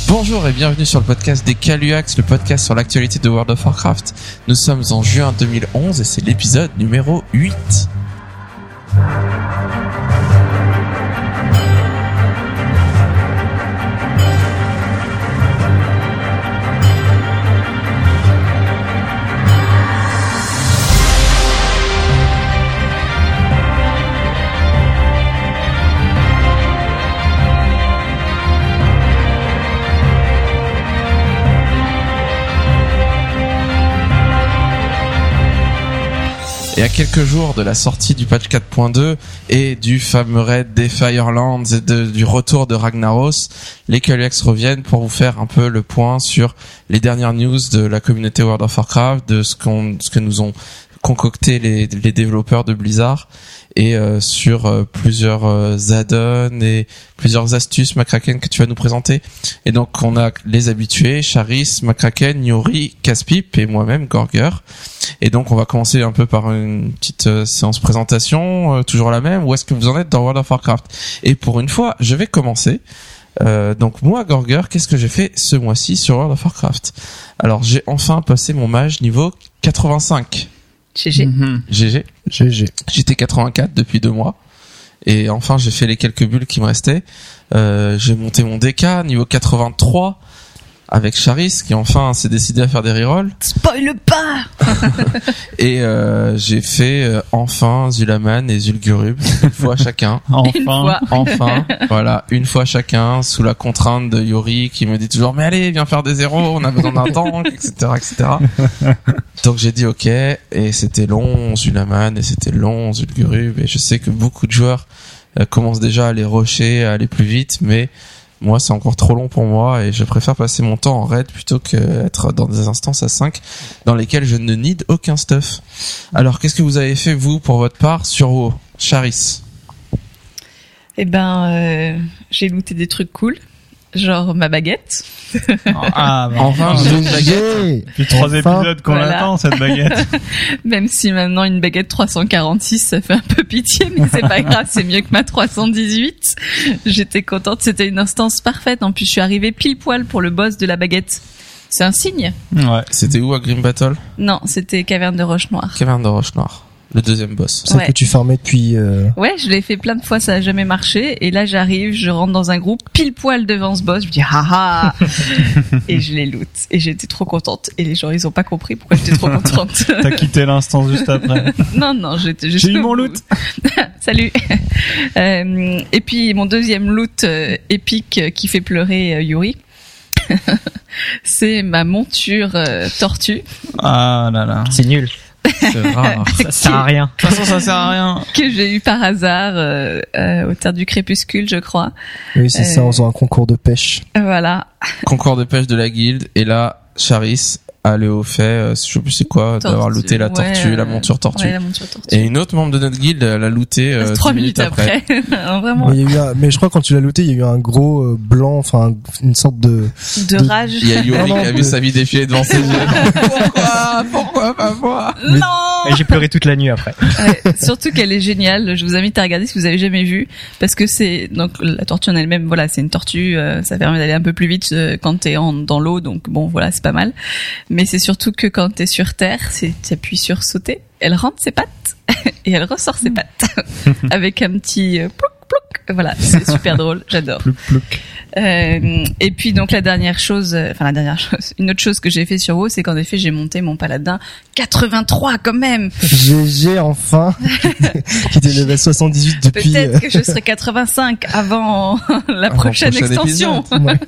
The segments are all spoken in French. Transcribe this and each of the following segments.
Bonjour et bienvenue sur le podcast des Caluax, le podcast sur l'actualité de World of Warcraft. Nous sommes en juin 2011 et c'est l'épisode numéro 8. Et à quelques jours de la sortie du patch 4.2 et du fameux raid des Firelands et du retour de Ragnaros, les Caluax reviennent pour vous faire un peu le point sur les dernières news de la communauté World of Warcraft, de ce que nous ont concocté les développeurs de Blizzard et sur plusieurs add-ons et plusieurs astuces McCracken que tu vas nous présenter. Et donc on a les habitués, Charis, McCracken, Yuri, Caspip et moi-même Gorger. Et donc on va commencer un peu par une petite séance présentation, toujours la même. Où est-ce que vous en êtes dans World of Warcraft? Et pour une fois, je vais commencer. Donc moi, Gorger, qu'est-ce que j'ai fait ce mois-ci sur World of Warcraft? Alors j'ai enfin passé mon mage niveau 85. GG. GG. J'étais 84 depuis 2 mois. Et enfin, j'ai fait les quelques bulles qui me restaient. J'ai monté mon DK niveau 83 avec Charis qui enfin s'est décidé à faire des rerolls. Spoil pas. Et j'ai fait enfin Zulaman et Zul'Gurub une fois chacun. Enfin, voilà, une fois chacun sous la contrainte de Yuri qui me dit toujours mais allez, viens faire des zéros, on a besoin d'un tank, etc. Donc j'ai dit ok, et c'était long Zulaman et c'était long Zul'Gurub, et je sais que beaucoup de joueurs commencent déjà à les rusher, à aller plus vite, mais moi, c'est encore trop long pour moi et je préfère passer mon temps en raid plutôt qu'être dans des instances à 5 dans lesquelles je ne need aucun stuff. Alors, qu'est-ce que vous avez fait, vous, pour votre part, sur WoW? Charis? Eh ben, j'ai looté des trucs cool. Genre ma baguette. Enfin, j'ai une baguette. Depuis 3 épisodes qu'on l'attend, cette baguette. Même si maintenant une baguette 346, ça fait un peu pitié, mais c'est pas grave, c'est mieux que ma 318. J'étais contente, c'était une instance parfaite. En plus, je suis arrivée pile poil pour le boss de la baguette. C'est un signe. Ouais. C'était où à Grim Battle? Non, c'était Caverne de Roche Noire. Caverne de Roche Noire. Le deuxième boss. C'est que tu farmais depuis... Ouais, je l'ai fait plein de fois, ça a jamais marché. Et là, j'arrive, je rentre dans un groupe pile poil devant ce boss. Je dis haha, et je les loot. Et j'étais trop contente. Et les gens, ils ont pas compris pourquoi j'étais trop contente. T'as quitté l'instance juste après. Non, j'étais juste... J'ai eu mon loot. Salut. Et puis mon deuxième loot épique qui fait pleurer Yuri. C'est ma monture tortue. Ah là là. C'est nul. C'est rare. Ça sert à rien. De toute façon, ça sert à rien. Que j'ai eu par hasard au terre du crépuscule, je crois. Oui, c'est ça, en faisant un concours de pêche. Voilà. Concours de pêche de la guilde. Et là, Charis a le haut fait, je sais plus c'est quoi, d'avoir looté la tortue, la monture tortue. Ouais, la monture tortue. Et une autre membre de notre guilde l'a looté 3 minutes après. Vraiment. Mais, mais je crois que quand tu l'as looté, il y a eu un gros blanc, enfin une sorte de rage. Il y a Yuri qui a vu sa vie défiler devant ses yeux. Pourquoi pas moi? Non. Et j'ai pleuré toute la nuit après. Surtout qu'elle est géniale. Je vous invite à regarder si vous avez jamais vu, parce que c'est donc la tortue en elle-même. Voilà, c'est une tortue. Ça permet d'aller un peu plus vite quand t'es dans l'eau. Donc bon, voilà, c'est pas mal. Mais c'est surtout que quand t'es sur terre, tu appuies sur sauter, elle rentre ses pattes et elle ressort ses pattes avec un petit plouc plouc. Voilà, c'est super drôle, j'adore. Plouc plouc. Et puis donc une autre chose que j'ai fait sur WoW, c'est qu'en effet j'ai monté mon paladin 83 quand même. GG enfin, qui était level 78 depuis. Peut-être que je serai 85 avant la prochaine extension. Ouais.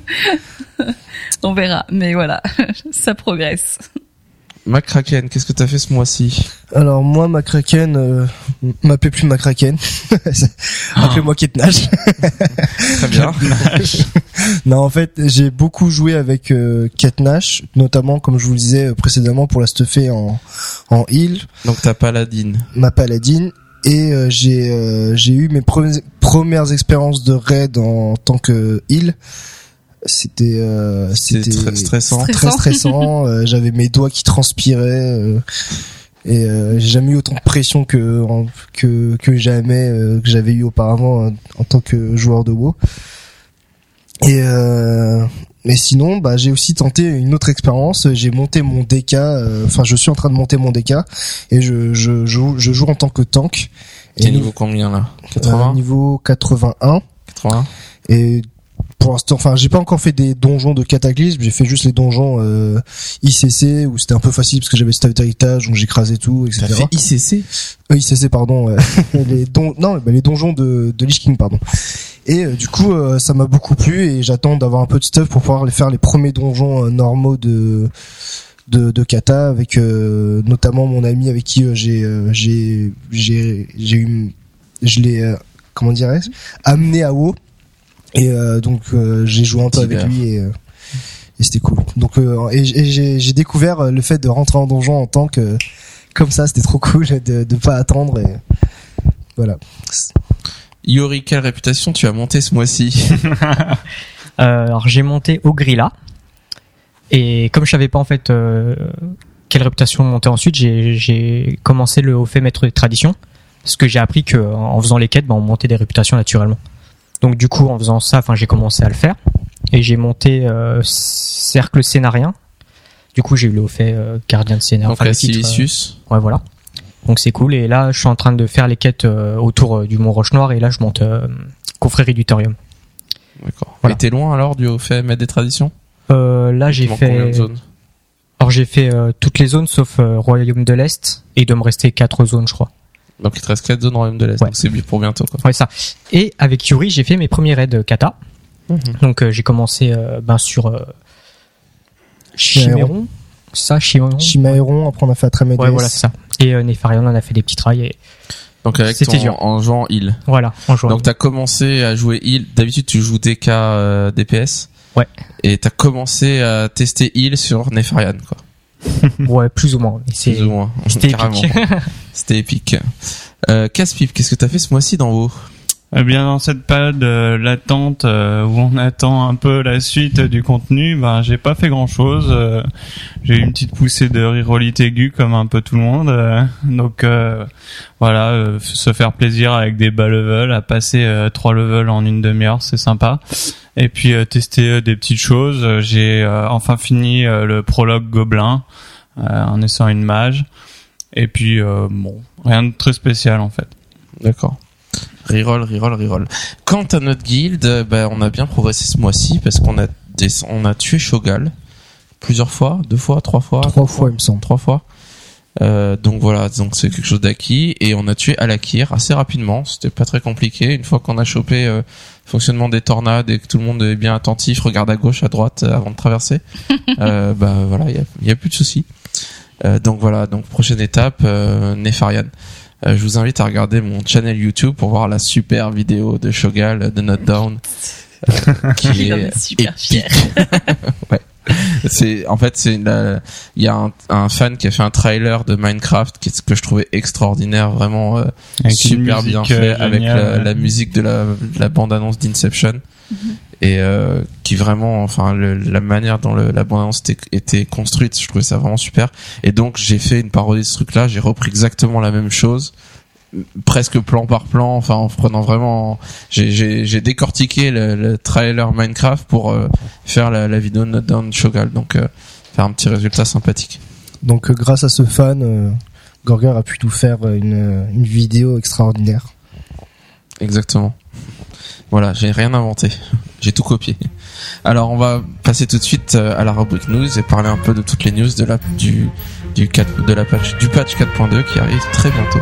On verra, mais voilà, ça progresse. McCracken, qu'est-ce que t'as fait ce mois-ci? Alors moi, McCracken, m'appelez plus McCracken. Appelez-moi Ketnash. Très bien. Non, en fait, j'ai beaucoup joué avec Ketnash, notamment comme je vous le disais précédemment pour la stuffer en heal. Donc ta paladine. Ma paladine. Et j'ai eu mes premières expériences de raid en tant que heal. C'était très stressant. Très stressant. J'avais mes doigts qui transpiraient. Et j'ai jamais eu autant de pression que jamais que j'avais eu auparavant en tant que joueur de WoW. Et Mais sinon, j'ai aussi tenté une autre expérience. J'ai monté mon DK. Je suis en train de monter mon DK et je joue en tant que tank. Et niveau combien là? 80? Niveau 81. 80. Et pour l'instant, j'ai pas encore fait des donjons de Cataclysme. J'ai fait juste les donjons ICC où c'était un peu facile parce que j'avais cet héritage, donc j'écrasais tout, etc. T'as fait ICC? ICC, pardon. les donjons de Lich King, pardon. Et du coup, ça m'a beaucoup plu et j'attends d'avoir un peu de stuff pour pouvoir faire les premiers donjons normaux de kata avec notamment mon ami avec qui je l'ai comment dirais-je amené à WoW et donc j'ai joué un peu avec lui et c'était cool. Donc et j'ai découvert le fait de rentrer en donjon en tant que comme ça, c'était trop cool de pas attendre et voilà. Yori, quelle réputation tu as monté ce mois-ci? Alors j'ai monté Ogrilla et comme je savais pas en fait quelle réputation monter ensuite, j'ai commencé le haut fait maître des traditions parce que j'ai appris que en faisant les quêtes, on montait des réputations naturellement. Donc du coup en faisant ça, j'ai commencé à le faire et j'ai monté cercle scénarien. Du coup j'ai eu le haut fait gardien de scénar. Donc la Silicius. Ouais voilà. Donc c'est cool et là je suis en train de faire les quêtes autour du Mont Roche Noire et là je monte confrérie du Thorium. D'accord. Voilà. Et t'es loin alors du haut fait maître des traditions? Là j'ai fait combien de zones? Alors j'ai fait toutes les zones sauf Royaume de l'Est et il doit me rester 4 zones je crois. Donc il te reste 4 zones Royaume de l'Est. Ouais. Donc c'est pour bientôt quoi. Ouais ça. Et avec Yuri j'ai fait mes premiers raids kata. Donc j'ai commencé sur Chiméron. Ça, Chiméron, après on a fait Atramedes. Ouais, voilà, c'est ça. Et Nefarion, on a fait des petits trails. Et... Donc avec en jouant heal. Voilà, en jouant. Donc t'as commencé à jouer heal. D'habitude tu joues DK DPS. Ouais. Et t'as commencé à tester heal sur Nefarian quoi. Ouais, plus ou moins. Plus ou moins. C'était carrément. épique. C'était épique. Casse-pipe, qu'est-ce que t'as fait ce mois-ci dans WoW? Eh bien, dans cette période latente où on attend un peu la suite du contenu, j'ai pas fait grand-chose. J'ai eu une petite poussée de rerollite aiguë comme un peu tout le monde. Donc voilà, se faire plaisir avec des bas levels, à passer 3 levels en une demi-heure, c'est sympa. Et puis tester des petites choses. J'ai enfin fini le prologue Gobelin en essayant une mage. Et puis rien de très spécial en fait. D'accord. Reroll. Quant à notre guilde, on a bien progressé ce mois-ci parce qu'on a tué Shogal plusieurs fois, 2 fois, 3 fois. 3 fois, il me semble. 3 fois. Donc voilà, donc c'est quelque chose d'acquis et on a tué Alakir assez rapidement. C'était pas très compliqué. Une fois qu'on a chopé le fonctionnement des tornades et que tout le monde est bien attentif, regarde à gauche, à droite avant de traverser. Voilà, il y a plus de soucis. Donc voilà, donc prochaine étape, Nefarian. Je vous invite à regarder mon channel YouTube pour voir la super vidéo de Shogal de Not Down qui est super épique. Ouais. Il y a un fan qui a fait un trailer de Minecraft que je trouvais extraordinaire, vraiment super bien fait avec la musique de la bande-annonce d'Inception. Et qui vraiment, la manière dont la bande-annonce était construite, je trouvais ça vraiment super. Et donc j'ai fait une parodie de ce truc-là, j'ai repris exactement la même chose, presque plan par plan, en prenant vraiment, j'ai décortiqué le trailer Minecraft pour faire la vidéo Not Down Shogal, donc faire un petit résultat sympathique. Donc grâce à ce fan, Gorger a pu nous faire une vidéo extraordinaire. Exactement. Voilà, j'ai rien inventé. J'ai tout copié. Alors, on va passer tout de suite à la rubrique news et parler un peu de toutes les news du patch 4.2 qui arrive très bientôt.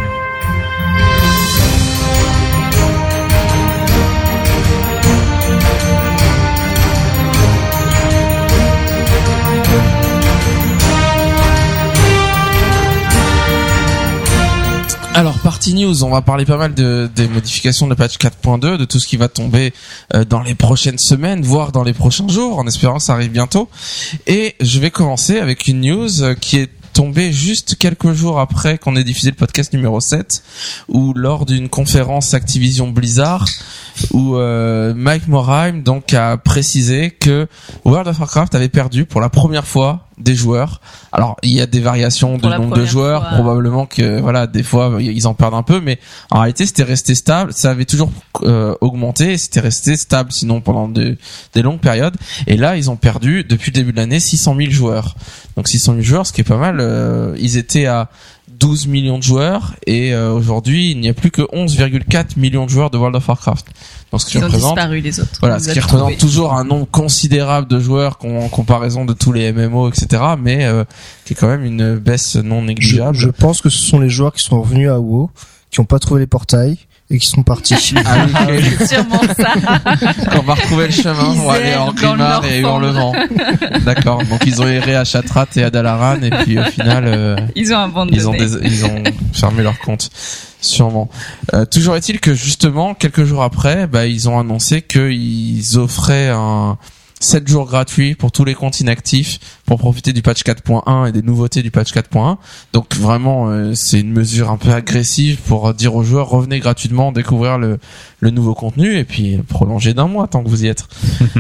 Alors, partie news, on va parler pas mal des modifications de la patch 4.2, de tout ce qui va tomber dans les prochaines semaines, voire dans les prochains jours, en espérant que ça arrive bientôt. Et je vais commencer avec une news qui est tombée juste quelques jours après qu'on ait diffusé le podcast numéro 7, où lors d'une conférence Activision Blizzard, où Mike Morhaime donc a précisé que World of Warcraft avait perdu pour la première fois des joueurs. Alors il y a des variations de nombre de joueurs, probablement que voilà, des fois ils en perdent un peu, mais en réalité c'était resté stable, ça avait toujours augmenté, c'était resté stable sinon pendant des longues périodes. Et là ils ont perdu depuis le début de l'année 600 000 joueurs. Donc 600 000 joueurs, ce qui est pas mal. Ils étaient à 12 millions de joueurs et aujourd'hui il n'y a plus que 11,4 millions de joueurs de World of Warcraft. Donc ce qui représente, disparu les autres. Voilà, ce qui représente toujours un nombre considérable de joueurs en comparaison de tous les MMO, etc. Mais qui est quand même une baisse non négligeable. Je pense que ce sont les joueurs qui sont revenus à WoW, qui n'ont pas trouvé les portails et qui sont partis. Ah oui, c'est sûrement ça. Quand on va retrouver le chemin, on va aller en Grimard et Hurlevent. D'accord. Donc ils ont erré à Shattrath et à Dalaran et puis au final ils ont abandonné. Ils ont fermé leur compte. Sûrement. Toujours est-il que justement quelques jours après, ils ont annoncé qu'ils offraient un 7 jours gratuits pour tous les comptes inactifs pour profiter du patch 4.1 et des nouveautés du patch 4.1. Donc vraiment, c'est une mesure un peu agressive pour dire aux joueurs revenez gratuitement découvrir le nouveau contenu et puis prolonger d'un mois tant que vous y êtes.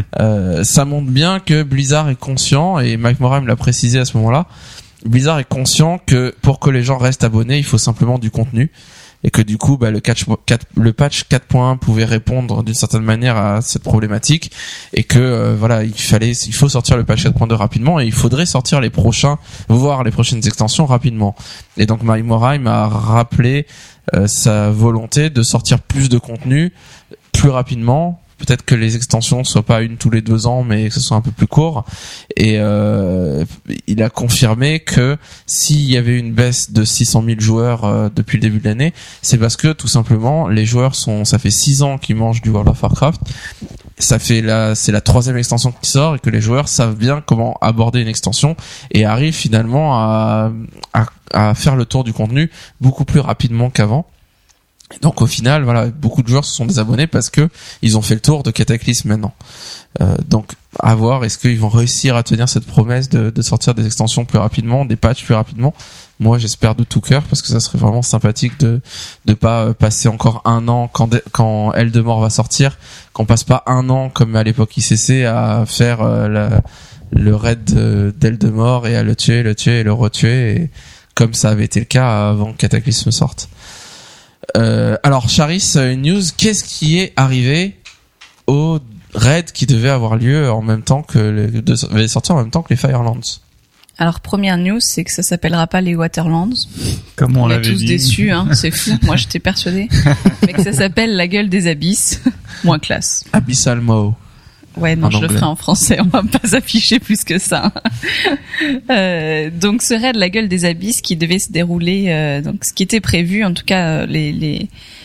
Ça montre bien que Blizzard est conscient et Mike Morhaime l'a précisé à ce moment-là. Blizzard est conscient que pour que les gens restent abonnés, il faut simplement du contenu. Et que du coup, le patch 4.1 pouvait répondre d'une certaine manière à cette problématique, et que il faut sortir le patch 4.2 rapidement, et il faudrait sortir les prochaines extensions rapidement. Et donc Mike Morhaime a rappelé sa volonté de sortir plus de contenu plus rapidement. Peut-être que les extensions soient pas une tous les 2 ans, mais que ce soit un peu plus court. Et il a confirmé que s'il y avait une baisse de 600 000 joueurs depuis le début de l'année, c'est parce que tout simplement les joueurs ça fait 6 ans qu'ils mangent du World of Warcraft. C'est la 3e extension qui sort et que les joueurs savent bien comment aborder une extension et arrivent finalement à faire le tour du contenu beaucoup plus rapidement qu'avant. Donc au final, voilà, beaucoup de joueurs se sont désabonnés parce que ils ont fait le tour de Cataclysme maintenant. Donc à voir, est-ce qu'ils vont réussir à tenir cette promesse de sortir des extensions plus rapidement, des patchs plus rapidement. Moi j'espère de tout cœur parce que ça serait vraiment sympathique de pas passer encore 1 an quand Eldemort va sortir, qu'on passe pas 1 an comme à l'époque ICC à faire le raid d'Eldemort et à le tuer et le retuer, et comme ça avait été le cas avant que Cataclysme sorte. Alors Charis, une news, qu'est-ce qui est arrivé au raid qui devait avoir lieu en même temps devait sortir en même temps que les Firelands? Alors première news, c'est que ça s'appellera pas les Waterlands. Comme on est l'avait tous dit. déçus, hein, c'est fou. Moi j'étais persuadée, mais que ça s'appelle la gueule des abysses, moins classe. Abyssal Maw. Ouais, non, En je le anglais. ferai en français, on va pas s'afficher plus que ça. Donc ce raid la gueule des abysses qui devait se dérouler, donc ce qui était prévu, en tout cas les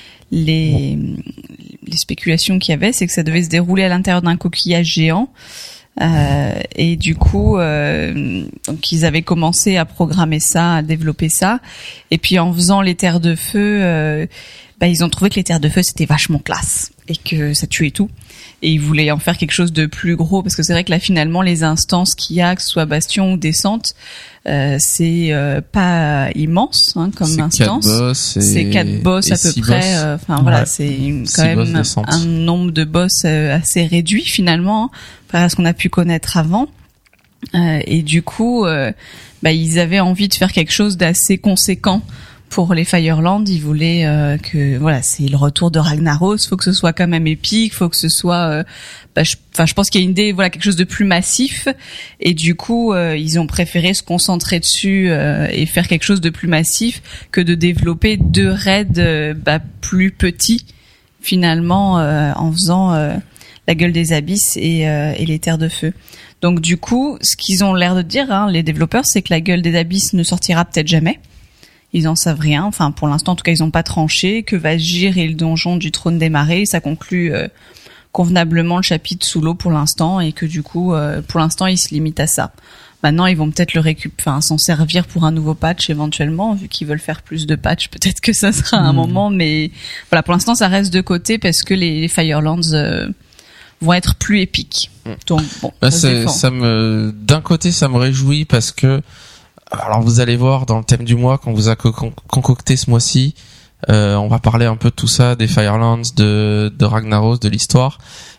spéculations qu'il y avait, c'est que ça devait se dérouler à l'intérieur d'un coquillage géant. Et du coup, donc ils avaient commencé à programmer ça, à développer ça, et puis en faisant les terres de feu, ils ont trouvé que les terres de feu c'était vachement classe et que ça tuait tout. Et ils voulaient en faire quelque chose de plus gros parce que c'est vrai que là finalement les instances qu'il y a, que ce soit Bastion ou Descente, c'est pas immense comme instance. C'est 4 boss à peu près. Enfin voilà, c'est quand même un nombre de boss assez réduit finalement par à ce qu'on a pu connaître avant. Et du coup, ils avaient envie de faire quelque chose d'assez conséquent. Pour les Firelands, ils voulaient que voilà, c'est le retour de Ragnaros, faut que ce soit quand même épique, faut que ce soit je pense qu'il y a une idée, voilà, quelque chose de plus massif, et du coup ils ont préféré se concentrer dessus et faire quelque chose de plus massif que de développer 2 raids plus petits finalement en faisant la gueule des abysses et les terres de feu. Donc du coup, ce qu'ils ont l'air de dire, les développeurs, c'est que la gueule des abysses ne sortira peut-être jamais. Ils en savent rien. Enfin, pour l'instant, en tout cas, ils n'ont pas tranché. Que Vazir et le donjon du trône des marées, ça conclut convenablement le chapitre sous l'eau pour l'instant, et que du coup, pour l'instant, ils se limitent à ça. Maintenant, ils vont peut-être s'en servir pour un nouveau patch éventuellement, vu qu'ils veulent faire plus de patchs. Peut-être que ça sera un moment, mais voilà, pour l'instant, ça reste de côté parce que les Firelands vont être plus épiques. Donc bon, d'un côté, ça me réjouit parce que alors vous allez voir dans le thème du mois qu'on vous a concocté ce mois-ci, on va parler un peu de tout ça, des Firelands, de Ragnaros, de l'histoire,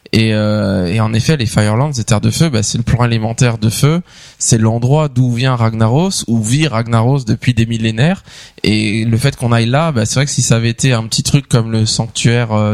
Et en effet, les Firelands, les terres de feu, bah, c'est le plan élémentaire de feu. C'est l'endroit d'où vient Ragnaros, où vit Ragnaros depuis des millénaires. Et le fait qu'on aille là, bah, c'est vrai que si ça avait été un petit truc comme le sanctuaire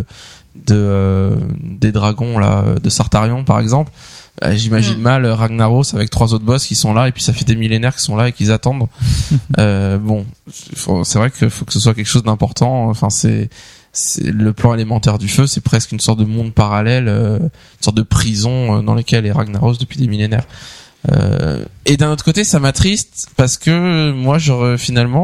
des dragons là, de Sartarion par exemple, j'imagine mal Ragnaros avec 3 autres boss qui sont là et puis ça fait des millénaires qu'ils sont là et qu'ils attendent. Bon, c'est vrai qu'il faut que ce soit quelque chose d'important. Enfin, c'est le plan élémentaire du feu, c'est presque une sorte de monde parallèle, une sorte de prison dans laquelle est Ragnaros depuis des millénaires. Et d'un autre côté, ça m'attriste parce que moi, j'aurais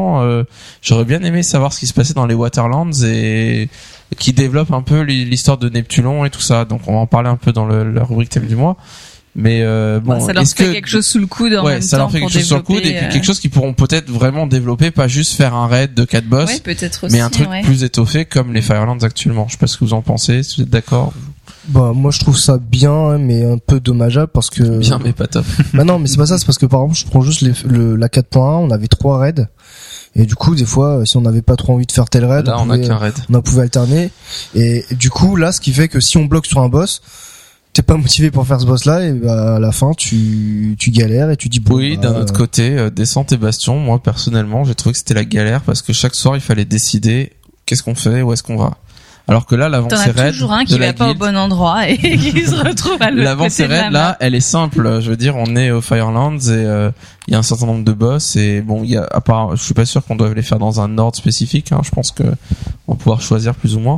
bien aimé savoir ce qui se passait dans les Waterlands et qui développe un peu l'histoire de Neptulon et tout ça. Donc, on va en parler un peu dans la rubrique thème du mois. Mais bon, ça leur fait quelque chose sous le coude en même temps. Ça leur fait quelque chose sous le coude et puis quelque chose qu'ils pourront peut-être vraiment développer, pas juste faire un raid de 4 boss, peut-être aussi, mais un truc plus étoffé comme les Firelands actuellement. Je sais pas ce que vous en pensez, si vous êtes d'accord. Bah moi je trouve ça bien mais un peu dommageable parce que bien mais pas top. Bah non mais c'est pas ça, c'est parce que par exemple je prends juste la 4.1, on avait 3 raids et du coup des fois si on n'avait pas trop envie de faire tel raid, là on a qu'un raid. On pouvait alterner et du coup là ce qui fait que si on bloque sur un boss, t'es pas motivé pour faire ce boss là et bah à la fin tu galères et tu dis bon. Oui, d'un autre côté, Descente et Bastion, moi personnellement, j'ai trouvé que c'était la galère parce que chaque soir il fallait décider qu'est-ce qu'on fait, où est-ce qu'on va. Alors que là, l'avancée raid, t'en as toujours un qui va pas au bon endroit et qui se retrouve à l'autre l'avancée côté de la raid, map. là, elle est simple. Je veux dire, on est au Firelands et il y a un certain nombre de boss et bon, il y a à part, je suis pas sûr qu'on doive les faire dans un ordre spécifique. Hein, je pense que on va pouvoir choisir plus ou moins.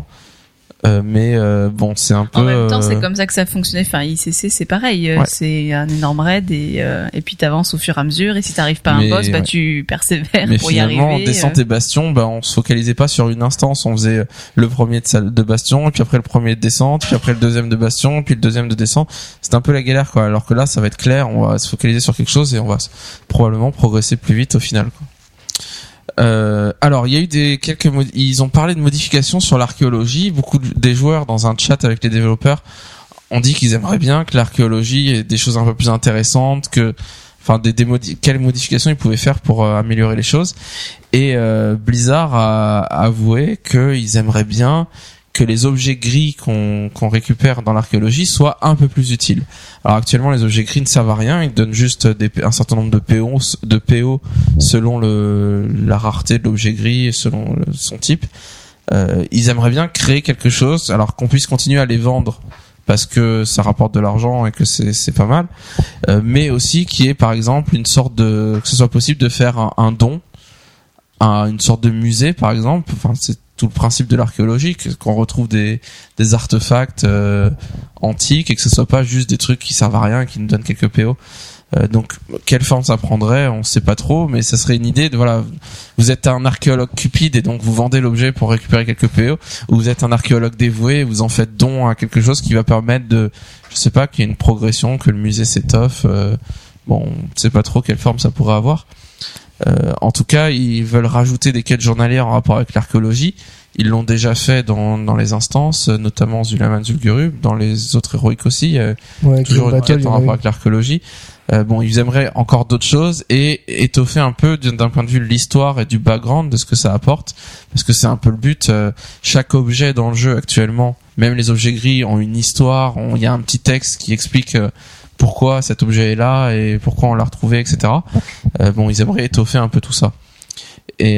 Mais bon, c'est un peu. En même temps, c'est comme ça que ça fonctionnait. Enfin, ICC, c'est pareil. C'est un énorme raid et puis t'avances au fur et à mesure. Et si t'arrives pas à un boss, bah tu persévères pour y arriver. Mais finalement, Descente et Bastion, bah on se focalisait pas sur une instance. On faisait le premier de Bastion, et puis après le premier de Descente, puis après le deuxième de Bastion, puis le deuxième de Descente. C'était un peu la galère, quoi. Alors que là, ça va être clair. On va se focaliser sur quelque chose et on va probablement progresser plus vite au final, quoi. Alors il y a eu ils ont parlé de modifications sur l'archéologie. Beaucoup des joueurs dans un chat avec les développeurs ont dit qu'ils aimeraient bien que l'archéologie ait des choses un peu plus intéressantes, quelles modifications ils pouvaient faire pour améliorer les choses. Et Blizzard a avoué qu'ils aimeraient bien que les objets gris qu'on récupère dans l'archéologie soient un peu plus utiles. Alors actuellement, les objets gris ne servent à rien, ils donnent juste un certain nombre de PO selon la rareté de l'objet gris et selon son type. Ils aimeraient bien créer quelque chose, alors qu'on puisse continuer à les vendre parce que ça rapporte de l'argent et que c'est pas mal, mais aussi qu'il y ait par exemple que ce soit possible de faire un don à une sorte de musée par exemple. Enfin, c'est tout le principe de l'archéologie, qu'on retrouve des artefacts antiques et que ce soit pas juste des trucs qui servent à rien et qui nous donnent quelques PO. Donc quelle forme ça prendrait, on sait pas trop, mais ça serait une idée de voilà, vous êtes un archéologue cupide et donc vous vendez l'objet pour récupérer quelques PO, ou vous êtes un archéologue dévoué et vous en faites don à quelque chose qui va permettre je sais pas, qu'il y ait une progression, que le musée s'étoffe. Bon, on sait pas trop quelle forme ça pourrait avoir. En tout cas, ils veulent rajouter des quêtes journalières en rapport avec l'archéologie. Ils l'ont déjà fait dans les instances, notamment Zulaman Zulgurub, dans les autres héroïques aussi. Toujours une quête en rapport avec l'archéologie. Bon, ils aimeraient encore d'autres choses et étoffer un peu d'un point de vue de l'histoire et du background de ce que ça apporte, parce que c'est un peu le but. Chaque objet dans le jeu actuellement, même les objets gris, ont une histoire. Il y a un petit texte qui explique pourquoi cet objet est là et pourquoi on l'a retrouvé, etc. Bon, ils aimeraient étoffer un peu tout ça. Et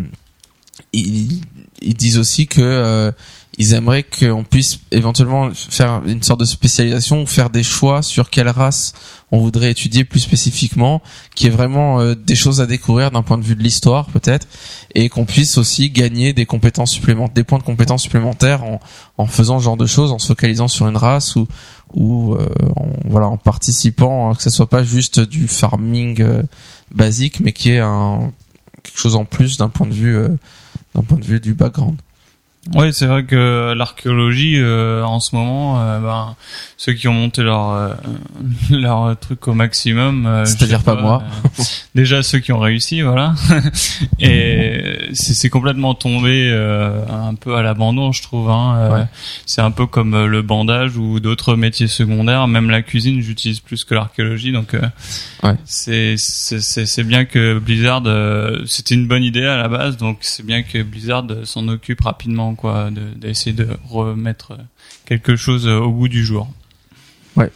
ils disent aussi que ils aimeraient qu'on puisse éventuellement faire une sorte de spécialisation ou faire des choix sur quelle race on voudrait étudier plus spécifiquement, qui est vraiment des choses à découvrir d'un point de vue de l'histoire peut-être, et qu'on puisse aussi gagner des compétences supplémentaires, des points de compétences supplémentaires en faisant ce genre de choses, en se focalisant sur une race ou en participant, que ça soit pas juste du farming basique, mais qu'il y ait quelque chose en plus d'un point de vue du background. Oui, c'est vrai que l'archéologie en ce moment, ceux qui ont monté leur truc au maximum, c'est-à-dire pas moi. Déjà ceux qui ont réussi, voilà. Et c'est complètement tombé un peu à l'abandon, je trouve. C'est un peu comme le bandage ou d'autres métiers secondaires. Même la cuisine, j'utilise plus que l'archéologie. Donc, c'est bien que Blizzard. C'était une bonne idée à la base, donc c'est bien que Blizzard s'en occupe rapidement, quoi, d'essayer de remettre quelque chose au goût du jour. Ouais.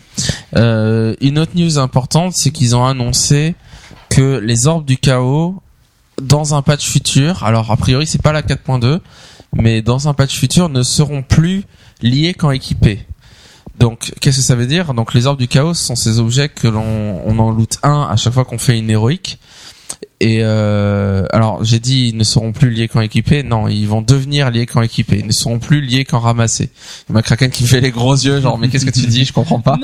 Une autre news importante, c'est qu'ils ont annoncé que les orbes du chaos, dans un patch futur, alors a priori c'est pas la 4.2, mais dans un patch futur, ne seront plus liés quand équipés. Donc, qu'est-ce que ça veut dire? Donc, les orbes du chaos sont ces objets que on en loot un à chaque fois qu'on fait une héroïque. Et alors j'ai dit ils ne seront plus liés quand équipés. Non, ils vont devenir liés quand équipés. Ils ne seront plus liés quand ramassés. Il y a Kraken qui me fait les gros yeux, genre mais qu'est-ce que tu dis? Je comprends pas.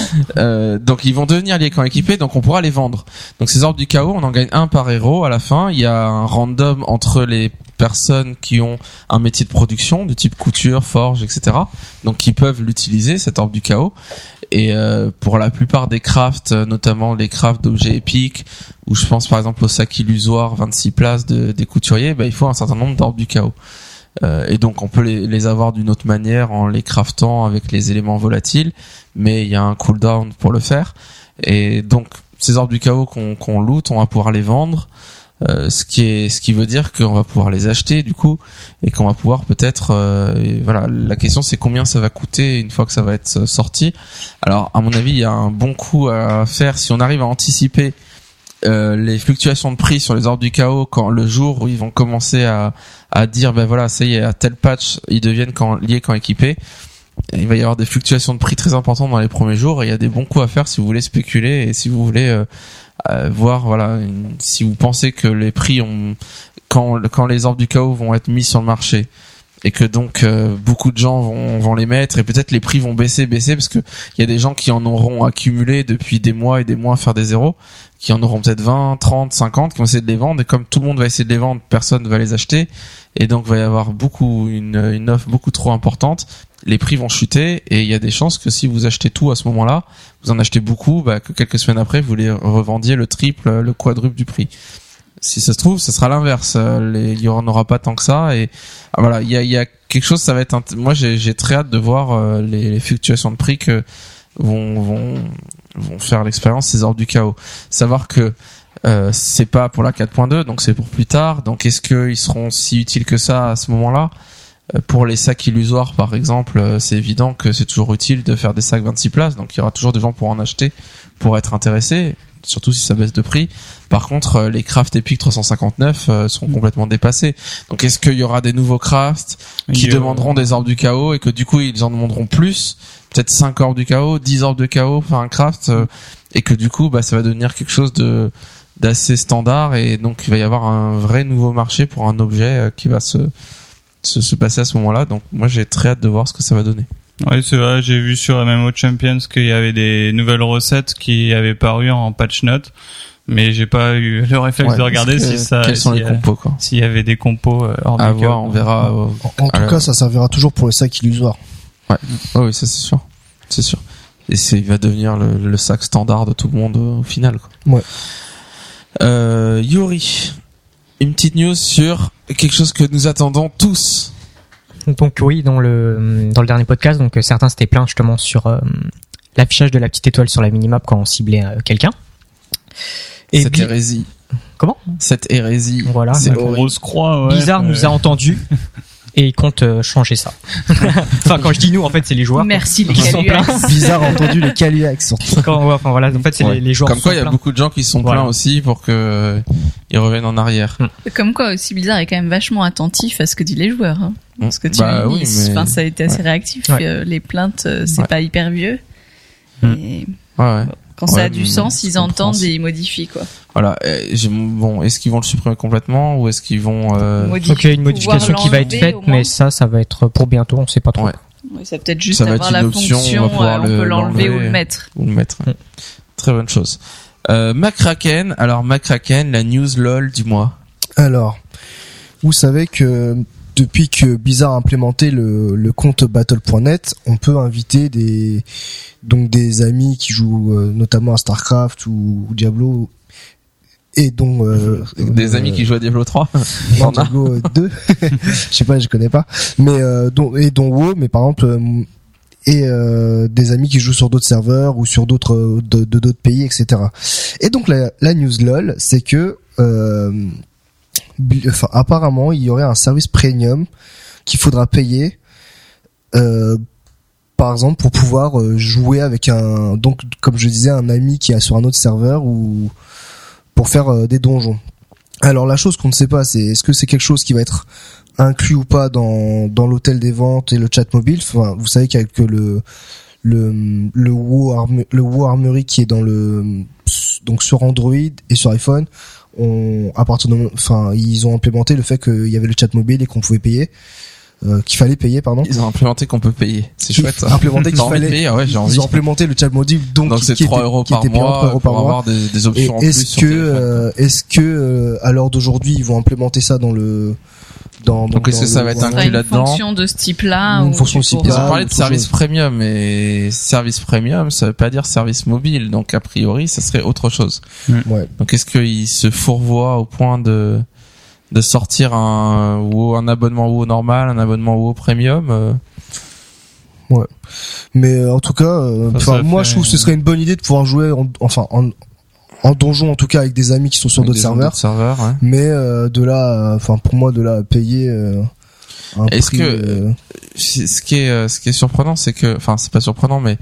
Non. Donc ils vont devenir liés quand équipés, donc on pourra les vendre. Donc ces orbes du chaos, on en gagne un par héros à la fin. Il y a un random entre les personnes qui ont un métier de production de type couture, forge, etc. Donc qui peuvent l'utiliser, cet orbe du chaos. Et pour la plupart des crafts, notamment les crafts d'objets épiques, où je pense par exemple au sac illusoire 26 places des couturiers, il faut un certain nombre d'orbes du chaos. Et donc on peut les avoir d'une autre manière en les craftant avec les éléments volatiles, mais il y a un cooldown pour le faire. Et donc ces orbes du chaos qu'on loot, on va pouvoir les vendre. Ce qui veut dire qu'on va pouvoir les acheter du coup et qu'on va pouvoir peut-être voilà, la question c'est combien ça va coûter une fois que ça va être sorti. Alors à mon avis il y a un bon coup à faire si on arrive à anticiper les fluctuations de prix sur les orbes du chaos quand le jour où ils vont commencer à dire voilà ça y est à tel patch ils deviennent liés quand équipés. Il va y avoir des fluctuations de prix très importantes dans les premiers jours et il y a des bons coups à faire si vous voulez spéculer et si vous voulez voir voilà si vous pensez que les prix quand les orbes du chaos vont être mis sur le marché et que donc beaucoup de gens vont les mettre et peut-être les prix vont baisser parce que il y a des gens qui en auront accumulé depuis des mois et des mois à faire des zéros, qui en auront peut-être 20, 30, 50 qui vont essayer de les vendre et comme tout le monde va essayer de les vendre, personne ne va les acheter et donc il va y avoir une offre beaucoup trop importante. Les prix vont chuter et il y a des chances que si vous achetez tout à ce moment-là, vous en achetez beaucoup, que quelques semaines après vous les revendiez le triple, le quadruple du prix. Si ça se trouve, ça sera l'inverse. Il y en aura pas tant que ça et voilà, il y a quelque chose. Ça va être. Moi, j'ai très hâte de voir les fluctuations de prix que vont faire l'expérience ces orbes du chaos. Savoir que c'est pas pour la 4.2, donc c'est pour plus tard. Donc est-ce qu'ils seront si utiles que ça à ce moment-là? Pour les sacs illusoires, par exemple, c'est évident que c'est toujours utile de faire des sacs 26 places, donc il y aura toujours des gens pour en acheter, pour être intéressés, surtout si ça baisse de prix. Par contre, les crafts épiques 359 seront complètement dépassés. Donc est-ce qu'il y aura des nouveaux crafts qui demanderont des orbes du chaos et que du coup ils en demanderont plus, peut-être 5 orbes du chaos, 10 orbes de chaos pour un craft, et que du coup ça va devenir quelque chose d'assez standard et donc il va y avoir un vrai nouveau marché pour un objet qui va se passer à ce moment-là. Donc moi j'ai très hâte de voir ce que ça va donner. Oui, c'est vrai, j'ai vu sur MMO Champions qu'il y avait des nouvelles recettes qui avaient paru en patch notes, mais j'ai pas eu le réflexe de regarder quels sont les compos, quoi. S'il y avait des compos hors à voir, on verra. En tout cas, ça servira toujours pour les sacs illusoires. Ouais. Oh oui, ça c'est sûr. C'est sûr. Et il va devenir le sac standard de tout le monde au final, quoi. Ouais. Yuri, une petite news sur quelque chose que nous attendons tous. Donc oui, dans le dernier podcast, donc certains s'étaient plaints justement sur l'affichage de la petite étoile sur la minimap quand on ciblait quelqu'un. Et cette hérésie. Comment? Cette hérésie. Voilà. C'est la grosse croix. Ouais. Blizzard nous a entendus et il compte changer ça. Enfin, quand je dis nous, en fait, c'est les joueurs. Merci les Caluax. Bizarre entendu les Caluax surtout. Enfin voilà, en fait, c'est les joueurs. Comme quoi, il y a beaucoup de gens qui sont plaints aussi pour que ils reviennent en arrière. Comme quoi aussi, Blizzard est quand même vachement attentif à ce que disent les joueurs. Hein. Parce que tu oui, mais... ça a été assez réactif. Ouais. Les plaintes, c'est pas hyper vieux. Et... Ouais. Quand ça a du sens, ils entendent et ils modifient, quoi. Voilà. Bon, est-ce qu'ils vont le supprimer complètement ou est-ce qu'ils vont Donc il y a une modification qui va être faite, mais ça va être pour bientôt, on sait pas trop. Ouais. Oui, ça peut être juste avoir la fonction, on peut l'enlever ou le mettre. Très bonne chose. McCracken, alors McCracken, la news LOL du mois. Alors, vous savez que depuis que Blizzard a implémenté le compte Battle.net, on peut inviter des amis qui jouent notamment à StarCraft ou Diablo et dont des amis qui jouent à Diablo 3. non, Diablo 2, je sais pas, je connais pas, mais dont WoW, mais par exemple et des amis qui jouent sur d'autres serveurs ou sur d'autres d'autres pays, etc. Et donc la news lol, c'est que apparemment il y aurait un service premium qu'il faudra payer par exemple pour pouvoir jouer avec donc comme je disais, un ami qui est sur un autre serveur ou pour faire des donjons. Alors la chose qu'on ne sait pas, c'est est-ce que c'est quelque chose qui va être inclus ou pas dans l'hôtel des ventes et le chat mobile. Enfin, vous savez qu'avec le WoW Armory qui est donc sur Android et sur iPhone, ils ont implémenté le fait qu'il y avait le chat mobile et qu'on pouvait payer. Qu'il fallait payer, pardon. Ils ont implémenté qu'on peut payer. C'est chouette, ça. Implémenté qu'il fallait payer, ouais, j'ai envie. Ils ont implémenté le chat mobile, donc c'est 3 euros par mois pour avoir des options en plus sur téléphone. Est-ce que, à l'heure d'aujourd'hui, ils vont implémenter ça dans donc est-ce que ça va être inclus là-dedans? Une fonction de ce type-là? Une fonction de ce type-là. Ils ont parlé de service premium, et service premium, ça veut pas dire service mobile. Donc, a priori, ça serait autre chose. Ouais. Donc, est-ce qu'ils se fourvoient au point de sortir un abonnement WoW normal, un abonnement WoW premium? Ouais. Mais en tout cas, moi je trouve que ce serait une bonne idée de pouvoir jouer en donjon, en tout cas avec des amis qui sont sur d'autres serveurs. Ouais. Mais de là, pour moi, de là à payer un est-ce prix, que ce qui est surprenant, c'est que, c'est pas surprenant, mais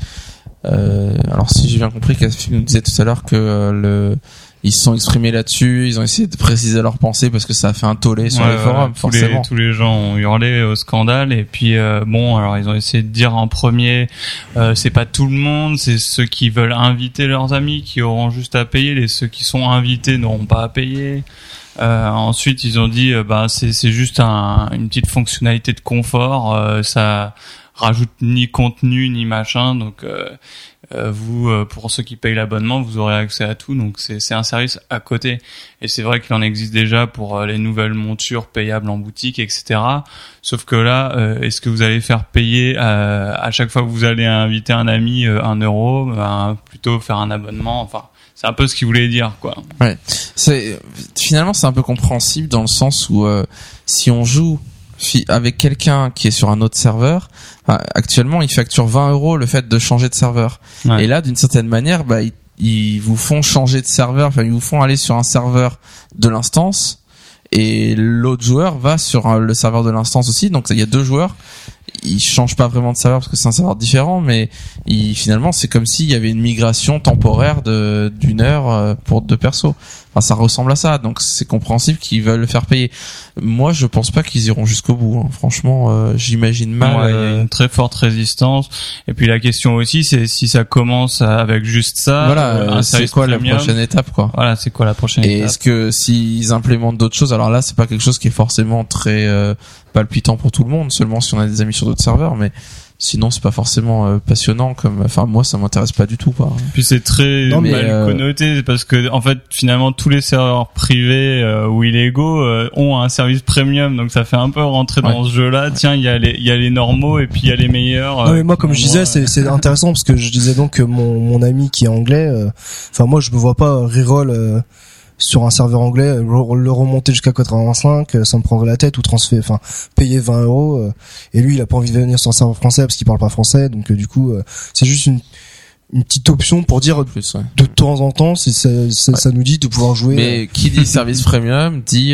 alors si j'ai bien compris, Cassim nous disait tout à l'heure que ils se sont exprimés là-dessus, ils ont essayé de préciser leurs pensées parce que ça a fait un tollé sur les forums, forcément. Tous les gens ont hurlé au scandale, et puis alors ils ont essayé de dire en premier, c'est pas tout le monde, c'est ceux qui veulent inviter leurs amis qui auront juste à payer, ceux qui sont invités n'auront pas à payer. Ensuite ils ont dit c'est juste une petite fonctionnalité de confort, ça rajoute ni contenu ni machin, donc vous, pour ceux qui payent l'abonnement, vous aurez accès à tout, donc c'est un service à côté. Et c'est vrai qu'il en existe déjà pour les nouvelles montures payables en boutique, etc. Sauf que là, est-ce que vous allez faire payer à chaque fois que vous allez inviter un ami 1 euro, plutôt faire un abonnement, c'est un peu ce qu'il voulait dire, quoi. Ouais. Finalement, c'est un peu compréhensible dans le sens où si on joue avec quelqu'un qui est sur un autre serveur, actuellement il facture 20 euros le fait de changer de serveur. Ouais. Et là, d'une certaine manière, ils vous font changer de serveur, ils vous font aller sur un serveur de l'instance, et l'autre joueur va sur le serveur de l'instance aussi. Donc il y a 2 joueurs. Ils changent pas vraiment de serveur parce que c'est un serveur différent, mais finalement c'est comme s'il y avait une migration temporaire d'une heure pour 2 persos. Ça ressemble à ça, donc c'est compréhensible qu'ils veulent le faire payer. Moi, je pense pas qu'ils iront jusqu'au bout. Hein. Franchement, j'imagine mal. Il y a une très forte résistance. Et puis la question aussi, c'est si ça commence avec juste ça. Voilà, c'est quoi premium, la prochaine étape, quoi. Voilà, c'est quoi la prochaine étape. Et est-ce que s'ils implémentent d'autres choses, alors là, c'est pas quelque chose qui est forcément très palpitant pour tout le monde, seulement si on a des amis sur d'autres serveurs, mais sinon c'est pas forcément passionnant moi ça m'intéresse pas du tout, quoi. Puis c'est très mal connoté parce que en fait finalement tous les serveurs privés ou illégaux ont un service premium, donc ça fait un peu rentrer dans ce jeu-là. Tiens, il y a les normaux et puis il y a les meilleurs. Non mais moi comme je disais, c'est intéressant parce que je disais donc que mon ami qui est anglais, moi je me vois pas reroll sur un serveur anglais, le remonter jusqu'à 85, ça me prendrait la tête, ou payer 20 euros, et lui il a pas envie de venir sur un serveur français parce qu'il parle pas français, donc du coup c'est juste une petite option pour dire de temps en temps si ça nous dit de pouvoir jouer. Mais qui dit service premium dit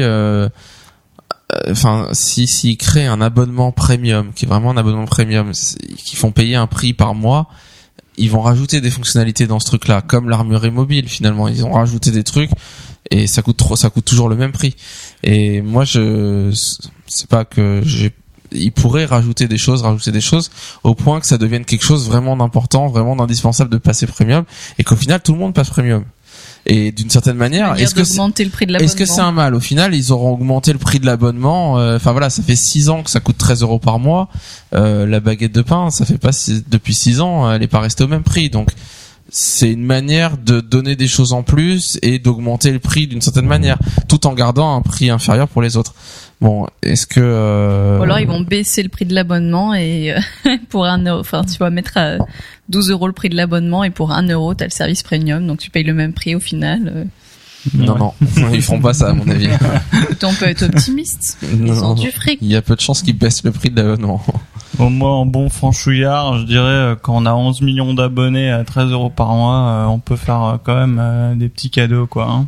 s'ils créent un abonnement premium qui est vraiment un abonnement premium qui font payer un prix par mois, ils vont rajouter des fonctionnalités dans ce truc-là, comme l'armurerie mobile. Finalement, ils ont rajouté des trucs et ça coûte toujours le même prix. Et moi, c'est pas que ils pourraient rajouter des choses au point que ça devienne quelque chose vraiment d'important, vraiment d'indispensable de passer premium, et qu'au final tout le monde passe premium. Et d'une certaine manière, est-ce que c'est un mal? Au final, ils auront augmenté le prix de l'abonnement. Ça fait 6 ans que ça coûte 13 euros par mois. La baguette de pain, ça fait pas depuis 6 ans, elle est pas restée au même prix. Donc, c'est une manière de donner des choses en plus et d'augmenter le prix d'une certaine manière, tout en gardant un prix inférieur pour les autres. Bon, est-ce que... Ou alors ils vont baisser le prix de l'abonnement et pour 1 euro, tu vas mettre à 12 euros le prix de l'abonnement et pour 1 euro t'as le service premium, donc tu payes le même prix au final. Non, ils feront pas ça à mon avis. On peut être optimiste. Ils ont du fric. Il y a peu de chances qu'ils baissent le prix de l'abonnement. Bon, moi, en bon franchouillard, je dirais quand on a 11 millions d'abonnés à 13 € par mois, on peut faire quand même des petits cadeaux, quoi. Hein.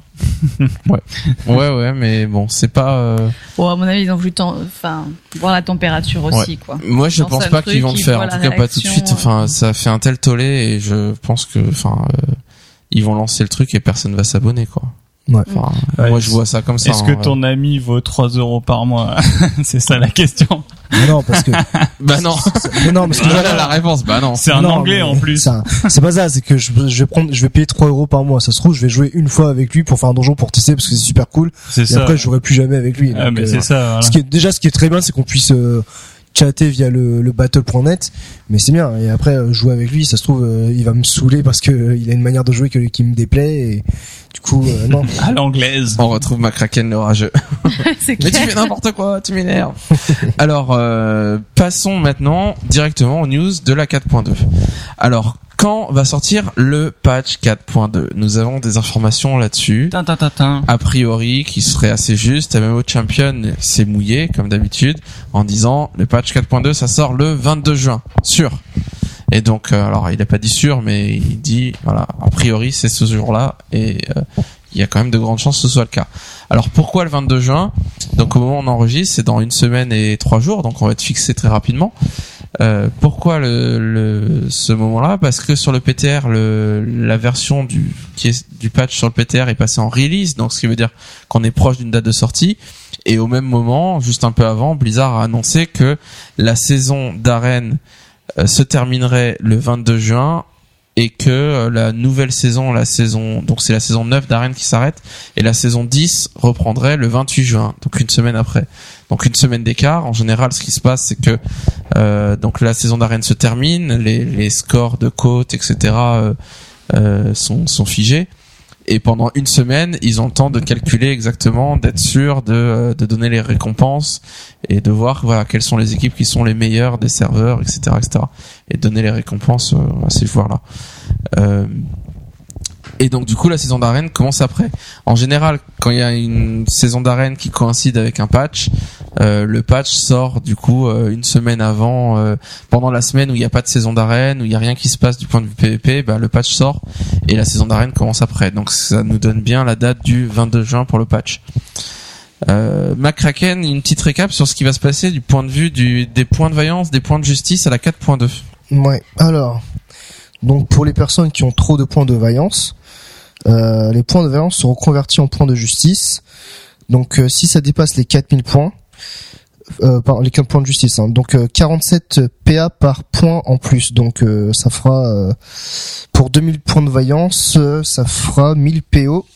Ouais, mais bon, c'est pas. Bon, à mon avis, ils ont voulu voir la température aussi, quoi. Moi, je pense pas qu'ils vont le faire. En tout cas, pas tout de suite. Enfin, ça fait un tel tollé et je pense que, ils vont lancer le truc et personne va s'abonner, quoi. Ouais. Enfin, moi, je vois ça comme ça. Est-ce que ton ami vaut 3 € par mois? C'est ça la question. Non, parce que. Bah non. Mais non, parce que voilà la réponse. Bah non. C'est un anglais en plus. C'est pas ça, c'est que je vais payer 3 € par mois. Ça se trouve, je vais jouer une fois avec lui pour faire un donjon pour tester parce que c'est super cool. C'est et ça. après, je jouerai plus jamais avec lui. Ah, mais c'est ça. Voilà. Ce qui est très bien, c'est qu'on puisse chatter via le battle.net, mais c'est bien. Et après, jouer avec lui, ça se trouve, il va me saouler parce que il a une manière de jouer qui me déplaît et du coup, non. À l'anglaise. On retrouve McCracken le rageux. C'est Mais clair. tu fais n'importe quoi, tu m'énerves. Alors, passons maintenant directement aux news de la 4.2. Alors, quand va sortir le patch 4.2? Nous avons des informations là-dessus. A priori, qui serait assez juste. MMO Champion s'est mouillé, comme d'habitude, en disant le patch 4.2, ça sort le 22 juin. Sûr. Et donc, alors, il a pas dit sûr, mais il dit, voilà, a priori, c'est ce jour-là, et il y a quand même de grandes chances que ce soit le cas. Alors, pourquoi le 22 juin? Donc, au moment où on enregistre, c'est dans 1 semaine et 3 jours, donc on va être fixé très rapidement. Pourquoi ce moment-là? Parce que sur le PTR, la version du patch sur le PTR est passée en release, donc ce qui veut dire qu'on est proche d'une date de sortie. Et au même moment, juste un peu avant, Blizzard a annoncé que la saison d'arène se terminerait le 22 juin et que la nouvelle saison, donc c'est la saison 9 d'arène qui s'arrête, et la saison 10 reprendrait le 28 juin, donc 1 semaine après. Donc 1 semaine d'écart. En général, ce qui se passe, c'est que donc la saison d'arène se termine, les scores de côte, etc. sont figés. Et pendant 1 semaine, ils ont le temps de calculer exactement, d'être sûr de donner les récompenses et de voir quelles sont les équipes qui sont les meilleures des serveurs, etc., et donner les récompenses à ces joueurs-là. Et donc du coup, la saison d'arène commence après. En général, quand il y a une saison d'arène qui coïncide avec un patch, le patch sort du coup 1 semaine avant, pendant la semaine où il n'y a pas de saison d'arène, où il n'y a rien qui se passe du point de vue PvP, le patch sort et la saison d'arène commence après. Donc ça nous donne bien la date du 22 juin pour le patch. McCracken, une petite récap sur ce qui va se passer du point de vue des points de vaillance, des points de justice à la 4.2. Ouais. Alors, donc pour les personnes qui ont trop de points de vaillance, les points de vaillance seront convertis en points de justice. Donc si ça dépasse les 4000 points, les 4 points de justice, hein, donc 47 PA par point en plus. Donc ça fera pour 2000 points de vaillance, ça fera 1000 PO.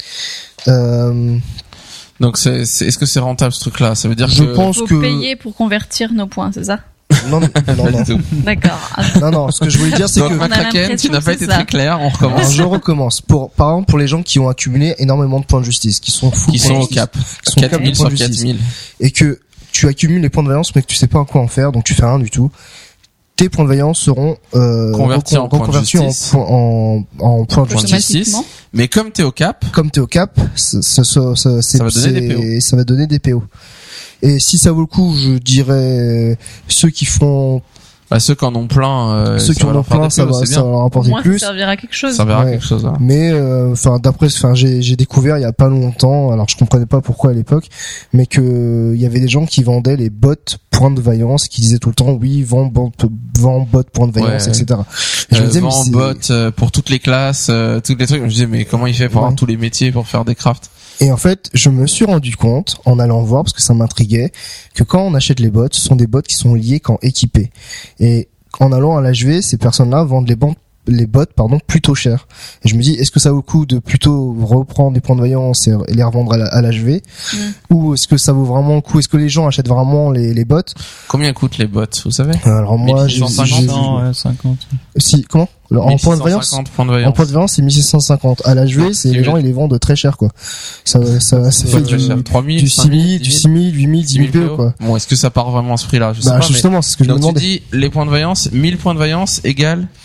Donc est-ce que c'est rentable ce truc-là? Ça veut dire je que pense faut que payer pour convertir nos points, c'est ça? non. D'accord. Non, ce que je voulais dire, c'est donc que McCracken, tu n'as pas été très clair, on recommence. alors, je recommence. Par exemple, pour les gens qui ont accumulé énormément de points de justice, qui sont full Qui points sont de au justice, cap. qui sont au cap 4000 de points sur de justice, 4000. et que tu accumules les points de vaillance mais que tu sais pas à quoi en faire, donc tu fais rien du tout, tes points de vaillance seront Convertis en points de justice. en points de Points de justice. justice. Mais comme t'es au cap, Comme t'es au cap, ça va donner des PO. Ça va donner des PO. Et si ça vaut le coup, je dirais ceux qui font ceux qui en ont plein, ceux qui en ont plein, ça va leur Au apporter moins, plus. ça servira à quelque chose. Ça verra Ouais. quelque chose. Là. Mais j'ai découvert il y a pas longtemps, alors je comprenais pas pourquoi à l'époque, mais que il y avait des gens qui vendaient les bots points de vaillance, qui disaient tout le temps oui, vends bot points de vaillance, Ouais. etc. Et je me disais, mais Vend c'est- bot pour toutes les classes, tous les trucs. Je me disais mais comment il fait pour avoir Ouais. tous les métiers pour faire des crafts? Et en fait, je me suis rendu compte, en allant voir, parce que ça m'intriguait, que quand on achète les bots, ce sont des bots qui sont liés quand équipés. Et en allant à l'HV, ces personnes-là vendent les bots plutôt cher. Et je me dis, est-ce que ça vaut le coup de plutôt reprendre des points de vaillance et les revendre à l'HV, ou est-ce que ça vaut vraiment le coup? Est-ce que les gens achètent vraiment les bots? Combien coûtent les bots, vous savez? Alors moi, j'ai 1650, 50. si comment en point de vaillance. 1650 points de En vaillance. point de vaillance, c'est 1650. À l'HV, Ouais, c'est c'est les gens, ils les vendent très cher, quoi. Ça C'est fait pas très cher. 3000, du 6000, du 6000, 8000, 10 000 PO, quoi. Bon, est-ce que ça part vraiment à ce prix-là? Je sais Bah, pas, mais... justement, c'est ce que je me Donc tu demandais. dis, les points de vaillance, 1000 points de vaillance égale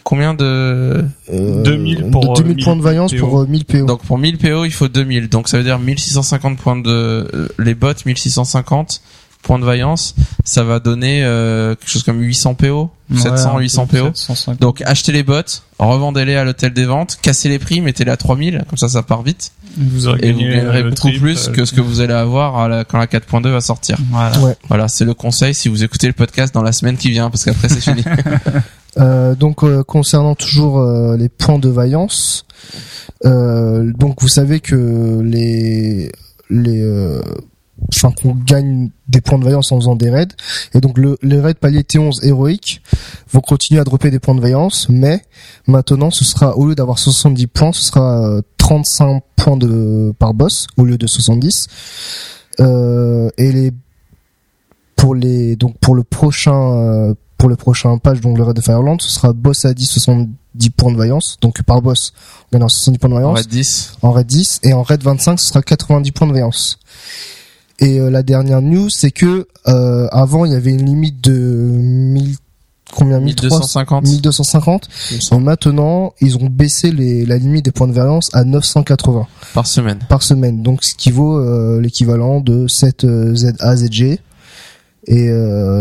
Combien de 2000 pour 2000 points de vaillance PO. pour 1000 PO. Donc pour 1000 PO, il faut 2000. Donc ça veut dire 1650 points de les bots, 1650 points de vaillance, ça va donner quelque chose comme 800 PO, 700 800 PO. 750. Donc achetez les bots, revendez-les à l'hôtel des ventes, cassez les prix, mettez-les à 3000, comme ça part vite vous aurez et vous gagné gagnerez le beaucoup triple, plus que ce que vous allez avoir quand la 4.2 va sortir. Voilà. Ouais. Voilà, c'est le conseil si vous écoutez le podcast dans la semaine qui vient parce qu'après c'est fini. Donc concernant toujours les points de vaillance, donc vous savez que qu'on gagne des points de vaillance en faisant des raids, et donc les raids palier T11 héroïques vont continuer à dropper des points de vaillance, mais maintenant ce sera, au lieu d'avoir 70 points, ce sera 35 points par boss au lieu de 70, et pour le prochain patch, donc le raid de Fireland, ce sera boss à 10 70 points de vaillance, donc par boss on gagne 70 points de vaillance en raid 10, et en raid 25 ce sera 90 points de vaillance. Et la dernière news, c'est que avant il y avait une limite de 1250. 1250. Et maintenant, ils ont baissé la limite des points de vaillance à 980 par semaine. Donc ce qui vaut l'équivalent de 7 ZAZG. Et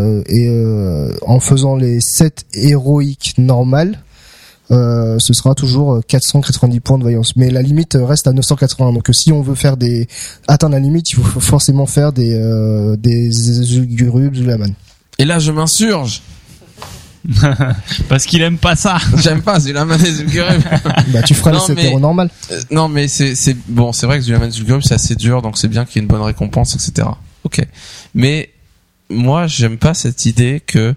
en faisant les 7 héroïques normales, ce sera toujours 490 points de vaillance, mais la limite reste à 980. Donc si on veut atteindre la limite, il faut forcément faire des Zul'Gurub, Zulaman. Et là je m'insurge parce qu'il aime pas ça. j'aime pas Zulaman et Zul'Gurub. Bah tu feras les 7 héros normales. Non mais c'est bon, c'est vrai que Zulaman et Zul'Gurub c'est assez dur, donc c'est bien qu'il y ait une bonne récompense, etc. Ok, mais moi j'aime pas cette idée que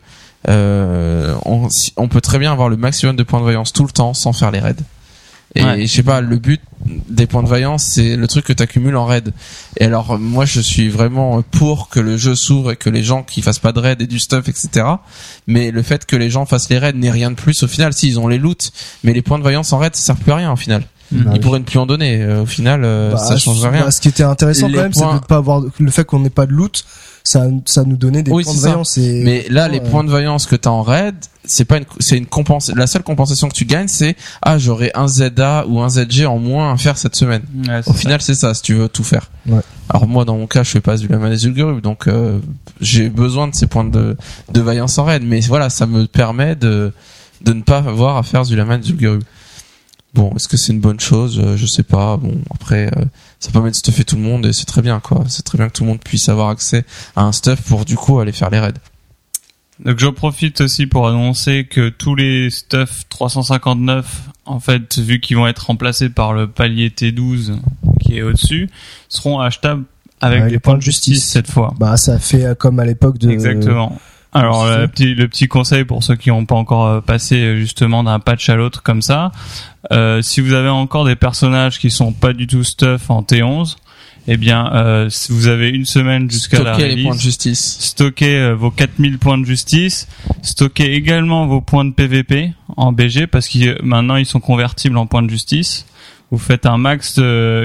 on peut très bien avoir le maximum de points de vaillance tout le temps sans faire les raids. Et je sais pas, le but des points de vaillance, c'est le truc que t'accumules en raid. Et alors moi je suis vraiment pour que le jeu s'ouvre et que les gens qui fassent pas de raid et du stuff, etc. Mais le fait que les gens fassent les raids n'est rien de plus au final. Si ils ont les loots, mais les points de vaillance en raid ça sert plus à rien au final. Ils pourraient ne plus en donner. Au final, ça change rien. Ce qui était intéressant quand même, c'est de ne pas avoir le fait qu'on n'ait pas de loot. Ça nous donnait des points de vaillance. Mais là, les points de vaillance que t'as en raid, c'est une compensation. La seule compensation que tu gagnes, c'est j'aurai un ZA ou un ZG en moins à faire cette semaine. Ouais, au final, c'est ça, si tu veux tout faire. Ouais. Alors moi, dans mon cas, je fais pas Zulaman et Zul'Gurub, donc j'ai besoin de ces points de vaillance en raid. Mais voilà, ça me permet de ne pas avoir à faire Zulaman et Zul'Gurub. Bon, est-ce que c'est une bonne chose? Je sais pas. Bon, après, ça permet de stuffer tout le monde et c'est très bien, quoi. C'est très bien que tout le monde puisse avoir accès à un stuff pour, du coup, aller faire les raids. Donc, j'en profite aussi pour annoncer que tous les stuff 359, en fait, vu qu'ils vont être remplacés par le palier T12 qui est au-dessus, seront achetables avec des points de justice cette fois. Bah, ça fait comme à l'époque de... Exactement. Alors le petit conseil pour ceux qui n'ont pas encore passé justement d'un patch à l'autre comme ça, si vous avez encore des personnages qui sont pas du tout stuff en T11, eh bien vous avez une semaine jusqu'à la release. Stockez les points de justice. Stockez vos 4000 points de justice. Stockez également vos points de PVP en BG parce que maintenant ils sont convertibles en points de justice. Vous faites un max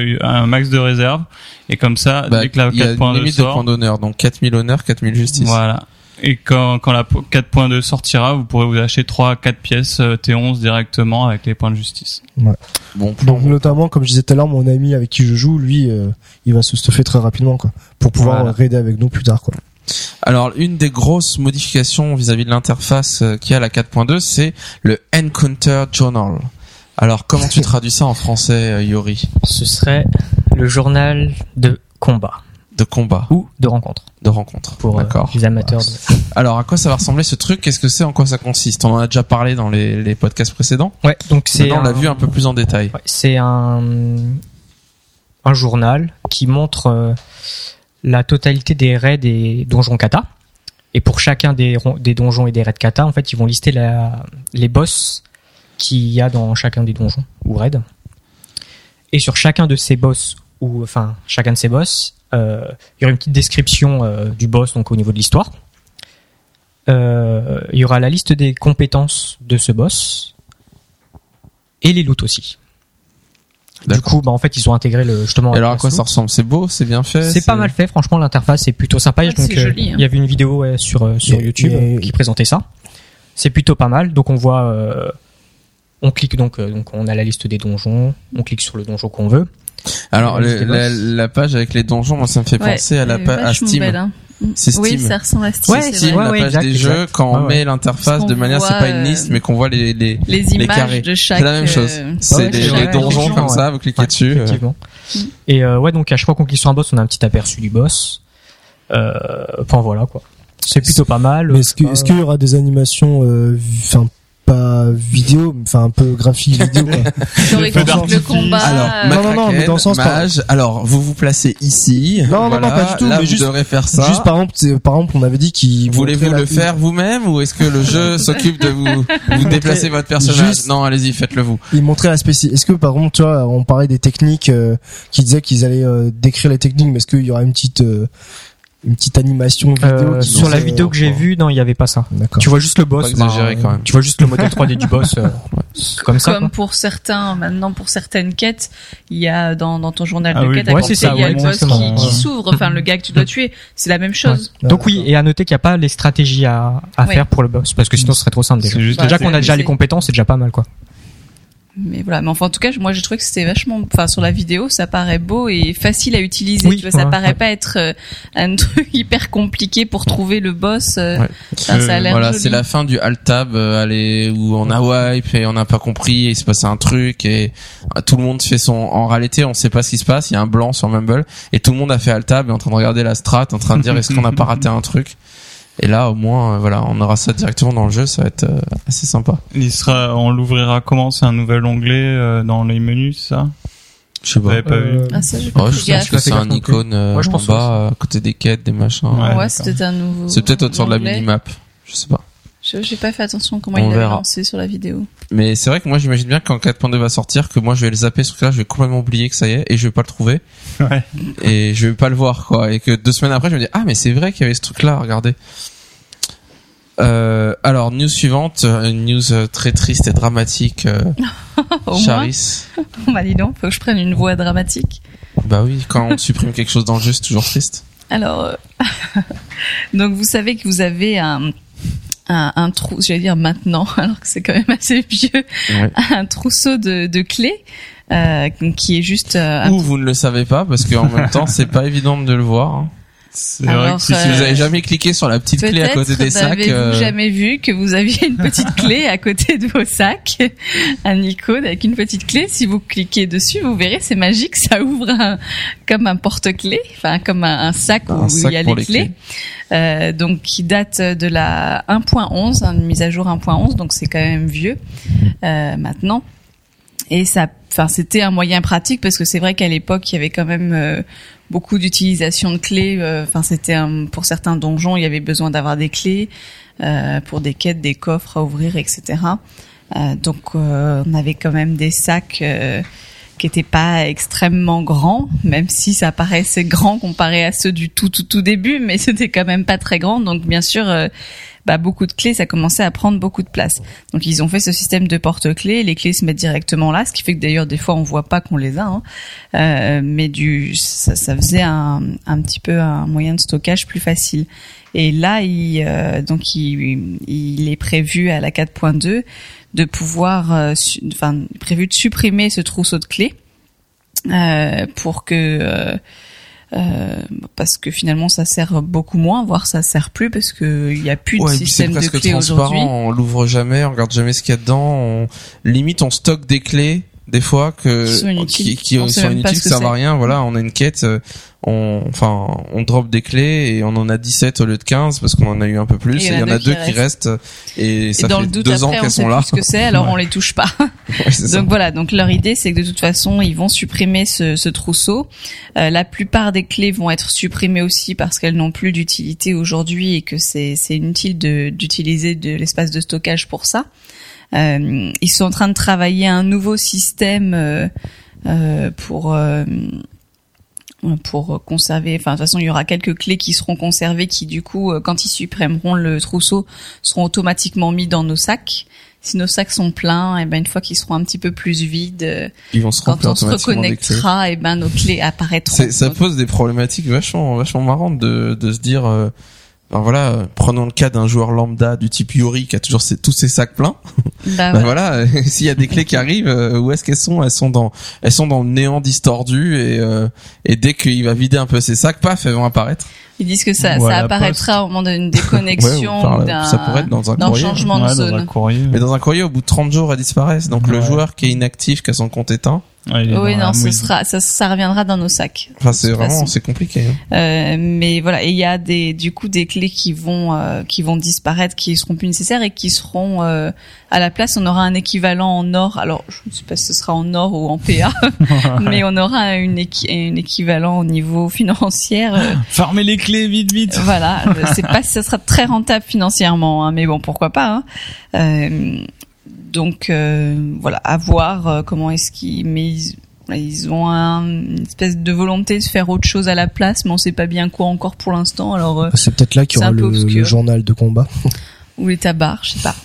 de réserve et comme ça dès que la 4.2 sort, il y a une limite de points d'honneur, donc 4000 honneur, 4000 justice. Voilà. Et quand la 4.2 sortira, vous pourrez vous acheter 3 à 4 pièces T11 directement avec les points de justice. Ouais. Bon, donc notamment, comme je disais tout à l'heure, mon ami avec qui je joue, lui, il va se stuffer très rapidement, quoi, pour pouvoir raider avec nous plus tard, quoi. Alors, une des grosses modifications vis-à-vis de l'interface qu'il y a à la 4.2, c'est le Encounter Journal. Alors, comment tu traduis ça en français, Yori? Ce serait le journal de combat. De combat. Ou de rencontre. De rencontre. Pour les amateurs. Alors, à quoi ça va ressembler ce truc? Qu'est-ce que c'est? En quoi ça consiste? On en a déjà parlé dans les podcasts précédents. Ouais, donc c'est. Maintenant, on l'a vu un peu plus en détail. Ouais, c'est un journal qui montre la totalité des raids et donjons kata. Et pour chacun des donjons et des raids kata, en fait, ils vont lister les boss qu'il y a dans chacun des donjons ou raids. Et sur chacun de ces boss, chacun de ces boss, il y aura une petite description du boss, donc au niveau de l'histoire. Il y aura la liste des compétences de ce boss et les loots aussi. Du coup, en fait, ils ont intégré justement. Et alors, à quoi ça ressemble? C'est beau, c'est bien fait. C'est pas mal fait, franchement, l'interface est plutôt sympa. Donc, c'est joli, hein. Il y avait une vidéo sur YouTube qui présentait ça. C'est plutôt pas mal. Donc, on voit On clique donc on a la liste des donjons, on clique sur le donjon qu'on veut. Alors la page avec les donjons, moi ça me fait penser à à Steam. Belle, hein. C'est Steam. Oui, ça ressemble à Steam. Ouais, c'est Steam, vrai. la page des jeux, quand on met l'interface de manière, c'est pas une liste, mais qu'on voit les images carrés. de chaque. C'est la même chose. C'est des donjons comme ça, vous cliquez dessus. Effectivement. Et donc à chaque fois qu'on clique sur un boss, on a un petit aperçu du boss. Enfin voilà quoi. C'est plutôt pas mal. Mais est-ce qu'il y aura des animations, pas vidéo, un peu graphique vidéo, quoi. Le combat. Alors, non, mais dans le sens mage. Alors, vous vous placez ici. Non, pas du tout. Là, mais vous devrez faire ça. Juste par exemple, on avait dit qu'il. Voulez-vous le faire vous-même ou est-ce que le jeu s'occupe de vous déplacer votre personnage? Non, allez-y, faites-le vous. Il montrait la Est-ce que par contre, tu vois, on parlait des techniques, qui disaient qu'ils allaient décrire les techniques, mais est-ce qu'il y aura une petite animation vidéo sur la vidéo que j'ai vue, non, il y avait pas ça. D'accord. Tu vois juste le boss. Pas exagéré quand même. Tu vois juste le modèle 3D du boss. Comme ça. Comme pour certaines quêtes, il y a dans ton journal de quête, ouais, c'est ça, il y a le boss qui s'ouvre, le gars que tu dois tuer. C'est la même chose. Ouais. Donc oui, et à noter qu'il n'y a pas les stratégies à faire pour le boss, parce que sinon ce serait trop simple déjà. Déjà qu'on a déjà les compétences, c'est déjà pas mal quoi. Mais voilà, mais enfin en tout cas, moi j'ai trouvé que c'était vachement, sur la vidéo, ça paraît beau et facile à utiliser. Oui, tu vois, ça paraît pas être un truc hyper compliqué pour trouver le boss. Ça a l'air joli. C'est la fin du alt tab, où on a wipe et on n'a pas compris, et il se passe un truc et tout le monde fait en réalité, on sait pas ce qui se passe. Il y a un blanc sur Mumble et tout le monde a fait alt tab et est en train de regarder la strat, en train de dire est-ce qu'on n'a pas raté un truc. Et là, au moins, on aura ça directement dans le jeu, ça va être assez sympa. On l'ouvrira comment? C'est un nouvel onglet dans les menus, c'est ça? Je sais pas. Vous avez pas vu? Ça, j'ai pas je pense que c'est un icône en bas, à côté des quêtes, des machins. Ouais, c'était un nouveau. C'est peut-être autour de la minimap. Je sais pas. J'ai pas fait attention à comment il l'avait lancé sur la vidéo. Mais c'est vrai que moi j'imagine bien que quand 4.2 va sortir, que moi je vais le zapper ce truc-là, je vais complètement oublier que ça y est, et je vais pas le trouver. Ouais. Et je vais pas le voir, quoi. Et que 2 semaines après, je me dis, ah, mais c'est vrai qu'il y avait ce truc-là, regardez. Alors, news suivante, une news très triste et dramatique, Charis. Bah dis donc, faut que je prenne une voix dramatique. Bah oui, quand on supprime quelque chose dans le jeu, c'est toujours triste. Alors, donc vous savez que vous avez un trou, j'allais dire maintenant, alors que c'est quand même assez vieux, un trousseau de clés, qui est juste... Ou vous ne le savez pas, parce qu'en même temps, c'est pas évident de le voir, hein. Alors, vrai que si vous avez jamais cliqué sur la petite clé à côté des sacs, n'avez-vous jamais vu que vous aviez une petite clé à côté de vos sacs, un icône avec une petite clé. Si vous cliquez dessus, vous verrez, c'est magique, ça ouvre comme un porte-clés, comme un sac où il y a les clés. Donc qui date de la 1.11, une mise à jour 1.11, donc c'est quand même vieux maintenant. Et c'était un moyen pratique parce que c'est vrai qu'à l'époque il y avait quand même beaucoup d'utilisation de clés. C'était pour certains donjons il y avait besoin d'avoir des clés pour des quêtes, des coffres à ouvrir, etc. Donc on avait quand même des sacs qui étaient pas extrêmement grands, même si ça paraissait grand comparé à ceux du tout début, mais c'était quand même pas très grand. Donc bien sûr. Beaucoup de clés, ça commençait à prendre beaucoup de place. Donc ils ont fait ce système de porte-clés, les clés se mettent directement là, ce qui fait que d'ailleurs des fois on voit pas qu'on les a, mais ça faisait un petit peu un moyen de stockage plus facile. Et là, il est prévu à la 4.2 de pouvoir, prévu de supprimer ce trousseau de clés pour que parce que finalement ça sert beaucoup moins, voire ça sert plus parce que il y a plus de système de clés aujourd'hui. On l'ouvre jamais, on regarde jamais ce qu'il y a dedans, limite on stocke des clés des fois qui sont inutiles, qui servent à rien. Voilà, on a une quête, on drop des clés et on en a 17 au lieu de 15 parce qu'on en a eu un peu plus, et il y en a 2 qui restent et ça fait 2 ans qu'elles sont là. Ce que c'est, alors on les touche pas. Donc voilà, donc leur idée c'est que de toute façon ils vont supprimer ce trousseau. La plupart des clés vont être supprimées aussi parce qu'elles n'ont plus d'utilité aujourd'hui et que c'est inutile d'utiliser de l'espace de stockage pour ça. Ils sont en train de travailler un nouveau système pour conserver. Enfin, de toute façon, il y aura quelques clés qui seront conservées, qui du coup, quand ils supprimeront le trousseau, seront automatiquement mis dans nos sacs. Si nos sacs sont pleins, et une fois qu'ils seront un petit peu plus vides, ils vont se quand on se reconnectera, nos clés apparaîtront. Ça pose des problématiques vachement marrantes de se dire. ben voilà, prenons le cas d'un joueur lambda du type Yuri qui a toujours tous ses sacs pleins. Bah Ben voilà, s'il y a des clés qui arrivent, où est-ce qu'elles sont? Elles sont dans le néant distordu et dès qu'il va vider un peu ses sacs, paf, elles vont apparaître. Ils disent que ça Ou à la apparaîtra au moment d'une déconnexion, Ouais, ça pourrait être dans un courrier. changement de Ouais, dans zone. un courrier. Mais dans un courrier, au bout de 30 jours, elles disparaissent. Donc le Ouais. joueur qui est inactif, qui a son compte éteint, Ouais, il est Oui, dans la non, mouise. ça reviendra dans nos sacs. enfin De toute façon. c'est compliqué. Hein. Mais voilà, et il y a des clés qui vont disparaître, qui seront plus nécessaires et qui seront à la place. On aura un équivalent en or. Alors, je ne sais pas si ce sera en or ou en PA, mais on aura un équivalent au niveau financier. Fermez les clés, vite. Voilà, je sais pas si ça sera très rentable financièrement, hein, mais bon, pourquoi pas. Hein. Donc voilà, à voir comment est-ce qu'ils... Mais ils ont une espèce de volonté de faire autre chose à la place, mais on sait pas bien quoi encore pour l'instant. Alors C'est peut-être là qu'il y c'est aura un peu le obscur. journal de combat. ou les tabards, je sais pas.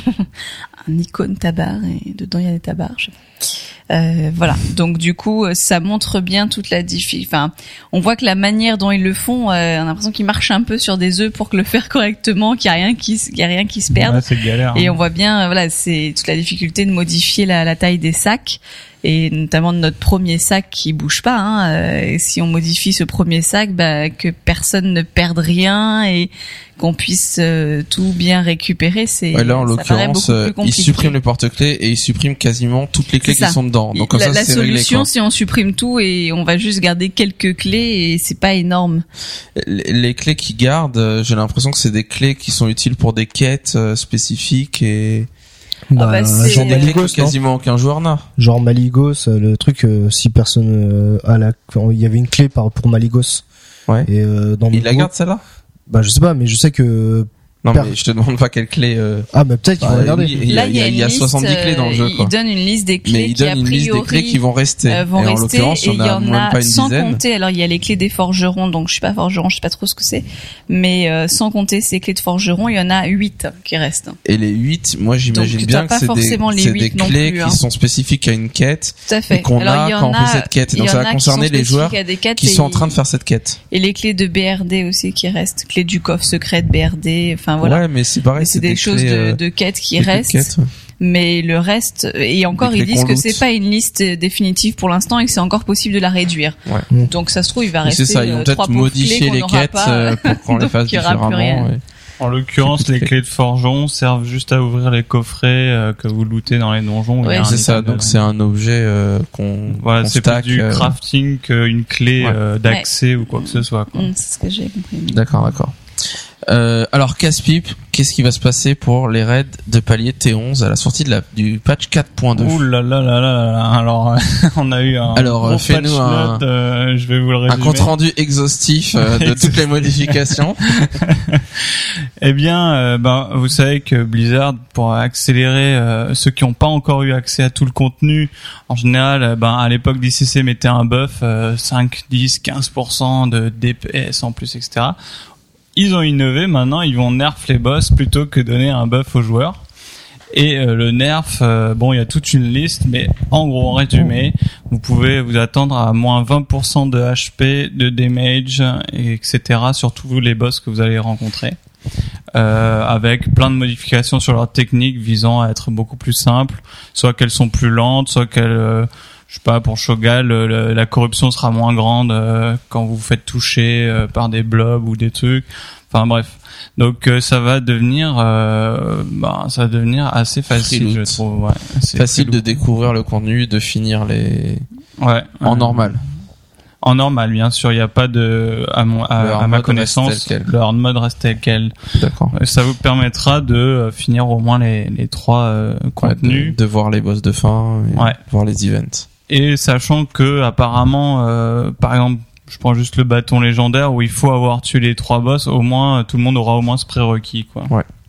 Un icône tabard et dedans il y a des tabards. Je sais pas. Voilà. Donc du coup, ça montre bien toute la difficulté. Enfin, on voit que la manière dont ils le font, on a l'impression qu'ils marchent un peu sur des œufs pour que le faire correctement, qu'il y a rien qui se perde. Ouais, c'est galère. Et hein. on voit bien, voilà, c'est toute la difficulté de modifier la taille des sacs, et notamment de notre premier sac qui bouge pas. Hein. Et si on modifie ce premier sac, bah, que personne ne perde rien et qu'on puisse tout bien récupérer, c'est Ouais, là, en ça paraît l'occurrence, beaucoup plus ils compliqué. suppriment le porte-clés et ils suppriment quasiment toutes les clés C'est ça. qui sont dedans. Donc comme la ça, c'est réglé. solution, Quoi. si on supprime tout et on va juste garder quelques clés, et c'est pas énorme. Les clés qu'ils gardent, j'ai l'impression que c'est des clés qui sont utiles pour des quêtes spécifiques et bah, c'est- genre des clés que Maligos, non quasiment aucun joueur n'a. Genre Maligos, le truc, si personne il y avait une clé pour Maligos. Ouais. Et dans Il mon la groupe- garde celle-là? Bah je sais pas, mais je sais que Non, mais je te demande pas quelle clé. ah bah peut-être qu'ils vont Bah, regarder. oui, il y a une liste, 70 clés dans le jeu, quoi. Il donne une liste des clés Mais il qui, a donne une liste priori, des clés qui vont rester. vont et en rester, l'occurrence, et il y en même a pas une sans dizaine. compter. Alors il y a les clés des forgerons, donc je suis pas forgeron, je sais pas trop ce que c'est, mais sans compter ces clés de forgeron, il y en a 8 qui restent. Et les 8, moi j'imagine Donc, bien t'as que pas c'est forcément les des 8 non clés plus, qui hein. sont spécifiques à une quête Tout à fait. et qu'on Alors, a il y quand en on a- fait cette quête. Et donc il y ça en va a qui concerner sont les joueurs spécifiques à des quêtes qui et sont en train de faire cette quête. Et les clés de BRD aussi qui restent, clés du coffre secret de BRD, enfin voilà. Ouais, mais c'est pareil, Mais c'est des choses clés, de quêtes qui des clés de restent. quête. Mais le reste, et encore Des ils clés disent qu'on que loot. c'est pas une liste définitive pour l'instant et que c'est encore possible de la réduire. Ouais. Donc ça se trouve il va Mais rester c'est ça, ils vont 3 peut-être pauvres modifier clés qu'on les n'aura quêtes pas, pour qu'on les donc fasse il y aura plus différemment. rien. ouais. En l'occurrence, C'est plus les clé. clés de forgeron servent juste à ouvrir les coffrets que vous lootez dans les donjons. où il y Ouais, a un C'est ça, item donc dedans. c'est un objet qu'on Voilà, qu'on c'est plus stack. du crafting qu'une clé Ouais. d'accès ou quoi que ce soit. Quoi. C'est ce que j'ai compris. D'accord. Alors casse-pipe, qu'est-ce qui va se passer pour les raids de palier T11 à la sortie du patch 4.2? Ouh là là là là là. Alors, on a eu un Alors, gros fais-nous patch un- note, je vais vous le Un résumer. compte rendu exhaustif de toutes les modifications. Eh bien, vous savez que Blizzard, pour accélérer ceux qui n'ont pas encore eu accès à tout le contenu, en général, à l'époque, l'ICC mettait un buff 5, 10, 15% de DPS en plus, etc. Ils ont innové, maintenant ils vont nerf les boss plutôt que donner un buff aux joueurs. Et le nerf, il y a toute une liste, mais en gros, en résumé, vous pouvez vous attendre à moins 20% de HP, de damage, etc. sur tous les boss que vous allez rencontrer. Avec plein de modifications sur leur technique visant à être beaucoup plus simples, soit qu'elles sont plus lentes, soit qu'elles... je sais pas, pour Shogal, la corruption sera moins grande quand vous vous faites toucher par des blobs ou des trucs. Enfin bref. Donc ça va devenir assez facile, Freeloot. je trouve. Ouais, c'est Facile de freeloot. découvrir le contenu, de finir les Ouais. en normal. En normal, bien sûr, il n'y a pas de à Le hard ma mode connaissance, reste tel quel. le hard mode reste tel quel. D'accord. Ça vous permettra de finir au moins les 3 contenus. Ouais, de voir les boss de fin, et Ouais. voir les events. Et sachant que apparemment, par exemple, je prends juste le bâton légendaire où il faut avoir tué les 3 boss, au moins tout le monde aura au moins ce prérequis, quoi.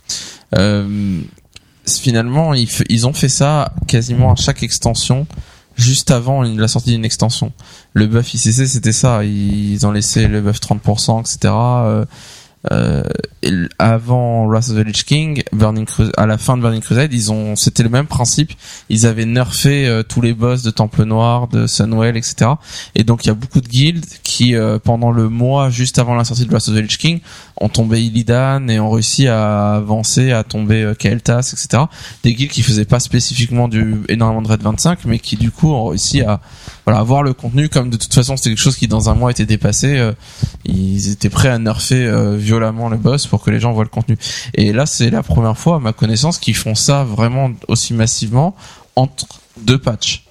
Finalement, ils ont fait ça quasiment à chaque extension, juste avant la sortie d'une extension. Le buff ICC, c'était ça. Ils ont laissé le buff 30%, etc. avant Wrath of the Lich King, à la fin de Burning Crusade, c'était le même principe. Ils avaient nerfé tous les boss de Temple Noir, de Sunwell, etc. Et donc il y a beaucoup de guildes qui, pendant le mois juste avant la sortie de Wrath of the Lich King, ont tombé Illidan et ont réussi à avancer, à tomber Kael'thas, etc. Des guildes qui faisaient pas spécifiquement énormément de Raid 25, mais qui du coup ont réussi à avoir le contenu, comme de toute façon c'était quelque chose qui dans un mois était dépassé, ils étaient prêts à nerfer violemment le boss pour que les gens voient le contenu. Et là c'est la première fois à ma connaissance qu'ils font ça vraiment aussi massivement entre 2 patchs.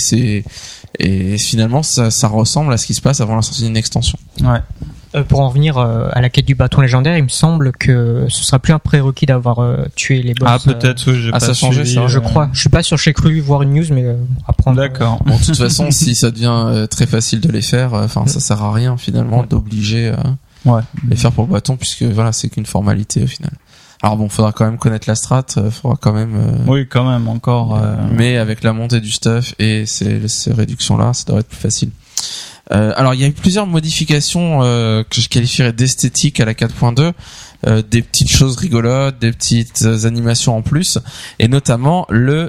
Et finalement ça ressemble à ce qui se passe avant la sortie d'une extension. Ouais. Pour en revenir à la quête du bâton légendaire, il me semble que ce sera plus un prérequis d'avoir tué les boss. Ah peut-être oui, j'ai pas ça a changé suivi, ça. Je crois. Je suis pas sûr, j'ai cru voir une news, mais apprendre. D'accord. Bon, de toute façon, si ça devient très facile de les faire, ça sert à rien finalement d'obliger les faire pour le bâton, puisque voilà, c'est qu'une formalité au final. Alors bon, faudra quand même connaître la strat, faudra quand même. Oui, quand même encore. Mais avec la montée du stuff et ces réductions là, ça devrait être plus facile. Alors il y a eu plusieurs modifications que je qualifierais d'esthétiques à la 4.2, des petites choses rigolotes, des petites animations en plus, et notamment le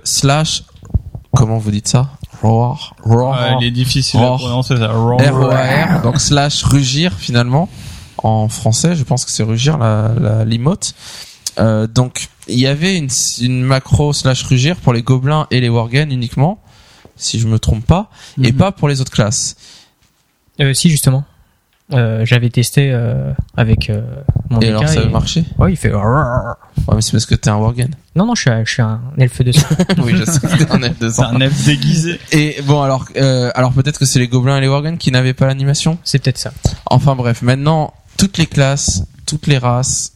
/ comment vous dites ça? Roar. Il est difficile à prononcer ça. R-O-A-R, donc / rugir finalement en français, je pense que c'est rugir l'emote. Donc il y avait une macro / rugir pour les gobelins et les worgen uniquement, si je me trompe pas, et pas pour les autres classes. Si justement, j'avais testé avec mon et DK alors ça avait marché? Ouais, il fait. Ouais, mais c'est parce que t'es un worgen. Non, je suis un elfe de sang. Oui, je sais que t'es un elfe de C'est sang. un elfe déguisé. Et bon, alors peut-être que c'est les gobelins et les worgen qui n'avaient pas l'animation. C'est peut-être ça. Enfin bref, maintenant toutes les classes, toutes les races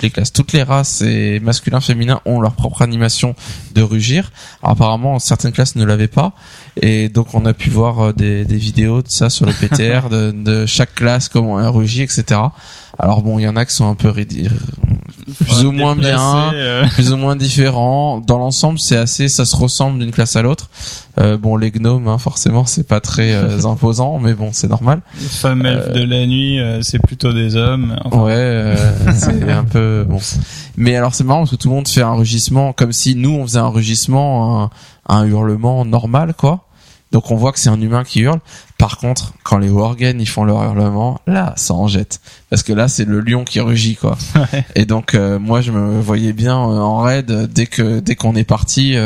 et masculins, féminins ont leur propre animation de rugir. Alors apparemment certaines classes ne l'avaient pas, et donc on a pu voir des vidéos de ça sur le PTR de chaque classe, comment elle rugit, etc. Alors bon, il y en a qui sont un peu plus ou moins bien, plus ou moins différents. Dans l'ensemble, ça se ressemble d'une classe à l'autre. Bon, les gnomes, forcément, c'est pas très imposant, mais bon, c'est normal. Les femmes elfes de la nuit, c'est plutôt des hommes. Ouais, c'est un peu bon. Mais alors c'est marrant parce que tout le monde fait un rugissement comme si nous on faisait un rugissement, un hurlement normal, quoi. Donc on voit que c'est un humain qui hurle. Par contre, quand les worgen ils font leur hurlement, là ça en jette, parce que là c'est le lion qui rugit, quoi. Ouais. Et donc moi je me voyais bien en raid, dès qu'on est parti,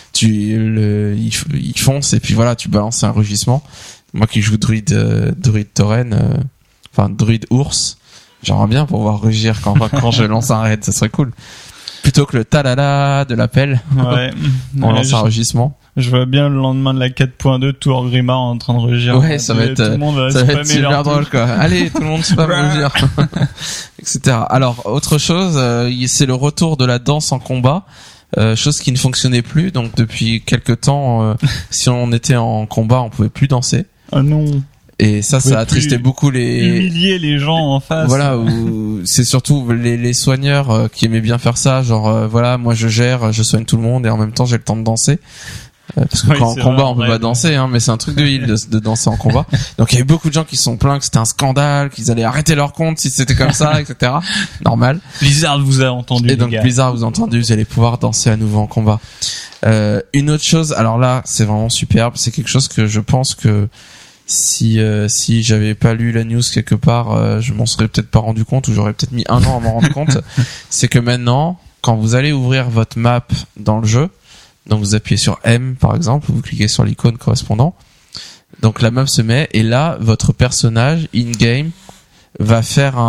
ils foncent et puis voilà, tu balances un rugissement. Moi qui joue druide tauren, druide ours, j'aimerais bien pouvoir rugir quand je lance un raid, ça serait cool. Plutôt que le talala de l'appel, Ouais. on lance un rugissement. Je vois bien le lendemain de la 4.2 tout en Grimard en train de rugir. Ouais, ça va être, tout le monde va ça va être spammer leur super drôle, touche. quoi. Allez, tout le monde spam rugir, etc. Alors, autre chose, c'est le retour de la danse en combat. Chose qui ne fonctionnait plus. Donc, depuis quelque temps, si on était en combat, on pouvait plus danser. Ah non. Et ça pouvez attristait plus beaucoup les... Humilier les gens en face. Voilà, où c'est surtout les soigneurs qui aimaient bien faire ça, genre voilà, moi je soigne tout le monde et en même temps j'ai le temps de danser. Parce que Oui, quand en c'est combat vrai, on peut pas danser, mais c'est un truc de heal de danser en combat. Donc il y avait beaucoup de gens qui se sont plaints que c'était un scandale, qu'ils allaient arrêter leur compte si c'était comme ça, etc. Normal. Blizzard vous a entendu. Et donc les gars. Blizzard vous a entendu, vous allez pouvoir danser à nouveau en combat. Une autre chose, alors là c'est vraiment superbe, c'est quelque chose que je pense que si j'avais pas lu la news quelque part, je m'en serais peut-être pas rendu compte, ou j'aurais peut-être mis 1 an à m'en rendre compte. C'est que maintenant, quand vous allez ouvrir votre map dans le jeu, donc vous appuyez sur M par exemple, vous cliquez sur l'icône correspondant, donc la map se met, et là votre personnage in-game va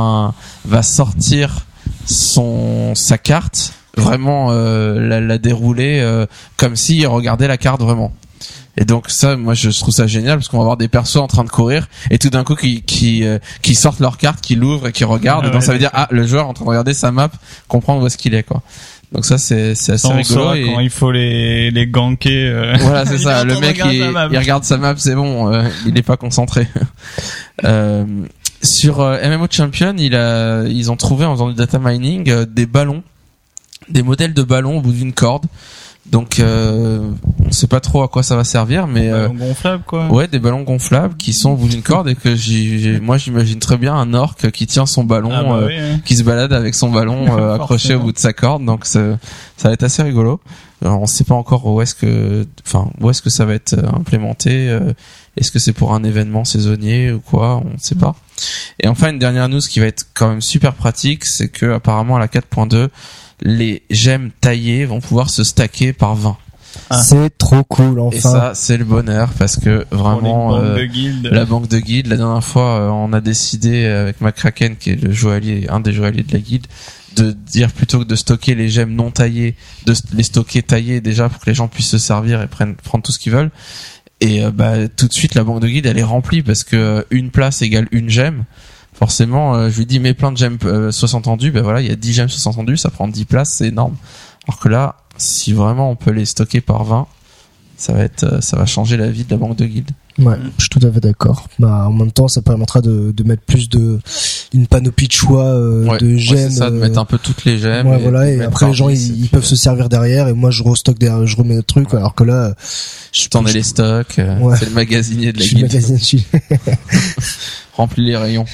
sortir sa carte, vraiment la dérouler comme s'il regardait la carte vraiment. Et donc ça, moi je trouve ça génial, parce qu'on va avoir des persos en train de courir et tout d'un coup qui sortent leur carte, qui l'ouvrent et qui regardent. Donc ça veut dire le joueur est en train de regarder sa map, comprendre où est-ce qu'il est, quoi. Donc ça c'est assez Ça, on rigolo. saura Et quand il faut les ganker. voilà, c'est ça. Le mec il il regarde sa map, c'est bon, il est pas concentré. Sur MMO Champion, ils ont trouvé en faisant du data mining des ballons, des modèles de ballons au bout d'une corde. Donc on sait pas trop à quoi ça va servir, mais Ballon gonflable, quoi. ouais, des ballons gonflables qui sont au bout d'une corde et que moi j'imagine très bien un orc qui tient son ballon, Oui, hein. qui se balade avec son ballon accroché au bout de sa corde. Donc ça va être assez rigolo. Alors, on sait pas encore où est-ce que ça va être implémenté. Est-ce que c'est pour un événement saisonnier ou quoi? On ne sait pas. Et enfin, une dernière news qui va être quand même super pratique, c'est que apparemment à la 4.2, les gemmes taillées vont pouvoir se stacker par 20. C'est trop cool, enfin. Et ça, c'est le bonheur parce que vraiment la banque de guildes, la dernière fois, on a décidé avec McCracken, qui est un des joailliers de la guilde, de dire plutôt que de stocker les gemmes non taillées, de les stocker taillées déjà pour que les gens puissent se servir et prendre tout ce qu'ils veulent. Et tout de suite la banque de guildes elle est remplie parce que une place égale une gemme. Forcément, je lui dis mets plein de gemmes 60 tendus, voilà, il y a 10 gemmes 60 tendus, ça prend 10 places, c'est énorme. Alors que là, si vraiment on peut les stocker par 20, ça va changer la vie de la banque de guildes. Ouais, je suis tout à fait d'accord. En même temps, ça permettra de mettre plus une panoplie de choix de gemmes. C'est ça, de mettre un peu toutes les gemmes. Ouais, voilà. Et après, les gens, ils peuvent se servir derrière. Et moi, je restocke derrière, je remets notre truc. Alors que là, t'en as les stocks. Ouais. C'est le magasinier de la guilde. Remplis les rayons.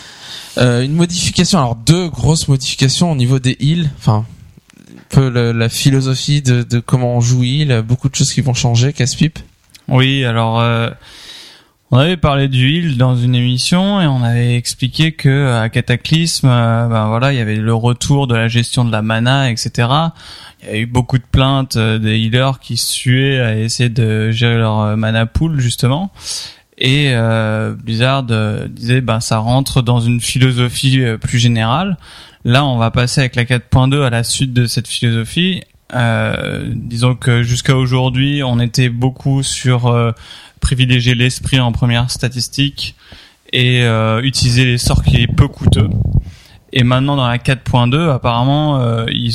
Une modification. Alors, 2 grosses modifications au niveau des heals. Enfin, un peu la philosophie de comment on joue heal. Beaucoup de choses qui vont changer. Casse-pipe. Oui, alors on avait parlé du heal dans une émission et on avait expliqué que à Cataclysme, il y avait le retour de la gestion de la mana, etc. Il y a eu beaucoup de plaintes des healers qui se suaient à essayer de gérer leur mana pool justement. Et Blizzard disait ça rentre dans une philosophie plus générale. Là, on va passer avec la 4.2 à la suite de cette philosophie. Disons que jusqu'à aujourd'hui, on était beaucoup sur privilégier l'esprit en première statistique et utiliser les sorts qui est peu coûteux. Et maintenant dans la 4.2, apparemment, il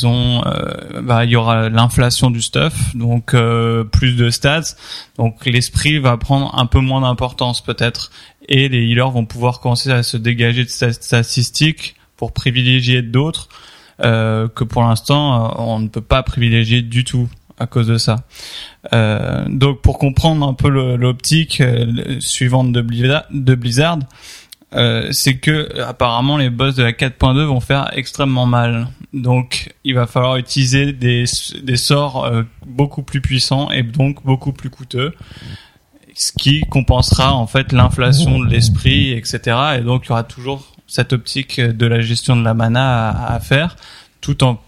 y aura l'inflation du stuff, donc plus de stats. Donc l'esprit va prendre un peu moins d'importance peut-être, et les healers vont pouvoir commencer à se dégager de statistiques pour privilégier d'autres. Que pour l'instant on ne peut pas privilégier du tout à cause de ça. Donc pour comprendre un peu l'optique suivante de Blizzard, c'est que apparemment les boss de la 4.2 vont faire extrêmement mal. Donc il va falloir utiliser des sorts beaucoup plus puissants et donc beaucoup plus coûteux, ce qui compensera en fait l'inflation de l'esprit, etc. Et donc il y aura toujours cette optique de la gestion de la mana à faire, tout en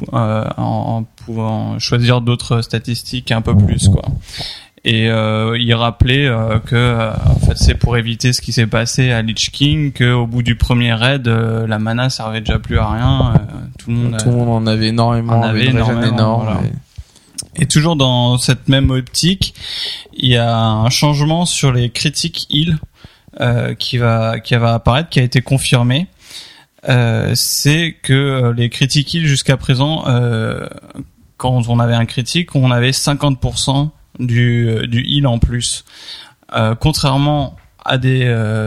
pouvant choisir d'autres statistiques un peu plus, quoi. Et il rappelait que en fait c'est pour éviter ce qui s'est passé à Lich King, que au bout du premier raid la mana servait déjà plus à rien. Tout le monde en avait énormément, énorme. Voilà. Et toujours dans cette même optique, il y a un changement sur les critiques heal qui va apparaître, qui a été confirmé. C'est que les critiques heal jusqu'à présent, quand on avait un critique, on avait 50% du heal en plus. Contrairement à des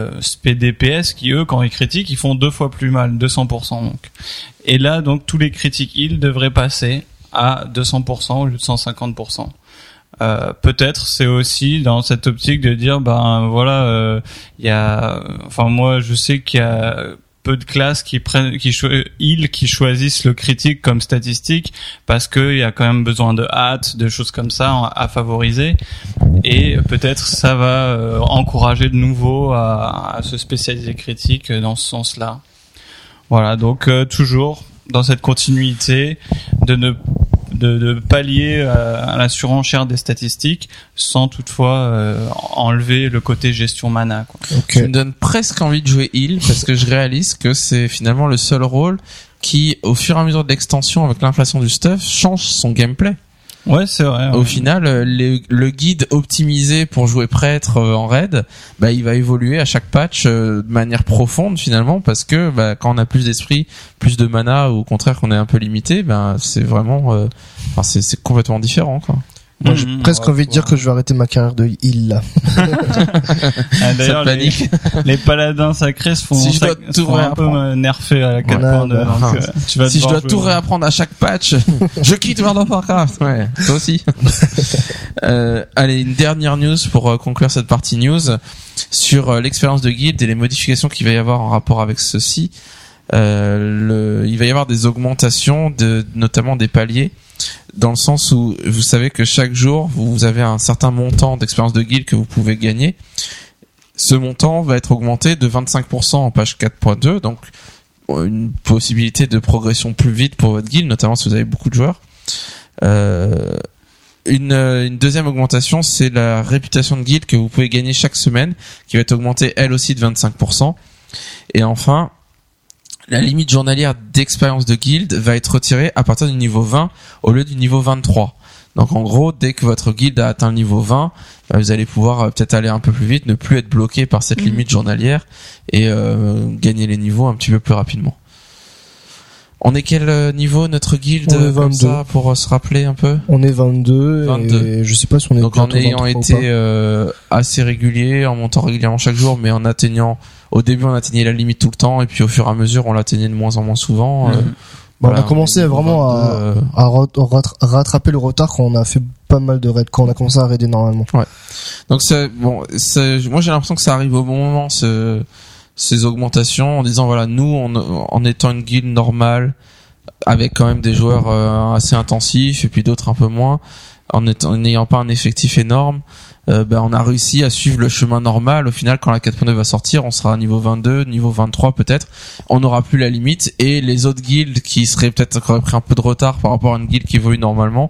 DPS qui eux, quand ils critiquent, ils font 2 fois plus mal, 200% donc. Et là donc tous les critiques heal devraient passer à 200% au lieu de 150%. Peut-être c'est aussi dans cette optique de dire il y a, moi je sais qu'il y a peu de classes qui choisissent le critique comme statistique parce que il y a quand même besoin de hâte, de choses comme ça à favoriser, et peut-être ça va encourager de nouveau à se spécialiser critique dans ce sens-là. Voilà, donc toujours dans cette continuité de pallier à la surenchère des statistiques sans toutefois enlever le côté gestion mana, quoi. Okay. Tu me donnes presque envie de jouer heal parce que je réalise que c'est finalement le seul rôle qui, au fur et à mesure de l'extension avec l'inflation du stuff, change son gameplay. Ouais, c'est vrai. Ouais. Au final, le guide optimisé pour jouer prêtre en raid, il va évoluer à chaque patch de manière profonde finalement, parce que quand on a plus d'esprit, plus de mana, ou au contraire qu'on est un peu limité, c'est vraiment, c'est complètement différent, quoi. Moi, j'ai presque envie de dire que je vais arrêter ma carrière de heal là. D'ailleurs, panique. les paladins sacrés se font, Si je dois tout un peu nerfés à la 4.2. Donc, tu vas si je devoir dois jouer. tout réapprendre à chaque patch, je quitte World of Warcraft. Ouais, toi aussi. Allez, une dernière news pour conclure cette partie news sur l'expérience de guild et les modifications qu'il va y avoir en rapport avec ceci. Il va y avoir des augmentations notamment des paliers, dans le sens où vous savez que chaque jour vous avez un certain montant d'expérience de guild que vous pouvez gagner. Ce montant va être augmenté de 25% en page 4.2, donc une possibilité de progression plus vite pour votre guild, notamment si vous avez beaucoup de joueurs. Une deuxième augmentation, c'est la réputation de guild que vous pouvez gagner chaque semaine, qui va être augmentée elle aussi de 25%. Et enfin, la limite journalière d'expérience de guild va être retirée à partir du niveau 20 au lieu du niveau 23. Donc en gros, dès que votre guild a atteint le niveau 20, vous allez pouvoir peut-être aller un peu plus vite, ne plus être bloqué par cette limite journalière et gagner les niveaux un petit peu plus rapidement. On est quel niveau notre guild On est comme 22. ça pour se rappeler un peu? On est 22, 22. et je sais pas si on est Donc en bientôt ayant 23 ou été assez régulier, en montant régulièrement chaque jour, mais en atteignant, au début on atteignait la limite tout le temps, et puis au fur et à mesure on l'atteignait de moins en moins souvent. Bah, Voilà, on a commencé niveau vraiment 22, à rattraper le retard quand on a fait pas mal de raids, quand on a commencé à raider normalement. Donc moi j'ai l'impression que ça arrive au bon moment, ces augmentations, en disant voilà, nous en étant une guilde normale, avec quand même des joueurs assez intensifs et puis d'autres un peu moins, en n'ayant pas un effectif énorme, on a réussi à suivre le chemin normal. Au final, quand la 4.2 va sortir, on sera à niveau 22, niveau 23 peut-être, on n'aura plus la limite, et les autres guildes qui seraient peut-être qui auraient pris un peu de retard par rapport à une guilde qui évolue normalement,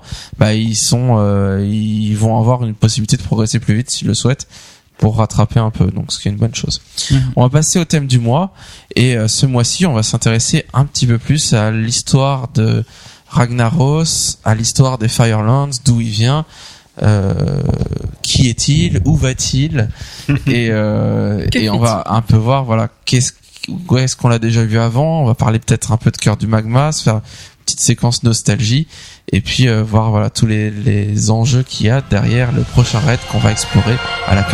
ils vont avoir une possibilité de progresser plus vite s'ils le souhaitent, pour rattraper un peu, donc ce qui est une bonne chose. On va passer au thème du mois, et ce mois-ci on va s'intéresser un petit peu plus à l'histoire de Ragnaros, à l'histoire des Firelands, d'où il vient, qui est-il, où va-t-il, et on va un peu voir voilà où est-ce qu'on l'a déjà vu avant. On va parler peut-être un peu de Cœur du Magma, se faire une petite séquence nostalgie, et puis voir voilà tous les enjeux qu'il y a derrière le prochain raid qu'on va explorer à la 4.2.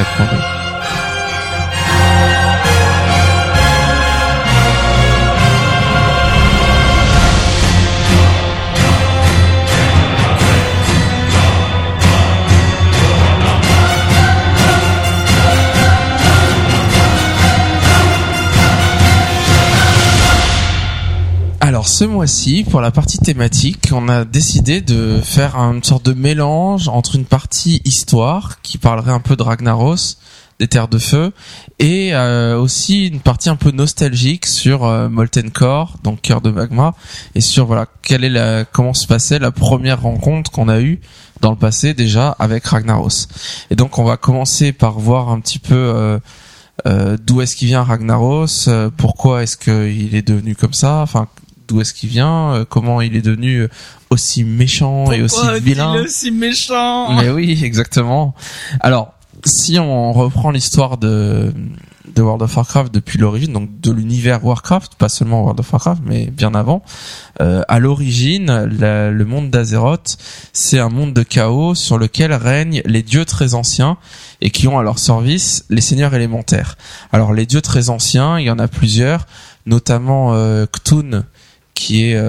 Alors ce mois-ci, pour la partie thématique, on a décidé de faire une sorte de mélange entre une partie histoire qui parlerait un peu de Ragnaros, des Terres de Feu, et aussi une partie un peu nostalgique sur Molten Core, donc Cœur de Magma, et sur voilà comment se passait la première rencontre qu'on a eue dans le passé déjà avec Ragnaros. Et donc on va commencer par voir un petit peu d'où est-ce qu'il vient Ragnaros, pourquoi est-ce qu'il est devenu comme ça, enfin d'où est-ce qu'il vient, comment il est devenu aussi méchant et aussi vilain. Il est aussi méchant. Mais oui, exactement. Alors, si on reprend l'histoire de World of Warcraft depuis l'origine, donc de l'univers Warcraft, pas seulement World of Warcraft, mais bien avant, à l'origine, le monde d'Azeroth, c'est un monde de chaos sur lequel règnent les dieux très anciens et qui ont à leur service les seigneurs élémentaires. Alors, les dieux très anciens, il y en a plusieurs, notamment Ktun, qui est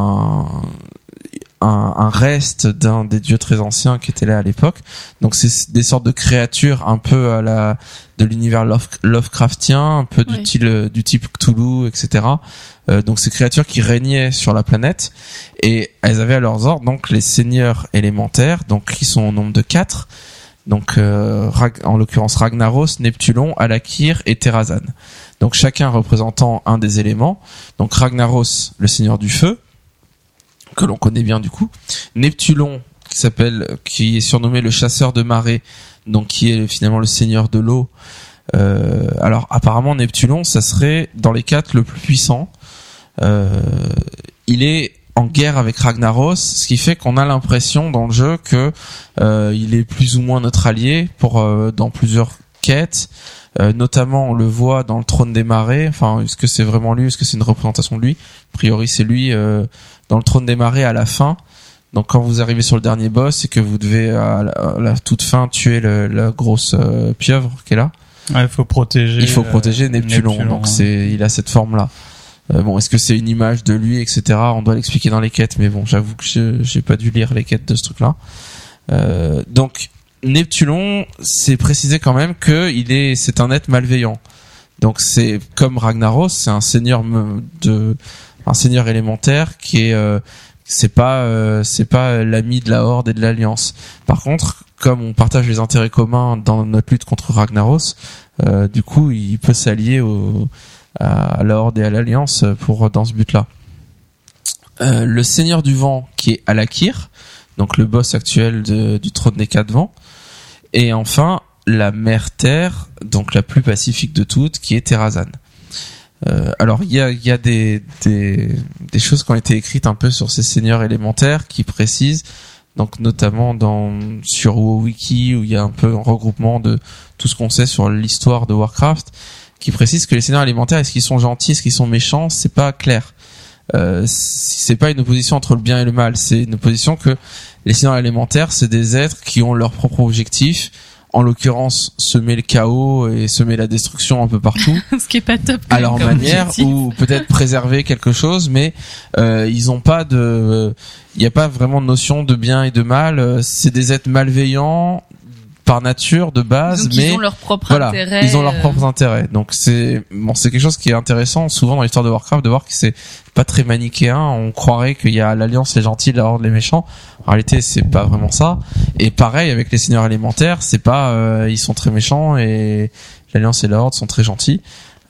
un reste d'un des dieux très anciens qui était là à l'époque. Donc c'est des sortes de créatures un peu de l'univers Lovecraftien, un peu du type Cthulhu, etc. Donc ces créatures qui régnaient sur la planète, et elles avaient à leurs ordres donc les seigneurs élémentaires, donc qui sont au nombre de 4. Donc en l'occurrence Ragnaros, Neptulon, Alakir et Terrazan. Donc chacun représentant un des éléments. Donc Ragnaros, le seigneur du feu, que l'on connaît bien du coup. Neptulon, qui est surnommé le chasseur de marées, donc qui est finalement le seigneur de l'eau. Alors apparemment Neptulon, ça serait dans les 4 le plus puissant. Il est en guerre avec Ragnaros, ce qui fait qu'on a l'impression dans le jeu que il est plus ou moins notre allié dans plusieurs quêtes. Notamment on le voit dans le trône des marées. Enfin, est-ce que c'est vraiment lui, est-ce que c'est une représentation de lui? A priori c'est lui dans le trône des marées à la fin Donc quand vous arrivez sur le dernier boss et que vous devez à la toute fin tuer la grosse pieuvre qui est là, il faut protéger Neptulon. Donc il a cette forme là. Bon, est-ce que c'est une image de lui, etc. On doit l'expliquer dans les quêtes, mais bon, j'avoue que j'ai pas dû lire les quêtes de ce truc-là. Donc Neptulon, c'est précisé quand même que c'est un être malveillant. Donc c'est comme Ragnaros, c'est un seigneur élémentaire qui est c'est pas l'ami de la Horde et de l'Alliance. Par contre, comme on partage les intérêts communs dans notre lutte contre Ragnaros, du coup, il peut s'allier à la Horde et à l'Alliance dans ce but-là. Le Seigneur du Vent qui est Alakir, donc le boss actuel du trône des quatre vents, et enfin la Mère Terre, donc la plus pacifique de toutes, qui est Terrazane. Alors il y a des choses qui ont été écrites un peu sur ces seigneurs élémentaires qui précisent, donc notamment sur WoWiki où il y a un peu un regroupement de tout ce qu'on sait sur l'histoire de Warcraft, qui précise que les seigneurs élémentaires, est-ce qu'ils sont gentils, est-ce qu'ils sont méchants, c'est pas clair. C'est pas une opposition entre le bien et le mal, c'est une opposition que les seigneurs élémentaires, c'est des êtres qui ont leur propre objectif. En l'occurrence, semer le chaos et semer la destruction un peu partout. Ce qui est pas top. À leur manière, ou peut-être préserver quelque chose, mais ils ont pas il y a pas vraiment de notion de bien et de mal. C'est des êtres malveillants par nature de base, mais ils ont leur propre intérêt. Ils ont leurs propres intérêts. Donc c'est quelque chose qui est intéressant souvent dans l'histoire de Warcraft de voir que c'est pas très manichéen. On croirait qu'il y a l'Alliance les gentils, la Horde les méchants. En réalité, c'est pas vraiment ça. Et pareil avec les seigneurs élémentaires, c'est pas ils sont très méchants et l'Alliance et la Horde sont très gentils.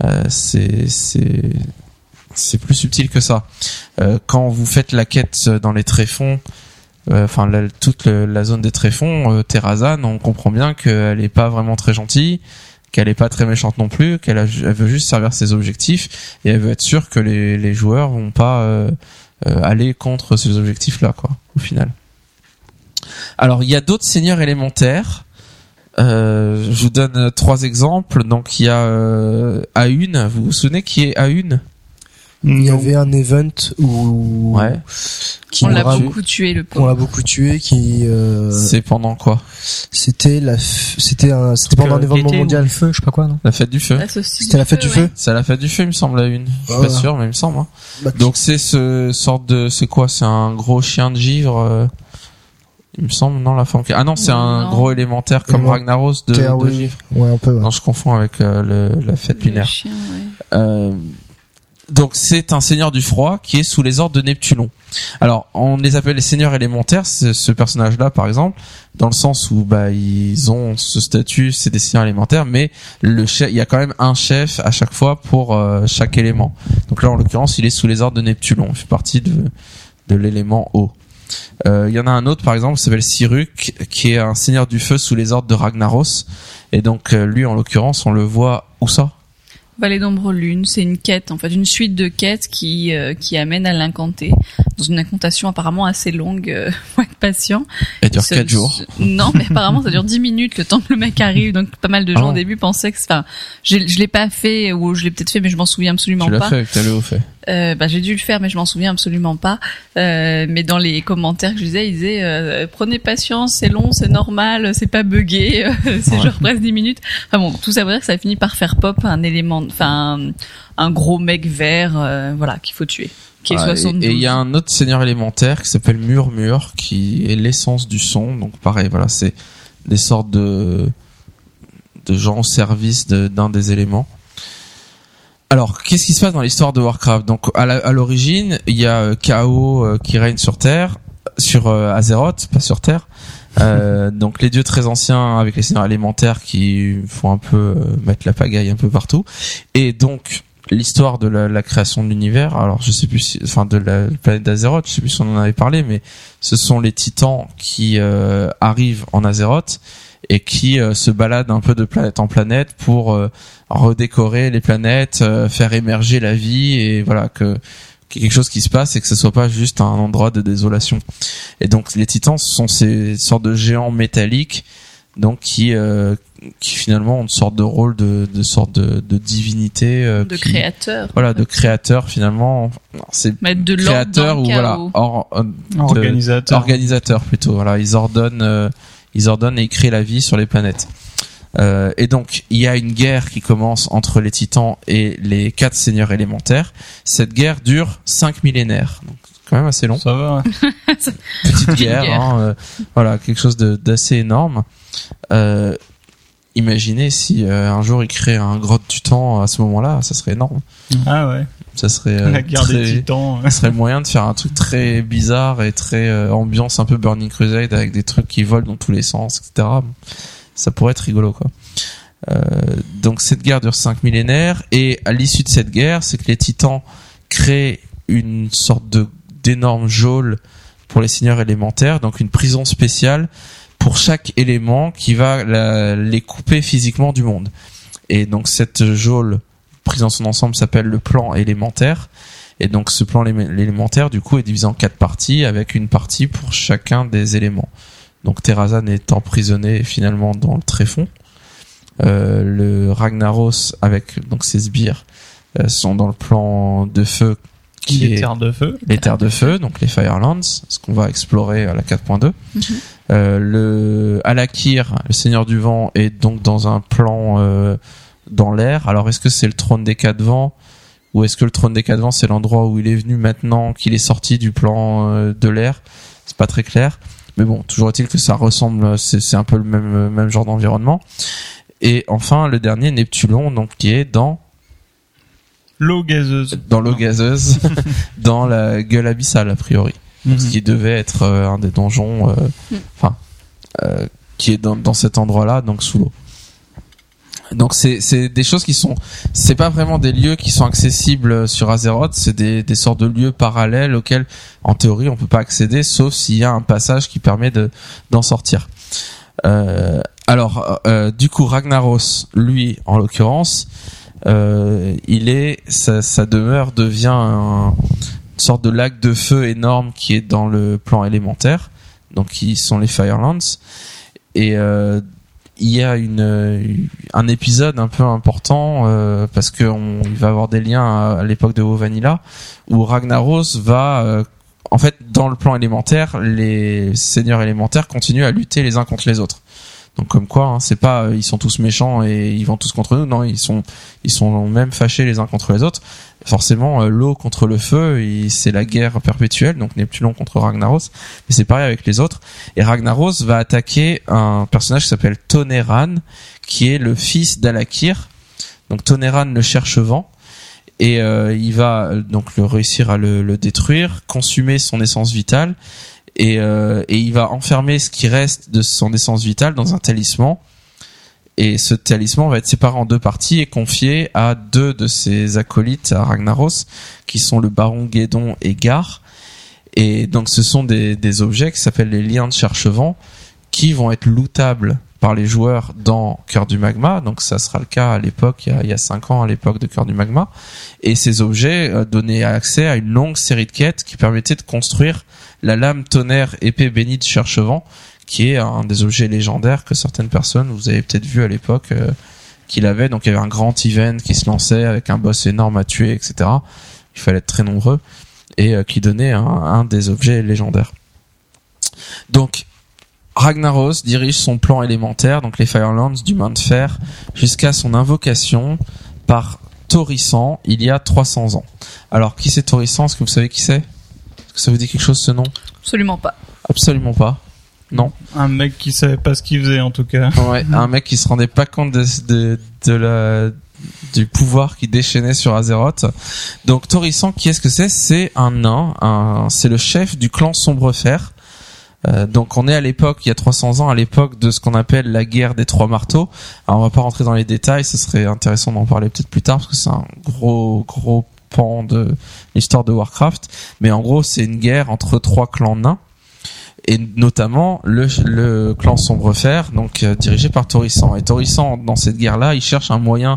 C'est plus subtil que ça. Quand vous faites la quête dans les tréfonds, toute la zone des tréfonds, Terrazane, on comprend bien qu'elle est pas vraiment très gentille, qu'elle est pas très méchante non plus, elle veut juste servir ses objectifs et elle veut être sûre que les joueurs vont pas aller contre ces objectifs-là, quoi, au final. Alors, il y a d'autres seigneurs élémentaires. Je vous donne 3 exemples. Donc, il y a Aun. Vous vous souvenez qui est Aun ? Il y avait un event où on l'a beaucoup tué, le pauvre. On l'a beaucoup tué, c'est pendant quoi? C'était pendant un événement mondial. Le feu, je sais pas quoi, non? La fête du feu. C'était la fête du feu. C'est la fête du feu, il me semble, Aun. Je suis pas sûr, mais il me semble. Hein. Donc c'est c'est quoi? C'est un gros chien de givre. Il me semble, non, la forme. Ah non, c'est un gros élémentaire comme Ragnaros de givre. Ouais, un peu. Ouais. Non, je confonds avec la fête lunaire. Chien, ouais. Donc c'est un seigneur du froid qui est sous les ordres de Neptulon. Alors on les appelle les seigneurs élémentaires, ce personnage-là par exemple, dans le sens où ils ont ce statut, c'est des seigneurs élémentaires, mais il y a quand même un chef à chaque fois pour chaque élément. Donc là en l'occurrence il est sous les ordres de Neptulon, il fait partie de l'élément eau. Il y en a un autre par exemple qui s'appelle Siruk, qui est un seigneur du feu sous les ordres de Ragnaros, et donc lui en l'occurrence on le voit où ça? Vallée d'Ombre Lune, c'est une quête, en fait, une suite de quêtes qui amène à l'incanter dans une incantation apparemment assez longue. Faut être patient. Elle dure 4 jours. Non, mais apparemment ça dure 10 minutes le temps que le mec arrive. Donc pas mal de gens au début pensaient que, je l'ai pas fait, ou je l'ai peut-être fait, mais je m'en souviens absolument pas. Tu l'as fait avec ta Léo fait. J'ai dû le faire, mais je m'en souviens absolument pas. Mais dans les commentaires que je disais, ils disaient prenez patience, c'est long, c'est normal, c'est pas buggé, c'est genre presque 10 minutes. Enfin bon, tout ça veut dire que ça finit par faire pop un élément, un gros mec vert, qu'il faut tuer. Qui est 72. Et il y a un autre seigneur élémentaire qui s'appelle Murmure, qui est l'essence du son. Donc pareil, voilà, c'est des sortes de gens au service d'un des éléments. Alors, qu'est-ce qui se passe dans l'histoire de Warcraft? Donc, à l'origine, il y a Chaos qui règne sur Terre, sur Azeroth, pas sur Terre. Donc, les dieux très anciens avec les seigneurs élémentaires qui font un peu mettre la pagaille un peu partout. Et donc, l'histoire de la création de l'univers. Alors, je sais plus, de la planète d'Azeroth, je sais plus si on en avait parlé, mais ce sont les titans qui arrivent en Azeroth et qui se baladent un peu de planète en planète pour redécorer les planètes, faire émerger la vie, et voilà, qu'il y ait quelque chose qui se passe et que ce soit pas juste un endroit de désolation. Et donc les titans sont ces sortes de géants métalliques donc qui finalement ont une sorte de rôle de sorte de divinité, de créateur. Voilà, de créateur finalement. C'est mettre de l'ordre créateur dans ou le voilà, organisateur. Organisateur plutôt. Voilà, ils ordonnent et ils créent la vie sur les planètes. Et donc il y a une guerre qui commence entre les Titans et les 4 seigneurs élémentaires. Cette guerre dure 5 millénaires. Donc quand même assez long. Ça va. Petite guerre, hein, voilà, quelque chose d'assez énorme. Imaginez si un jour ils créent un grotte du temps à ce moment-là, ça serait énorme. Ah ouais. Ça serait la guerre des Titans. Ça serait moyen de faire un truc très bizarre et très ambiance un peu Burning Crusade avec des trucs qui volent dans tous les sens, etc. Ça pourrait être rigolo, quoi. Donc cette guerre dure 5 millénaires et à l'issue de cette guerre, c'est que les Titans créent une sorte d'énorme geôle pour les seigneurs élémentaires, donc une prison spéciale pour chaque élément qui va les couper physiquement du monde. Et donc cette geôle prise dans son ensemble s'appelle le plan élémentaire. Et donc ce plan élémentaire du coup est divisé en 4 parties avec une partie pour chacun des éléments. Donc Terrazan est emprisonné finalement dans le tréfonds. Le Ragnaros avec donc ses sbires sont dans le plan de feu qui est les terres de feu, donc les Firelands, ce qu'on va explorer à la 4.2. Le Alakir, le Seigneur du Vent, est donc dans un plan dans l'air. Alors est-ce que c'est le trône des 4 vents ou est-ce que le trône des 4 vents c'est l'endroit où il est venu maintenant qu'il est sorti du plan de l'air? C'est pas très clair. Mais bon, toujours est-il que ça ressemble, c'est un peu le même genre d'environnement. Et enfin, le dernier, Neptulon, donc qui est dans l'eau gazeuse. Dans l'eau gazeuse, dans la gueule abyssale a priori, ce qui devait être un des donjons, qui est dans cet endroit-là, donc sous l'eau. Donc c'est des choses qui sont, c'est pas vraiment des lieux qui sont accessibles sur Azeroth, c'est des sortes de lieux parallèles auxquels en théorie on peut pas accéder sauf s'il y a un passage qui permet d'en sortir. Du coup Ragnaros, lui en l'occurrence, sa demeure devient une sorte de lac de feu énorme qui est dans le plan élémentaire, donc qui sont les Firelands. Et il y a un épisode un peu important parce que il va avoir des liens à l'époque de WoW Vanilla où Ragnaros va en fait dans le plan élémentaire, les seigneurs élémentaires continuent à lutter les uns contre les autres. Donc comme quoi, hein, c'est pas ils sont tous méchants et ils vont tous contre nous. Non, ils sont même fâchés les uns contre les autres. Forcément, l'eau contre le feu, c'est la guerre perpétuelle. Donc Neptulon contre Ragnaros, mais c'est pareil avec les autres. Et Ragnaros va attaquer un personnage qui s'appelle Toneran, qui est le fils d'Alakir. Donc Toneran le cherche-vent. Et il va donc réussir à le détruire, consumer son essence vitale. Et il va enfermer ce qui reste de son essence vitale dans un talisman. Et ce talisman va être séparé en 2 parties et confié à 2 de ses acolytes à Ragnaros, qui sont le baron Guédon et Gar. Et donc ce sont des objets qui s'appellent les liens de cherche-vent, qui vont être lootables par les joueurs dans Cœur du Magma. Donc ça sera le cas à l'époque, il y a 5 ans, à l'époque de Cœur du Magma. Et ces objets donnaient accès à une longue série de quêtes qui permettaient de construire la lame tonnerre épée bénie de Cherche-Vent, qui est un des objets légendaires que certaines personnes, vous avez peut-être vu à l'époque, qu'il avait. Donc il y avait un grand event qui se lançait avec un boss énorme à tuer, etc. Il fallait être très nombreux et qui donnait un des objets légendaires. Donc Ragnaros dirige son plan élémentaire, donc les Firelands du Mont de Fer, jusqu'à son invocation par Torissan il y a 300 ans. Alors qui c'est Torissan? Est-ce que vous savez qui c'est? Est-ce que ça vous dit quelque chose ce nom? Absolument pas. Absolument pas. Non. Un mec qui savait pas ce qu'il faisait en tout cas. Ouais, un mec qui se rendait pas compte du pouvoir qui déchaînait sur Azeroth. Donc Torissan, qui est-ce que c'est? C'est un nain, c'est le chef du clan Sombrefer. Donc on est à l'époque, il y a 300 ans, à l'époque de ce qu'on appelle la guerre des 3 marteaux. Alors on va pas rentrer dans les détails, ce serait intéressant d'en parler peut-être plus tard parce que c'est un gros pan de l'histoire de Warcraft. Mais en gros, c'est une guerre entre 3 clans nains. Et notamment le clan Sombrefer, donc dirigé par Torissan. Et Torissan, dans cette guerre-là, il cherche un moyen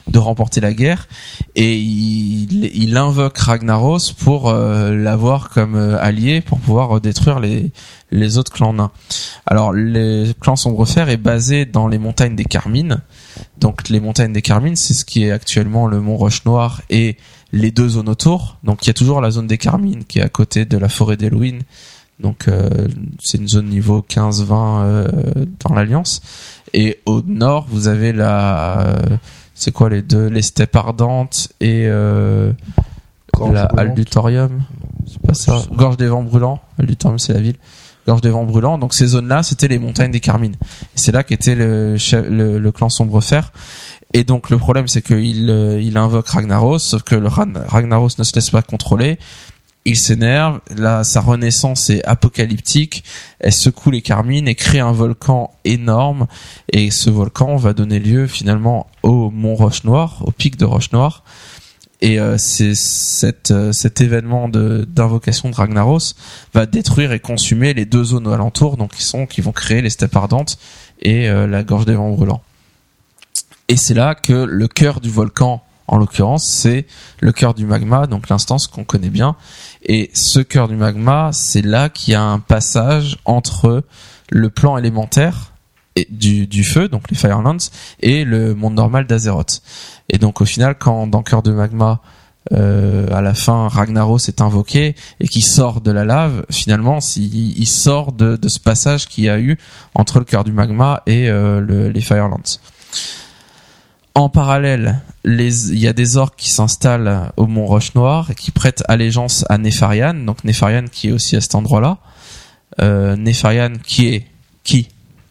de remporter la guerre, et il invoque Ragnaros pour l'avoir comme allié pour pouvoir détruire les autres clans nains. Alors le clan Sombrefer est basé dans les montagnes des Carmines. Donc les montagnes des Carmines, c'est ce qui est actuellement le mont Roche Noire et les deux zones autour. Donc il y a toujours la zone des Carmines qui est à côté de la forêt d'Halloween. Donc c'est une zone niveau 15-20 dans l'Alliance. Et au nord, vous avez c'est quoi les deux, les steppes ardentes et la Aldutorium. C'est pas ça. Gorge des Vents Brûlants. Aldutorium, c'est la ville. Gorge des Vents Brûlants. Donc ces zones-là, c'était les montagnes des Carmines. Et c'est là qu'était le clan Sombrefer. Et donc le problème, c'est qu'il invoque Ragnaros, sauf que le Ragnaros ne se laisse pas contrôler. Il s'énerve. Là, sa renaissance est apocalyptique. Elle secoue les Carmines et crée un volcan énorme. Et ce volcan va donner lieu finalement au mont Roche Noire, au pic de Roche Noire. Et c'est cet événement d'invocation de Ragnaros va détruire et consumer les deux zones alentours, donc qui vont créer les steppes ardentes et la gorge des Vents Brûlants. Et c'est là que le cœur du volcan, en l'occurrence, c'est le cœur du magma, donc l'instance qu'on connaît bien. Et ce cœur du magma, c'est là qu'il y a un passage entre le plan élémentaire et du feu, donc les Firelands, et le monde normal d'Azeroth. Et donc au final, quand dans Cœur de Magma, à la fin, Ragnaros est invoqué et qu'il sort de la lave, finalement, il sort de ce passage qu'il y a eu entre le Cœur du Magma et les Firelands. En parallèle, il y a des orques qui s'installent au mont Roche Noire et qui prêtent allégeance à Nefarian. Donc Nefarian qui est aussi à cet endroit-là. Nefarian qui est qui ?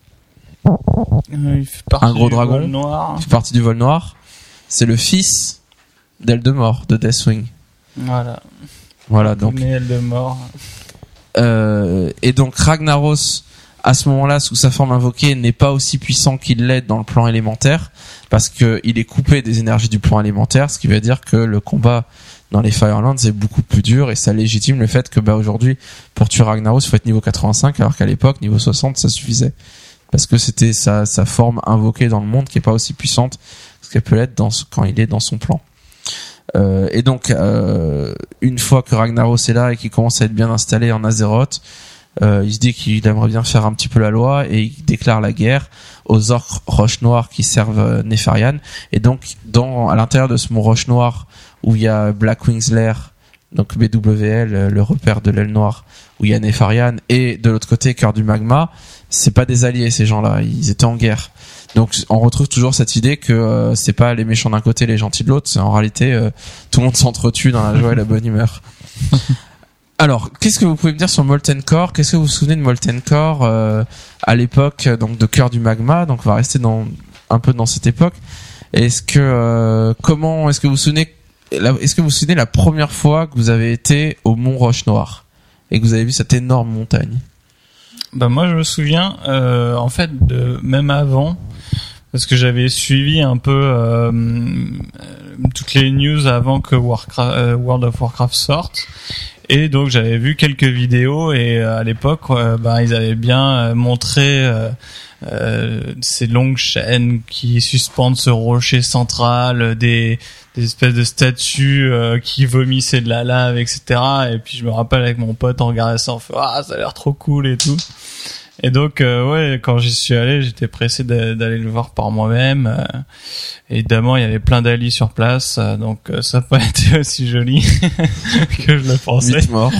Il fait partie un gros du dragon. vol noir. Il fait partie du vol noir. C'est le fils d'Eldemort, de Deathwing. Voilà donc. Eldemort. Et donc Ragnaros, à ce moment-là, sous sa forme invoquée, n'est pas aussi puissant qu'il l'est dans le plan élémentaire, parce que il est coupé des énergies du plan élémentaire, ce qui veut dire que le combat dans les Firelands est beaucoup plus dur, et ça légitime le fait que aujourd'hui, pour tuer Ragnaros, il faut être niveau 85, alors qu'à l'époque, niveau 60, ça suffisait. Parce que c'était sa forme invoquée dans le monde qui est pas aussi puissante que ce qu'elle peut l'être quand il est dans son plan. Et donc, une fois que Ragnaros est là et qu'il commence à être bien installé en Azeroth, il se dit qu'il aimerait bien faire un petit peu la loi et il déclare la guerre aux orques Roche Noire qui servent Nefarian. Et donc, à l'intérieur de ce mont Roche Noire où il y a Blackwing's Lair, donc BWL, le repère de l'aile noire, où il y a Nefarian, et de l'autre côté Cœur du Magma, c'est pas des alliés ces gens-là, ils étaient en guerre. Donc on retrouve toujours cette idée que c'est pas les méchants d'un côté, les gentils de l'autre, c'est en réalité tout le monde s'entretue dans la joie et la bonne humeur. Alors, qu'est-ce que vous pouvez me dire sur Molten Core ? Qu'est-ce que vous vous souvenez de Molten Core à l'époque donc de Cœur du Magma ? Donc on va rester un peu dans cette époque. Est-ce que vous vous souvenez la première fois que vous avez été au mont Roche Noire et que vous avez vu cette énorme montagne ? Bah moi je me souviens en fait même avant, parce que j'avais suivi un peu toutes les news avant que World of Warcraft sorte, et donc j'avais vu quelques vidéos, et à l'époque ils avaient bien montré ces longues chaînes qui suspendent ce rocher central, des espèces de statues qui vomissaient de la lave, etc. Et puis je me rappelle avec mon pote, on regardait ça, on fait ça a l'air trop cool et tout. Et donc quand j'y suis allé, j'étais pressé d'aller le voir par moi-même. Évidemment, il y avait plein d'alliés sur place, donc ça n'a pas été aussi joli que je le pensais. Vite mort.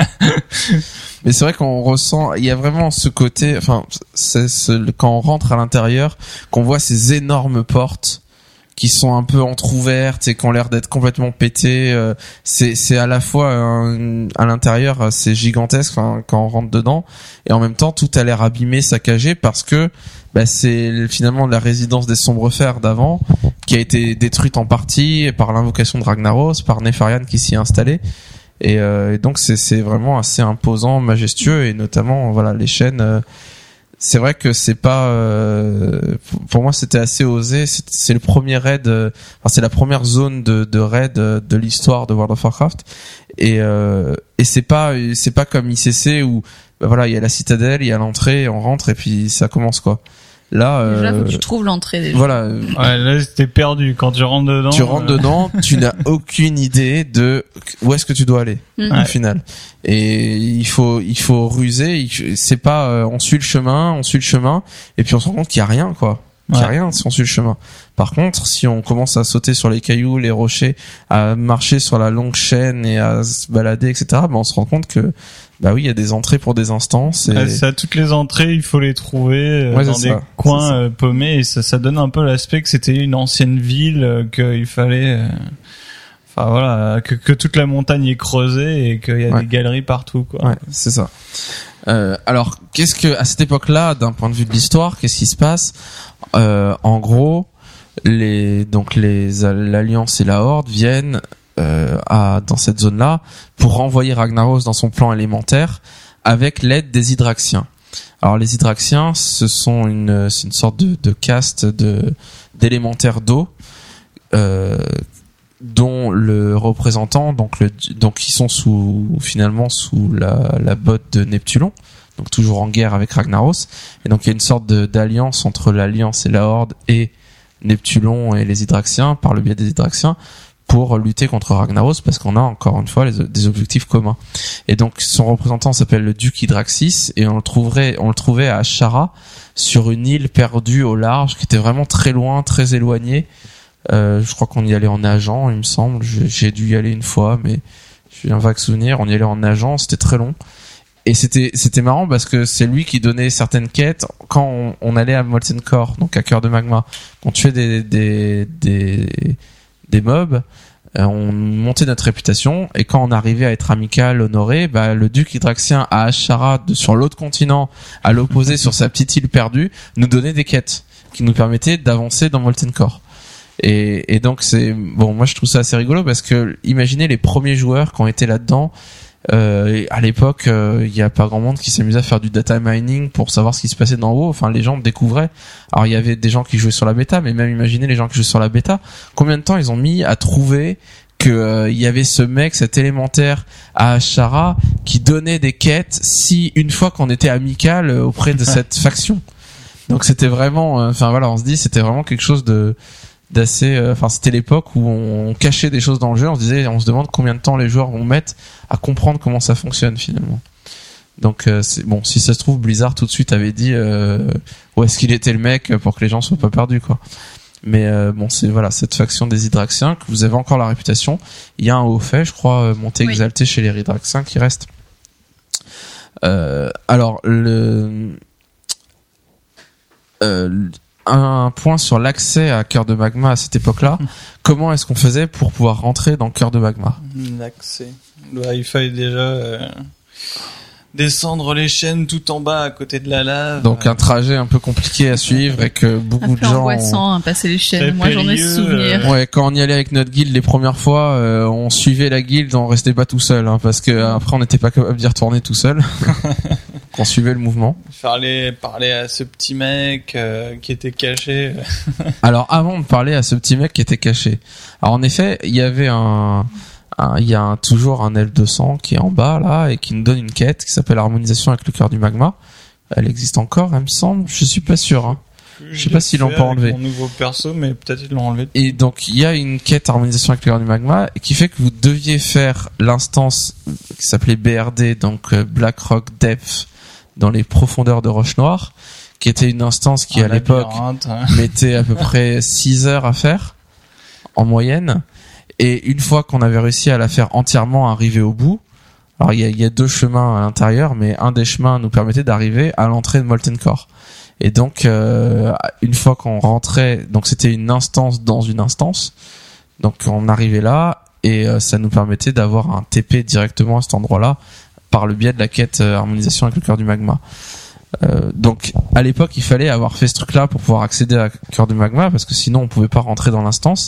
Mais c'est vrai qu'on ressent, il y a vraiment ce côté, enfin, quand on rentre à l'intérieur, qu'on voit ces énormes portes qui sont un peu entrouvertes et qui ont l'air d'être complètement pétées. C'est à la fois à l'intérieur, c'est gigantesque quand on rentre dedans, et en même temps tout a l'air abîmé, saccagé, parce que c'est finalement la résidence des Sombrefers d'avant qui a été détruite en partie par l'invocation de Ragnaros, par Nefarian qui s'y est installé. Et donc c'est vraiment assez imposant, majestueux, et notamment les chaînes. C'est vrai que c'est pas pour moi c'était assez osé. C'est le premier raid, c'est la première zone de raid de l'histoire de World of Warcraft, et c'est pas comme ICC où il y a la citadelle, il y a l'entrée, on rentre et puis ça commence quoi. Là, Déjà, faut que tu trouves l'entrée déjà. voilà. Ouais, là, c'était perdu. Quand tu rentres dedans. Tu rentres dedans, tu n'as aucune idée de où est-ce que tu dois aller au final. Et il faut ruser. C'est pas on suit le chemin, et puis on se rend compte qu'il y a rien quoi. Qu'il y a rien si on suit le chemin. Par contre, si on commence à sauter sur les cailloux, les rochers, à marcher sur la longue chaîne et à se balader, etc., ben on se rend compte que bah oui, il y a des entrées pour des instances. Et... ça, toutes les entrées, il faut les trouver dans des coins paumés, et ça donne un peu l'aspect que c'était une ancienne ville, qu'il fallait. Enfin voilà, que toute la montagne est creusée et qu'il y a des galeries partout quoi. Ouais, c'est ça. Alors, qu'est-ce que à cette époque-là, d'un point de vue de l'histoire, qu'est-ce qui se passe? En gros, l'Alliance et la Horde viennent dans cette zone-là pour renvoyer Ragnaros dans son plan élémentaire avec l'aide des Hydraxiens. Alors les Hydraxiens, c'est une sorte de caste d'élémentaires d'eau, dont le représentant, donc ils sont sous la botte de Neptulon, donc toujours en guerre avec Ragnaros, et donc il y a une sorte d'alliance entre l'Alliance et la Horde et Neptulon et les Hydraxiens par le biais des Hydraxiens pour lutter contre Ragnaros, parce qu'on a encore une fois des objectifs communs. Et donc son représentant s'appelle le duc Hydraxis, et on le trouvait à Ashara, sur une île perdue au large qui était vraiment très loin, très éloignée. Je crois qu'on y allait en nageant, il me semble. J'ai dû y aller une fois, mais j'ai un vague souvenir. On y allait en nageant, c'était très long. Et c'était marrant parce que c'est lui qui donnait certaines quêtes quand on allait à Molten Core, donc à Cœur de Magma. On tuait des mobs, on montait notre réputation, et quand on arrivait à être amical, honoré, bah le duc Hydraxien à Ashara, sur l'autre continent, à l'opposé sur sa petite île perdue, nous donnait des quêtes qui nous permettaient d'avancer dans Molten Core. Et donc moi je trouve ça assez rigolo parce que imaginez les premiers joueurs qui ont été là-dedans. À l'époque, il y a pas grand monde qui s'amusait à faire du data mining pour savoir ce qui se passait d'en haut. Enfin, les gens découvraient. Alors, il y avait des gens qui jouaient sur la bêta, mais même imaginez les gens qui jouaient sur la bêta. Combien de temps ils ont mis à trouver que il y avait ce mec, cet élémentaire à Ashara, qui donnait des quêtes si une fois qu'on était amical auprès de cette faction. Donc c'était vraiment, on se dit c'était vraiment quelque chose d'assez, c'était l'époque où on cachait des choses dans le jeu, on se demande combien de temps les joueurs vont mettre à comprendre comment ça fonctionne finalement. Donc si ça se trouve, Blizzard tout de suite avait dit où est-ce qu'il était le mec pour que les gens soient pas perdus quoi. Mais c'est cette faction des Hydraxiens que vous avez encore la réputation. Il y a un haut fait, je crois, monté exalté chez les Hydraxiens qui reste. Un point sur l'accès à Cœur de Magma à cette époque-là. Comment est-ce qu'on faisait pour pouvoir rentrer dans Cœur de Magma? L'accès. Il fallait déjà descendre les chaînes tout en bas à côté de la lave. Donc un trajet un peu compliqué à suivre et que beaucoup de gens... angoissant, passer les chaînes. Moi j'en ai souvenir. Ouais, quand on y allait avec notre guilde les premières fois, on suivait la guilde, on restait pas tout seul, parce que après on n'était pas capable d'y retourner tout seul. On suivait le mouvement. Parler à ce petit mec qui était caché. Alors avant de parler à ce petit mec qui était caché, alors en effet il y avait toujours un L200 qui est en bas là et qui nous donne une quête qui s'appelle Harmonisation avec le cœur du magma. Elle existe encore, il me semble. Je suis pas sûr. Je sais pas s'ils l'ont pas enlevé. Mon nouveau perso, mais peut-être ils l'ont enlevé. Et donc il y a une quête Harmonisation avec le cœur du magma qui fait que vous deviez faire l'instance qui s'appelait BRD, donc Black Rock Depth, dans les profondeurs de Roche Noire, qui était une instance qui à l'époque mettait à peu près 6 heures à faire en moyenne. Et une fois qu'on avait réussi à la faire entièrement arriver au bout, alors il y a 2 chemins à l'intérieur, mais un des chemins nous permettait d'arriver à l'entrée de Molten Core. Et donc une fois qu'on rentrait, donc c'était une instance dans une instance, donc on arrivait là et ça nous permettait d'avoir un TP directement à cet endroit-là par le biais de la quête Harmonisation avec le cœur du magma. Donc à l'époque il fallait avoir fait ce truc-là pour pouvoir accéder à cœur du magma, parce que sinon on pouvait pas rentrer dans l'instance.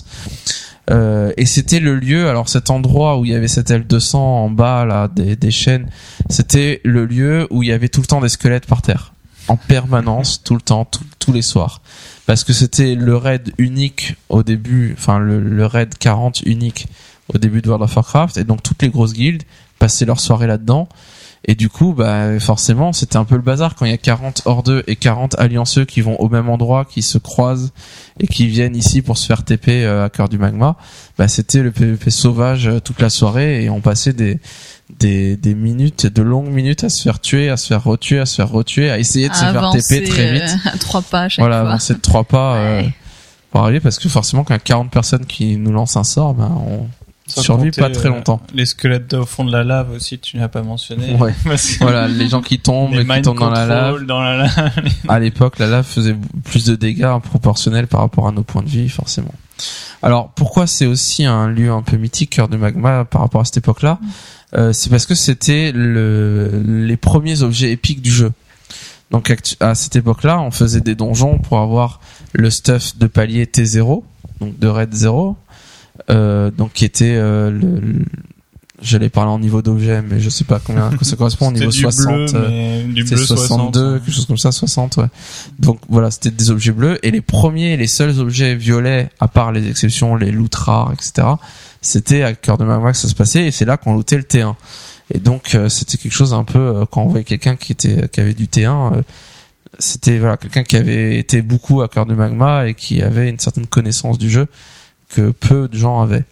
Et c'était le lieu, alors cet endroit où il y avait cette L200 en bas là des chaînes, c'était le lieu où il y avait tout le temps des squelettes par terre, en permanence, tout le temps, tous les soirs, parce que c'était le raid unique au début, le raid 40 unique au début de World of Warcraft, et donc toutes les grosses guildes passaient leur soirée là-dedans. Et du coup, bah forcément, c'était un peu le bazar quand il y a 40 hors 2 et 40 allianceux qui vont au même endroit, qui se croisent et qui viennent ici pour se faire TP à Cœur du Magma. Bah c'était le PvP sauvage toute la soirée et on passait des minutes, de longues minutes à se faire tuer, à se faire retuer, à essayer de se faire TP très vite. À 3 pas à chaque voilà, fois. avancer de 3 pas Ouais. pour arriver, parce que forcément quand il y a 40 personnes qui nous lancent un sort, ben on Sans survit compter, pas très longtemps. Les squelettes au fond de la lave aussi, tu n'as pas mentionné. Ouais. Parce que Voilà, les gens qui tombent les et qui mind tombent dans la lave. control dans la lave. À l'époque, la lave faisait plus de dégâts proportionnels par rapport à nos points de vie, forcément. Alors, pourquoi c'est aussi un lieu un peu mythique, Cœur du Magma, par rapport à cette époque-là? C'est parce que c'était les premiers objets épiques du jeu. Donc, à cette époque-là, on faisait des donjons pour avoir le stuff de palier T0, donc de raid 0, donc qui était j'allais parler en niveau d'objet, mais je sais pas combien que ça correspond au niveau 60. Du C'est bleu 62, quelque chose comme ça, 60, ouais. Donc voilà, c'était des objets bleus. Et les premiers, les seuls objets violets, à part les exceptions, les loot rares, etc., c'était à Cœur de Magma que ça se passait, et c'est là qu'on lootait le T1. Et donc c'était quelque chose un peu, quand on voyait quelqu'un qui avait du T1, c'était voilà quelqu'un qui avait été beaucoup à Cœur de Magma et qui avait une certaine connaissance du jeu que peu de gens avaient.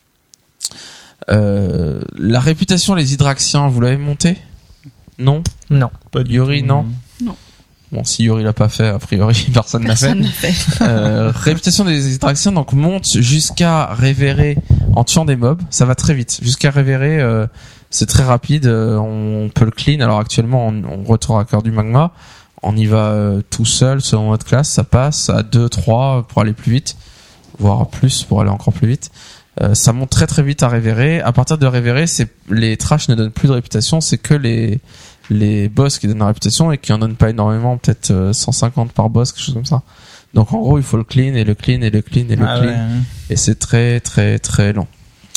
La réputation des Hydraxiens, vous l'avez montée? Non? Non. Pas du Yuri, tout, non? Non. Bon, si Yuri l'a pas fait, a priori, personne l'a fait. Personne l'a fait. Réputation des Hydraxiens, donc, monte jusqu'à révérer en tuant des mobs. Ça va très vite. Jusqu'à révérer, c'est très rapide, on peut le clean. Alors, actuellement, on retourne à Cœur du Magma. On y va tout seul, selon notre classe. Ça passe à 2, 3 pour aller plus vite. Voire plus pour aller encore plus vite. Ça monte très très vite à révérer. À partir de révérer, les trash ne donnent plus de réputation, c'est que les boss qui donnent la réputation et qui en donnent pas énormément, peut-être 150 par boss, quelque chose comme ça. Donc en gros, il faut le clean et le clean et le clean et le clean. Ouais. Et c'est très très très long.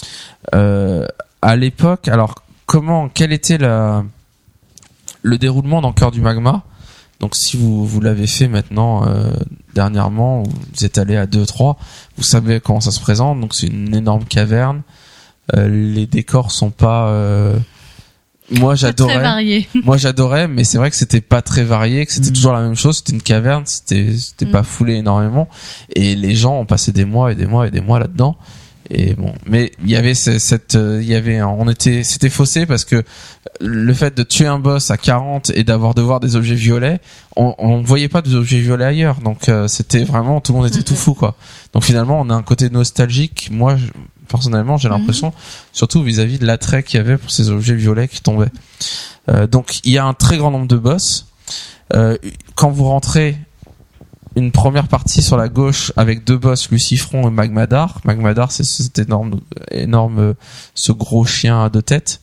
À l'époque, alors quel était le déroulement dans Cœur du Magma? Donc si vous l'avez fait maintenant dernièrement, vous êtes allé à 2-3, vous savez comment ça se présente. Donc c'est une énorme caverne. Les décors sont pas moi Très varié. Moi j'adorais, mais c'est vrai que c'était pas très varié, que c'était toujours la même chose, c'était une caverne, c'était pas foulé énormément, et les gens ont passé des mois et des mois et des mois là-dedans. Et bon, mais il y avait c'était faussé parce que le fait de tuer un boss à 40 et de voir des objets violets, on voyait pas des objets violets ailleurs, donc c'était vraiment, tout le monde était tout fou, quoi. Donc finalement, on a un côté nostalgique. Moi, personnellement, j'ai l'impression, surtout vis-à-vis de l'attrait qu'il y avait pour ces objets violets qui tombaient. Donc il y a un très grand nombre de boss. Quand vous rentrez, une première partie sur la gauche avec 2 boss, Lucifron et Magmadar. Magmadar, c'est cet énorme, ce gros chien à 2 têtes.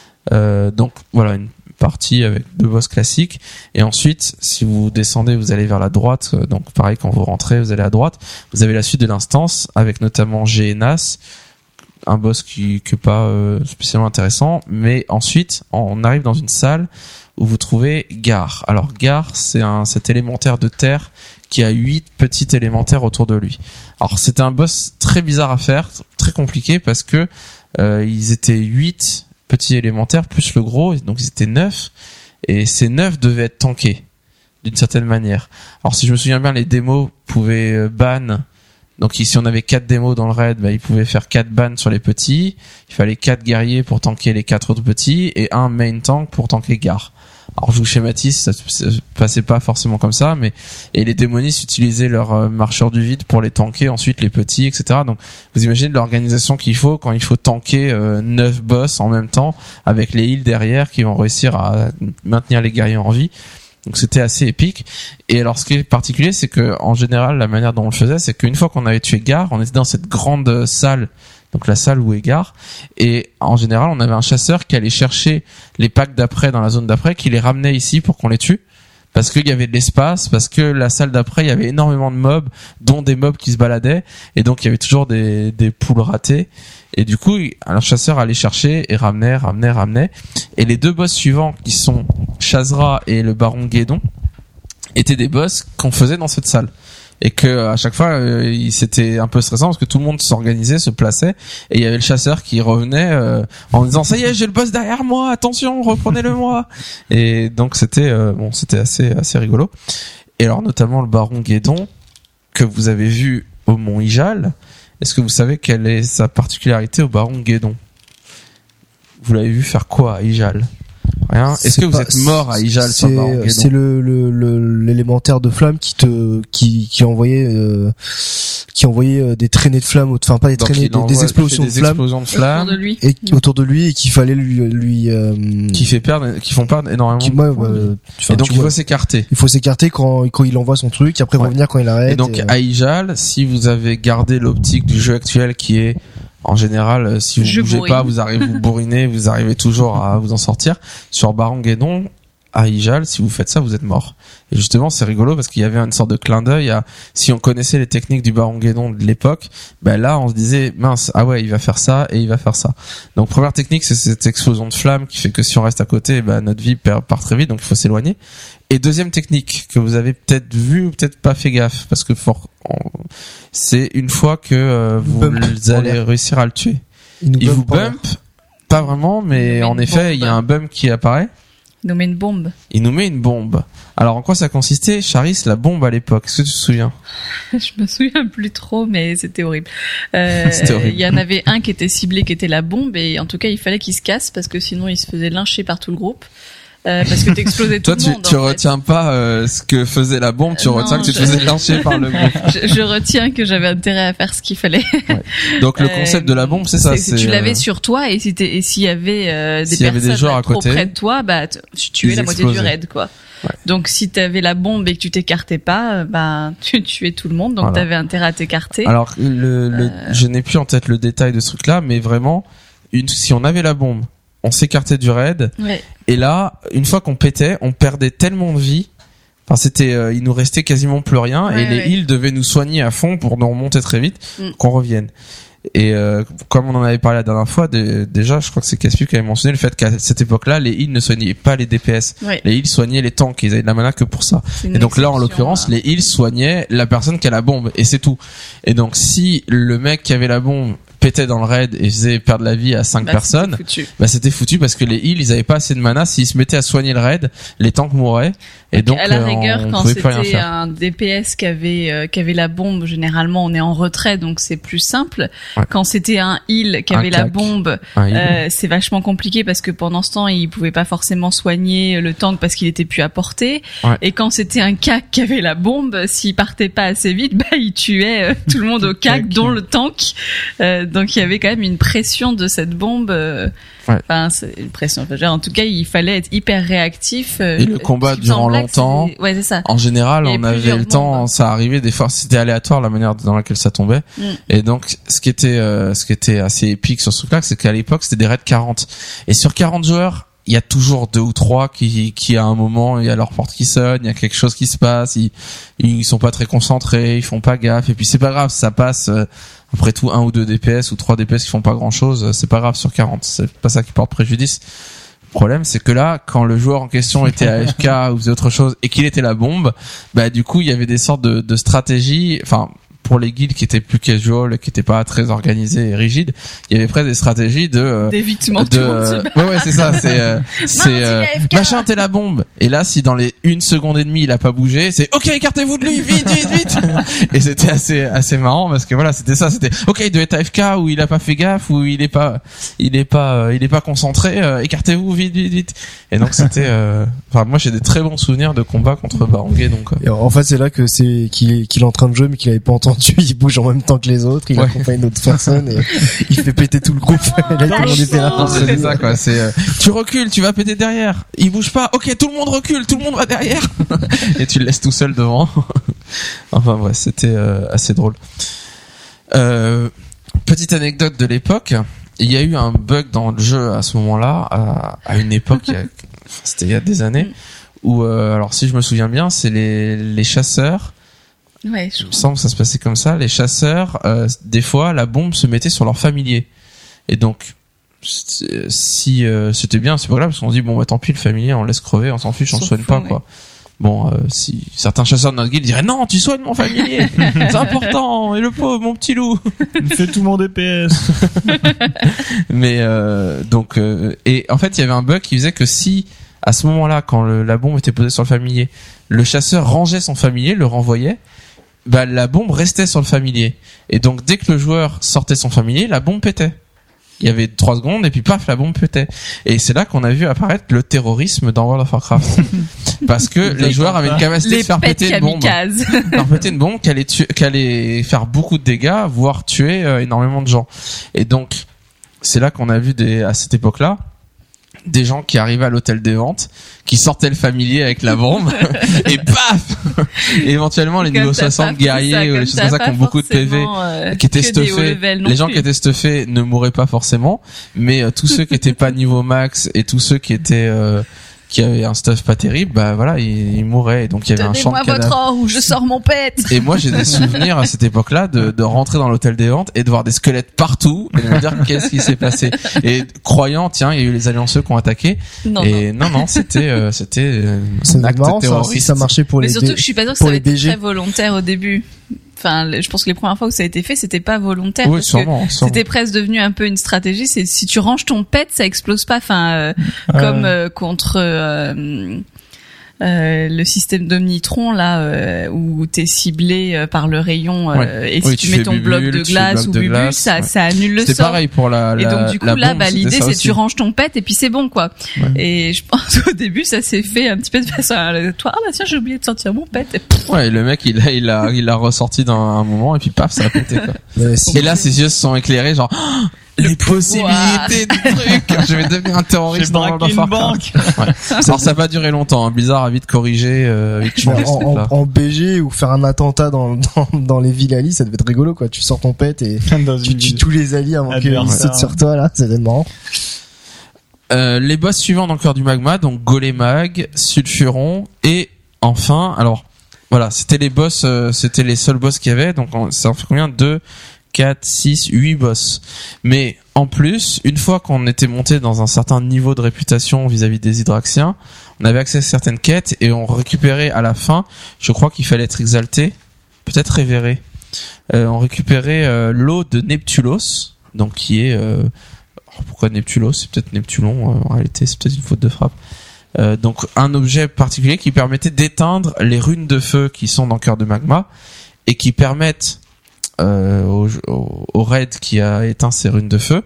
Donc voilà, une partie avec 2 boss classiques. Et ensuite, si vous descendez, vous allez vers la droite. Donc pareil, quand vous rentrez, vous allez à droite. Vous avez la suite de l'instance avec notamment Génas, un boss qui est pas spécialement intéressant. Mais ensuite, on arrive dans une salle où vous trouvez Gar. Alors Gar, c'est cet élémentaire de terre qui a 8 petits élémentaires autour de lui. Alors c'était un boss très bizarre à faire, très compliqué, parce que ils étaient 8 petits élémentaires plus le gros, donc ils étaient 9, et ces 9 devaient être tankés d'une certaine manière. Alors si je me souviens bien, les démos pouvaient ban. Donc ici on avait 4 démos dans le raid, ils pouvaient faire 4 bans sur les petits. Il fallait 4 guerriers pour tanker les 4 autres petits et un main tank pour tanker Gar. Alors je vous schématise, ça passait pas forcément comme ça, et les démonistes utilisaient leurs marcheurs du vide pour les tanker ensuite les petits, etc. Donc vous imaginez l'organisation qu'il faut quand il faut tanker 9 boss en même temps avec les heals derrière qui vont réussir à maintenir les guerriers en vie. Donc c'était assez épique. Et alors ce qui est particulier, c'est que en général la manière dont on le faisait, c'est qu'une fois qu'on avait tué Gar, on était dans cette grande salle, donc la salle où est Gar, et en général on avait un chasseur qui allait chercher les packs d'après dans la zone d'après, qui les ramenait ici pour qu'on les tue, parce qu'il y avait de l'espace, parce que la salle d'après il y avait énormément de mobs, dont des mobs qui se baladaient, et donc il y avait toujours des poules ratées, et du coup un chasseur allait chercher et ramenait, et les 2 boss suivants qui sont Shazra et le baron Guédon étaient des boss qu'on faisait dans cette salle. et que à chaque fois c'était un peu stressant parce que tout le monde s'organisait, se plaçait, et il y avait le chasseur qui revenait en disant ça y est, j'ai le boss derrière moi, attention, reprenez-le moi. Et donc c'était c'était assez rigolo. Et alors notamment le baron Guédon que vous avez vu au Mont Ijal. Est-ce que vous savez quelle est sa particularité au baron Guédon? Vous l'avez vu faire quoi à Ijal? Rien. Est-ce que vous êtes mort à Ijal sur le baron Guédon? C'est l'élémentaire de flamme qui envoyait des traînées de flammes, enfin pas des traînées, des explosions de flammes autour de lui. Et autour de lui, et qu'il fallait lui qui font perdre énormément. Et donc il faut s'écarter. Il faut s'écarter quand il envoie son truc, après revenir quand il arrête. Et donc à Ijal, si vous avez gardé l'optique du jeu actuel qui est en général, si vous bougez pas, vous bourrinez, vous arrivez toujours à vous en sortir. Sur Baron Guédon, à Ijal, si vous faites ça, vous êtes mort. Et justement, c'est rigolo parce qu'il y avait une sorte de clin d'œil à, si on connaissait les techniques du Baron Guédon de l'époque, là, on se disait, mince, ah ouais, il va faire ça et il va faire ça. Donc, première technique, c'est cette explosion de flamme qui fait que si on reste à côté, notre vie part très vite, donc il faut s'éloigner. Et deuxième technique que vous avez peut-être vu ou peut-être pas fait gaffe, parce que c'est une fois que vous allez réussir à le tuer. Il vous bump, pas vraiment, mais en effet, il y a un bump qui apparaît. Il nous met une bombe. Il nous met une bombe. Alors, en quoi ça consistait, Charis, la bombe à l'époque? Est-ce que tu te souviens? Je me souviens plus trop, mais c'était horrible. C'était horrible. Il y en avait un qui était ciblé, qui était la bombe, et en tout cas, il fallait qu'il se casse parce que sinon, il se faisait lyncher par tout le groupe. Parce que t'explosais tout le monde. Toi, tu retiens pas ce que faisait la bombe, tu retiens que tu te faisais lyncher par le groupe. Je retiens que j'avais intérêt à faire ce qu'il fallait. Ouais. Donc le concept de la bombe, c'est ça. Tu l'avais sur toi, et s'il y avait des personnes à côté, trop près de toi, tu tuais la moitié du raid, quoi. Ouais. Donc si t'avais la bombe et que tu t'écartais pas, tu tuais tout le monde, donc t'avais intérêt à t'écarter. Alors je n'ai plus en tête le détail de ce truc-là, mais vraiment, si on avait la bombe, on s'écartait du raid, et là, une fois qu'on pétait, on perdait tellement de vie. Enfin, il nous restait quasiment plus rien, et les heals devaient nous soigner à fond pour nous remonter très vite, qu'on revienne. Et comme on en avait parlé la dernière fois, déjà, je crois que c'est Caspiu qui avait mentionné le fait qu'à cette époque-là, les heals ne soignaient pas les DPS. Les heals soignaient les tanks, ils avaient de la mana que pour ça. Et donc là, en l'occurrence, les heals soignaient la personne qui a la bombe, et c'est tout. Et donc, si le mec qui avait la bombe pétait dans le raid et faisait perdre la vie à 5 personnes, c'était foutu parce que les heals, ils avaient pas assez de mana. S'ils se mettaient à soigner le raid, les tanks mouraient. Et donc, à la rigueur, quand c'était un DPS qui avait la bombe, généralement, on est en retrait, donc c'est plus simple. Ouais. Quand c'était un heal qui avait la bombe, c'est vachement compliqué parce que pendant ce temps, il pouvait pas forcément soigner le tank parce qu'il était plus à portée. Ouais. Et quand c'était un cac qui avait la bombe, s'il partait pas assez vite, il tuait tout le monde au cac, dont le tank. Donc il y avait quand même une pression de cette bombe. Enfin, c'est une pression. En tout cas, il fallait être hyper réactif. Et le combat durant longtemps. Ouais, c'est ça. En général, on avait le temps. Ça arrivait des fois. C'était aléatoire la manière dans laquelle ça tombait. Et donc, ce qui était assez épique sur ce truc-là, c'est qu'à l'époque, c'était des raids 40. Et sur 40 joueurs, il y a toujours 2 ou 3 qui à un moment, il y a leur porte qui sonne, il y a quelque chose qui se passe, ils sont pas très concentrés, ils font pas gaffe, et puis c'est pas grave, ça passe. Après tout, 1 ou 2 DPS ou 3 DPS qui font pas grand chose, c'est pas grave sur 40, c'est pas ça qui porte préjudice. Le problème, c'est que là, quand le joueur en question était AFK ou faisait autre chose et qu'il était la bombe, du coup, il y avait des sortes de stratégies, enfin, pour les guildes qui étaient plus casual, qui étaient pas très organisées et rigides, il y avait presque des stratégies d'évitement ouais, c'est ça, c'est machin, t'es la bombe. Et là, si dans les 1 seconde et demie, il a pas bougé, c'est OK, écartez-vous de lui, vite. Et c'était assez marrant parce que voilà, c'était OK, il doit être AFK ou il a pas fait gaffe ou il est pas concentré, écartez-vous vite. Et donc c'était moi j'ai des très bons souvenirs de combats contre Baron Guédon, quoi. Et en fait, c'est là que qu'il est en train de jouer mais qu'il avait pas entendu. Il bouge en même temps que les autres, il accompagne d'autres personnes et il fait péter tout le groupe. Là, tout le monde était là. C'est ça, quoi. Tu recules, tu vas péter derrière. Il bouge pas. OK, tout le monde recule, tout le monde va derrière. Et tu le laisses tout seul devant. Enfin bref, c'était assez drôle. Petite anecdote de l'époque. Il y a eu un bug dans le jeu à ce moment-là, à une époque, c'était il y a des années, où alors si je me souviens bien, c'est les chasseurs. Ouais, il me semble que ça se passait comme ça. Les chasseurs, des fois, la bombe se mettait sur leur familier. Et donc, si c'était bien, c'est pas grave, parce qu'on se dit tant pis, le familier, on laisse crever, on s'en fiche, on soigne pas, quoi. Bon, si certains chasseurs de notre guilde diraient non, tu soignes mon familier, c'est important, et le pauvre, mon petit loup. Il fait tout mon DPS. Mais donc et en fait il y avait un bug qui faisait que si à ce moment-là quand la bombe était posée sur le familier, le chasseur rangeait son familier, le renvoyait, bah la bombe restait sur le familier. Et donc dès que le joueur sortait son familier, la bombe pétait. Il y avait 3 secondes et puis paf, la bombe pétait. Et c'est là qu'on a vu apparaître le terrorisme dans World of Warcraft. Parce que les joueurs avaient une capacité de faire péter une bombe. Faire péter une bombe qui allait faire beaucoup de dégâts, voire tuer énormément de gens. Et donc, c'est là qu'on a vu à cette époque-là, des gens qui arrivaient à l'hôtel des ventes, qui sortaient le familier avec la bombe, et paf! Et éventuellement, les niveaux 60 guerriers ou les choses comme ça qui ont beaucoup de PV, qui étaient stuffés, les gens qui étaient stuffés ne mouraient pas forcément, mais tous ceux qui étaient pas niveau max et tous ceux qui étaient qui avaient un stuff pas terrible, bah voilà, ils mouraient. Et donc il y avait un champ de cadavres. Donnez-moi votre or ou je sors mon pet. Et moi j'ai des souvenirs à cette époque-là de rentrer dans l'hôtel des ventes et de voir des squelettes partout et de me dire qu'est-ce qui s'est passé. Et croyant, tiens, il y a eu les allianceux qui ont attaqué. Non, c'était un acte marrant, terroriste. Ça marchait pour mais les. Mais surtout que je suis pas sûr que ça avait été très volontaire au début. Enfin, je pense que les premières fois où ça a été fait, c'était pas volontaire. Oui, parce sûrement. C'était presque devenu un peu une stratégie. C'est si tu ranges ton pet, ça explose pas. Enfin, comme contre le système d'Omnitron là, où t'es ciblé par le rayon et si tu mets ton bloc de glace ou bubule, ça annule le sort. C'est pareil pour la. Et donc du coup là, bombe, l'idée c'est aussi. tu ranges ton pet et puis c'est bon quoi. Ouais. Et je pense qu'au début ça s'est fait un petit peu de façon toi tiens j'ai oublié de sortir mon pet. Ouais, le mec il l'a ressorti dans un moment et puis paf ça a pété quoi. Et là ses yeux se sont éclairés genre les possibilités du truc. Je vais devenir un terroriste dans World of Warcraft. Ouais. Alors ça va pas durer longtemps. Blizzard a vite corrigé, vite changé ce truc-là. En BG ou faire un attentat dans les villes alliées, ça devait être rigolo quoi. Tu sors ton pet et tu tues tous les alliés avant qu'ils sautent sur toi là. Ça devait être marrant. Les boss suivants dans le cœur du magma, donc Golemag, Sulfuron et enfin, alors voilà, c'était les boss, c'était les seuls boss qu'il y avait. Donc ça en fait combien? 2, 4, 6, 8 boss. Mais en plus, une fois qu'on était monté dans un certain niveau de réputation vis-à-vis des Hydraxiens, on avait accès à certaines quêtes et on récupérait à la fin, je crois qu'il fallait être exalté, peut-être révéré. On récupérait l'eau de Neptulos, donc qui est... pourquoi Neptulos? C'est peut-être Neptulon, en réalité c'est peut-être une faute de frappe. Donc un objet particulier qui permettait d'éteindre les runes de feu qui sont dans le cœur de magma et qui permettent au raid qui a éteint ces runes de feu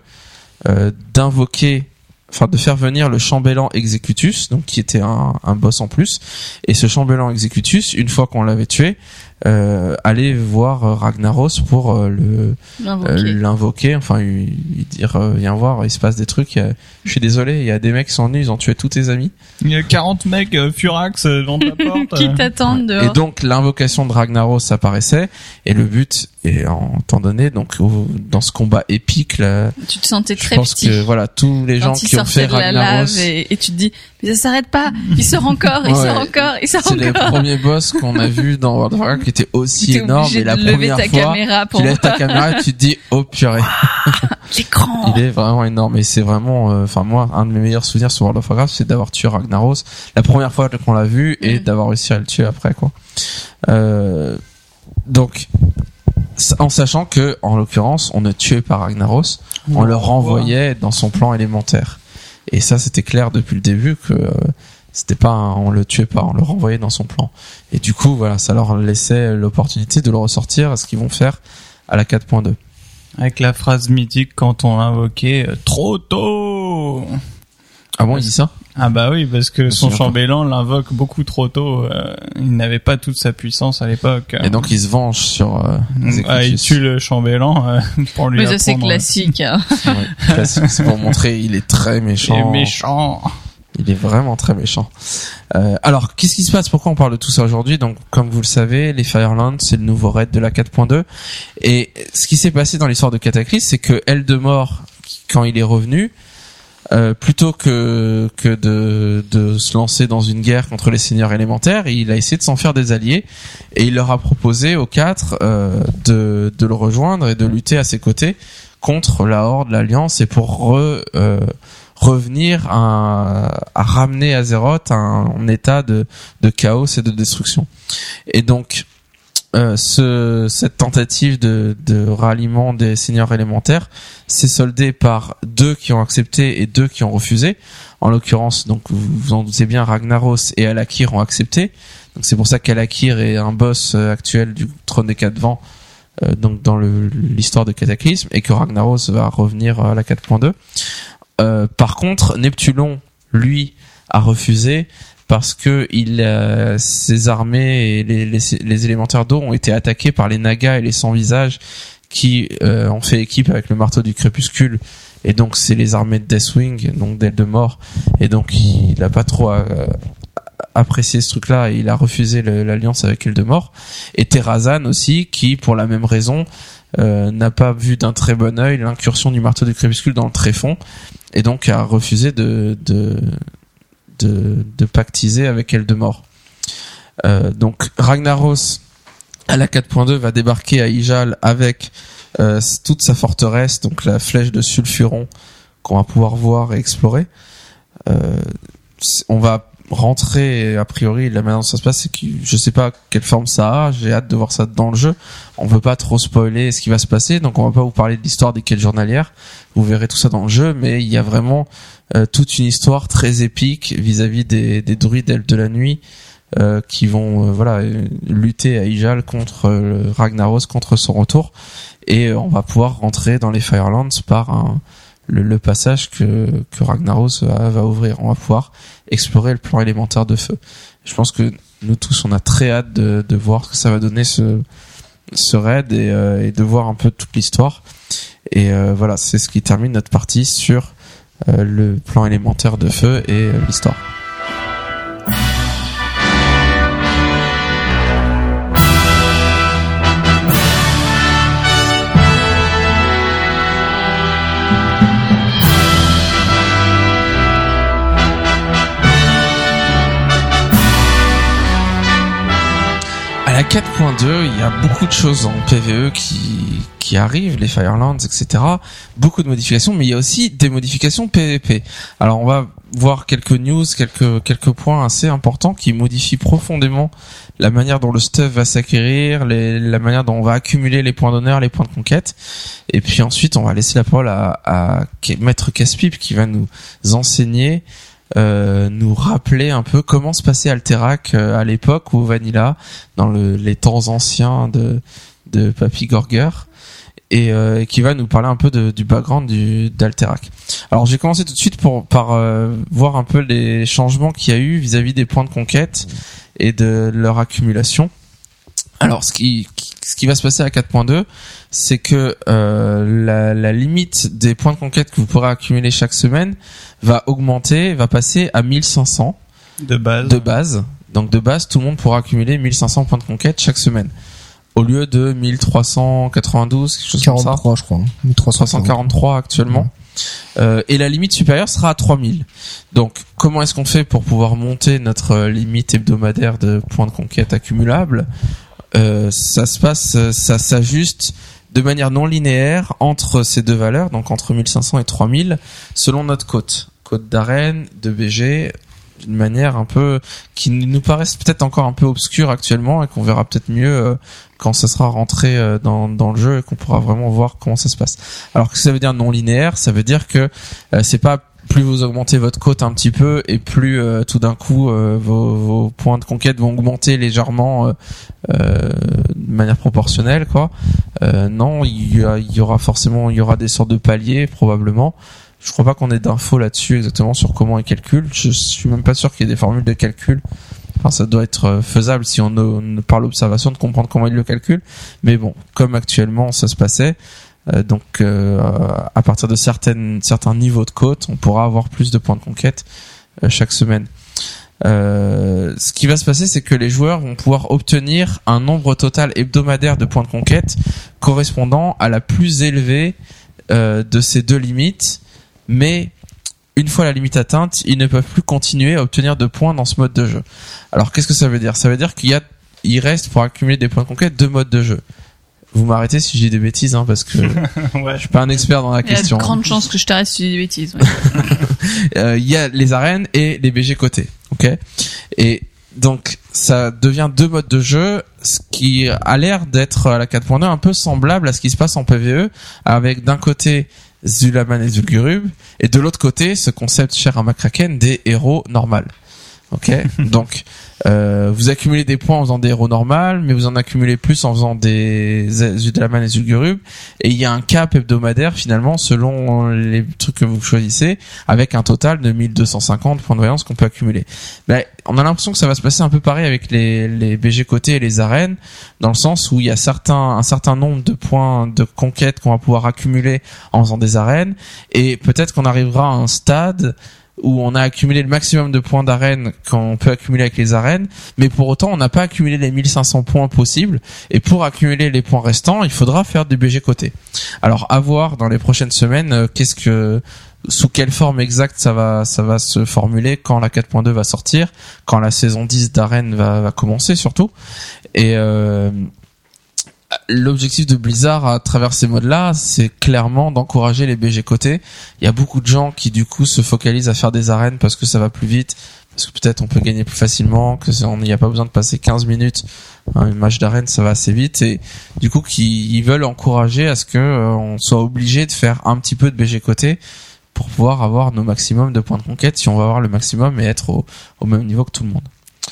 de faire venir le chambellan Executus, donc qui était un boss en plus, et ce chambellan Executus, une fois qu'on l'avait tué, aller voir Ragnaros pour l'invoquer, enfin lui dire viens voir, il se passe des trucs, je suis désolé, il y a des mecs qui sont venus, ils ont tué tous tes amis. Il y a 40 mecs Furax devant ta porte qui t'attendent dehors. Et donc l'invocation de Ragnaros apparaissait et le but est en temps donné donc dans ce combat épique là, tu te sentais très je pense petit. Que voilà tous les gens qui ont fait Ragnaros et tu te dis mais ça s'arrête pas, il sort encore, il sort encore. C'est les premiers boss qu'on a vu dans World of Warcraft qui étaient aussi énormes et la première fois tu lèves ta caméra et tu te dis oh purée. L'écran. Il est vraiment énorme et c'est vraiment enfin moi un de mes meilleurs souvenirs sur World of Warcraft c'est d'avoir tué Ragnaros la première fois qu'on l'a vu et d'avoir réussi à le tuer après quoi. Donc en sachant que en l'occurrence on ne tuait pas Ragnaros, on le renvoyait dans son plan élémentaire. Et ça c'était clair depuis le début que c'était pas on le tuait pas, on le renvoyait dans son plan. Et du coup voilà, ça leur laissait l'opportunité de le ressortir à ce qu'ils vont faire à la 4.2. Avec la phrase mythique quand on l'invoquait trop tôt. Ah bon, il dit ça? Ah bah oui, parce que son chambellan l'invoque beaucoup trop tôt. Il n'avait pas toute sa puissance à l'époque. Et donc il se venge sur il tue le chambellan pour lui apprendre. Mais ça c'est classique. Hein. Ouais, classique, c'est pour montrer il est très méchant. Il est méchant. Il est vraiment très méchant. Alors, qu'est-ce qui se passe? Pourquoi on parle de tout ça aujourd'hui? Donc, comme vous le savez, les Firelands, c'est le nouveau raid de la 4.2. Et ce qui s'est passé dans l'histoire de Cataclysme, c'est que Eldemort, quand il est revenu, plutôt que de se lancer dans une guerre contre les seigneurs élémentaires, il a essayé de s'en faire des alliés et il leur a proposé aux 4 de le rejoindre et de lutter à ses côtés contre la Horde, l'Alliance et pour revenir à ramener Azeroth à un état de chaos et de destruction. Et donc cette tentative de ralliement des seigneurs élémentaires s'est soldée par 2 qui ont accepté et 2 qui ont refusé. En l'occurrence, donc vous en doutez bien, Ragnaros et Al'Akir ont accepté. Donc c'est pour ça qu'Al'Akir est un boss actuel du Trône des Quatre Vents, donc dans l'histoire de Cataclysme, et que Ragnaros va revenir à la 4.2. Par contre, Neptulon, lui, a refusé parce que ses armées et les élémentaires d'eau ont été attaqués par les Nagas et les Sans-Visages qui ont fait équipe avec le marteau du crépuscule, et donc c'est les armées de Deathwing, donc d'Aile de Mort, et donc il a pas trop apprécié ce truc-là et il a refusé l'alliance avec Aile de Mort. Et Terrazan aussi, qui pour la même raison n'a pas vu d'un très bon œil l'incursion du marteau du crépuscule dans le tréfonds, et donc a refusé de pactiser avec Aile de Mort. Donc Ragnaros à la 4.2 va débarquer à Ijal avec toute sa forteresse, donc la flèche de Sulfuron qu'on va pouvoir voir et explorer. On va rentrer, a priori, la manière dont ça se passe, c'est que je sais pas quelle forme ça a, j'ai hâte de voir ça dans le jeu. On veut pas trop spoiler ce qui va se passer, donc on va pas vous parler de l'histoire des quêtes journalières, vous verrez tout ça dans le jeu, mais il y a vraiment toute une histoire très épique vis-à-vis des druides Elfes de la nuit qui vont lutter à Ijal contre Ragnaros, contre son retour, et on va pouvoir rentrer dans les Firelands par le passage que Ragnaros va ouvrir. On va pouvoir explorer le plan élémentaire de feu. Je pense que nous tous, on a très hâte de voir ce que ça va donner ce raid et de voir un peu toute l'histoire. Et voilà, c'est ce qui termine notre partie sur le plan élémentaire de feu et l'histoire. À la 4.2, il y a beaucoup de choses en PvE qui arrivent, les Firelands, etc. Beaucoup de modifications, mais il y a aussi des modifications PvP. Alors on va voir quelques news, quelques points assez importants qui modifient profondément la manière dont le stuff va s'acquérir, la manière dont on va accumuler les points d'honneur, les points de conquête. Et puis ensuite, on va laisser la parole à Maître Casse-Pipe qui va nous enseigner, nous rappeler un peu comment se passait Alterac à l'époque où Vanilla, dans les temps anciens de Papy Gorger, et qui va nous parler un peu du background d'Alterac. Alors j'ai commencé tout de suite par voir un peu les changements qu'il y a eu vis-à-vis des points de conquête et de leur accumulation. Alors ce qui va se passer à 4.2, c'est que la limite des points de conquête que vous pourrez accumuler chaque semaine va augmenter, va passer à 1500 de base. Donc de base, tout le monde pourra accumuler 1500 points de conquête chaque semaine, au lieu de 1392, quelque chose 43, comme ça. Je crois. 1343 actuellement. Et la limite supérieure sera à 3000. Donc, comment est-ce qu'on fait pour pouvoir monter notre limite hebdomadaire de points de conquête accumulables? Ça s'ajuste de manière non linéaire entre ces deux valeurs, donc entre 1500 et 3000, selon notre cote d'arène, de BG, d'une manière un peu qui nous paraissent peut-être encore un peu obscure actuellement et qu'on verra peut-être mieux quand ça sera rentré dans le jeu et qu'on pourra vraiment voir comment ça se passe. Alors que ça veut dire non linéaire, ça veut dire que c'est pas plus vous augmentez votre cote un petit peu et plus tout d'un coup vos points de conquête vont augmenter légèrement de manière proportionnelle quoi. Non, il y aura des sortes de paliers probablement. Je crois pas qu'on ait d'infos là-dessus exactement sur comment ils calculent. Je suis même pas sûr qu'il y ait des formules de calcul. Enfin, ça doit être faisable si on parle l'observation de comprendre comment ils le calculent. Mais bon, comme actuellement ça se passait, donc à partir de certains niveaux de cote, on pourra avoir plus de points de conquête chaque semaine. Ce qui va se passer, c'est que les joueurs vont pouvoir obtenir un nombre total hebdomadaire de points de conquête correspondant à la plus élevée de ces deux limites. Mais une fois la limite atteinte, ils ne peuvent plus continuer à obtenir de points dans ce mode de jeu. Alors qu'est-ce que ça veut dire ? Ça veut dire il reste pour accumuler des points de conquête deux modes de jeu. Vous m'arrêtez si je dis des bêtises, hein, parce que Ouais. je suis pas un expert dans la Il y a de question. grandes chances que je t'arrête si tu dis des bêtises. Ouais. Il y a les arènes et les BG cotés, ok. Et donc ça devient deux modes de jeu, ce qui a l'air d'être à la 4.2 un peu semblable à ce qui se passe en PvE, avec d'un côté Zulaman et Zul'Gurub, et de l'autre côté ce concept cher à McCracken des héros normales. Ok, donc vous accumulez des points en faisant des héros normales, mais vous en accumulez plus en faisant des Zulaman et Zul'Gurub, et il y a un cap hebdomadaire finalement selon les trucs que vous choisissez, avec un total de 1250 points de voyance qu'on peut accumuler. Mais on a l'impression que ça va se passer un peu pareil avec les BG cotés et les arènes, dans le sens où il y a un certain nombre de points de conquête qu'on va pouvoir accumuler en faisant des arènes, et peut-être qu'on arrivera à un stade où on a accumulé le maximum de points d'arène qu'on peut accumuler avec les arènes, mais pour autant on n'a pas accumulé les 1500 points possibles, et pour accumuler les points restants, il faudra faire du BG côté. Alors à voir dans les prochaines semaines sous quelle forme exacte ça va se formuler quand la 4.2 va sortir, quand la saison 10 d'arène va commencer surtout. Et l'objectif de Blizzard à travers ces modes-là, c'est clairement d'encourager les BG cotés. Il y a beaucoup de gens qui du coup se focalisent à faire des arènes parce que ça va plus vite, parce que peut-être on peut gagner plus facilement, que il n'y a pas besoin de passer 15 minutes. Un match d'arène, ça va assez vite, et du coup ils veulent encourager à ce que on soit obligé de faire un petit peu de BG cotés pour pouvoir avoir nos maximums de points de conquête, si on va avoir le maximum et être au même niveau que tout le monde.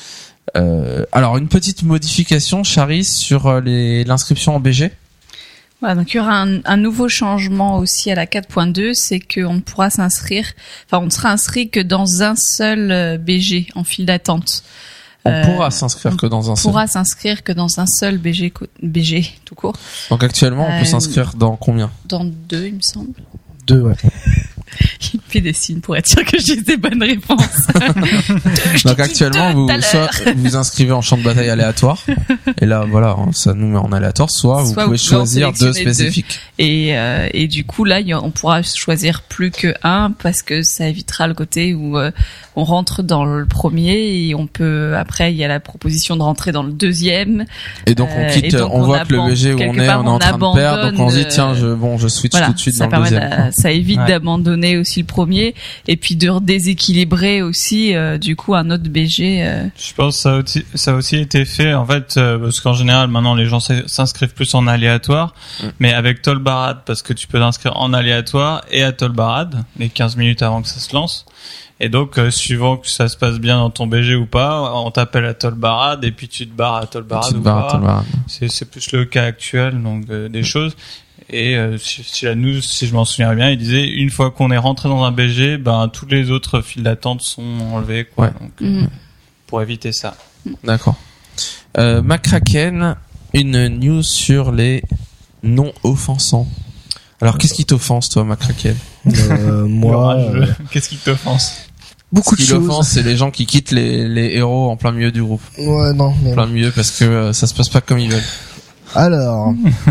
Alors une petite modification, Charis, sur l'inscription en BG. Voilà, donc il y aura un nouveau changement aussi à la 4.2, c'est qu'on ne pourra s'inscrire, enfin on ne sera inscrit que dans un seul BG en file d'attente. On pourra s'inscrire que dans un seul. On pourra s'inscrire que dans un seul BG tout court. Donc actuellement, on peut s'inscrire dans combien? Dans 2, il me semble. 2, ouais. Il fait des signes pour être sûr que j'ai des bonnes réponses. Donc actuellement, soit vous inscrivez en champ de bataille aléatoire, et là voilà, ça nous met en aléatoire, soit vous pouvez choisir 2 spécifiques. Et du coup là, on pourra choisir plus que un, parce que ça évitera le côté où on rentre dans le premier et on peut, après il y a la proposition de rentrer dans le deuxième. Et donc on quitte, on voit que le BG où on est en train de perdre, donc on se dit tiens, je switch tout de suite dans le deuxième. Ça évite d'abandonner aussi le premier, et puis de redéséquilibrer aussi du coup un autre BG. Je pense que ça a aussi été fait en fait parce qu'en général maintenant les gens s'inscrivent plus en aléatoire, mais avec Tolbarad, parce que tu peux t'inscrire en aléatoire et à Tolbarad les 15 minutes avant que ça se lance. Et donc, suivant que ça se passe bien dans ton BG ou pas, on t'appelle à Tolbarad et puis tu te barres à Tolbarad ou pas. C'est plus le cas actuel, donc des choses. Et si la news, si je m'en souviens bien, il disait une fois qu'on est rentré dans un BG, ben tous les autres files d'attente sont enlevés, quoi. Ouais. Donc, pour éviter ça. D'accord. McCracken, une news sur les non offensants. Alors qu'est-ce qui t'offense, toi, McCracken? Moi, qu'est-ce qui t'offense? Beaucoup de choses. Ce qui l'offense, c'est les gens qui quittent les héros en plein milieu du groupe. Ouais, non. Mais... En plein milieu, parce que ça se passe pas comme ils veulent. Alors,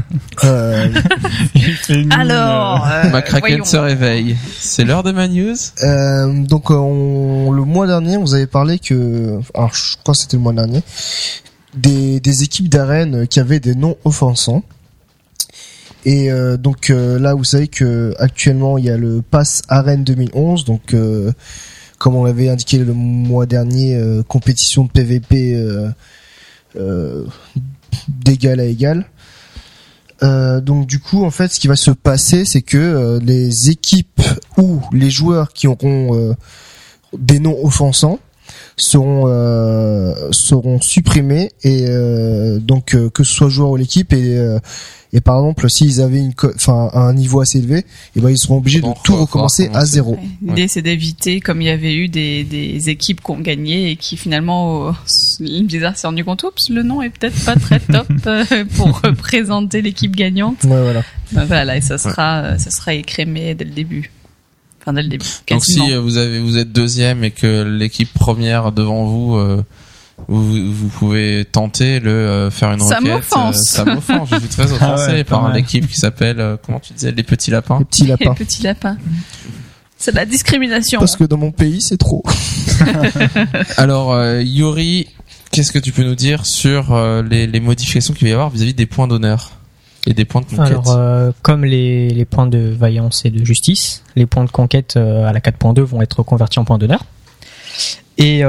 McCracken se réveille. C'est l'heure de ma news. Donc le mois dernier, vous avez parlé que, alors je crois que c'était le mois dernier, des équipes d'arène qui avaient des noms offensants. Et donc là, vous savez que actuellement il y a le Pass Arène 2011, donc comme on l'avait indiqué le mois dernier, compétition de PVP d'égal à égal. Donc du coup, en fait, ce qui va se passer, c'est que les équipes ou les joueurs qui auront des noms offensants seront supprimés, et donc que ce soit joueur ou l'équipe, et par exemple s'ils avaient un niveau assez élevé, et ben ils seront obligés de tout recommencer à zéro. L'idée c'est d'éviter, comme il y avait eu des équipes qui ont gagné et qui finalement Blizzard s'est rendu compte, oups, le nom est peut-être pas très top pour représenter l'équipe gagnante. Ouais, voilà. Donc voilà, et ça sera écrémé dès le début. Enfin, dès le début. Quasiment. Donc si vous êtes deuxième et que l'équipe première devant vous pouvez tenter faire une ça requête. M'offense. Ça m'offense. Je suis très offensé par l'équipe qui s'appelle, comment tu disais, les petits lapins. Les petits lapins. Les petits lapins. C'est de la discrimination. Parce que dans mon pays, c'est trop. Alors, Yuri, qu'est-ce que tu peux nous dire sur les modifications qu'il va y avoir vis-à-vis des points d'honneur? Et des points de conquête. Alors, comme les points de vaillance et de justice, les points de conquête à la 4.2 vont être convertis en points d'honneur. Et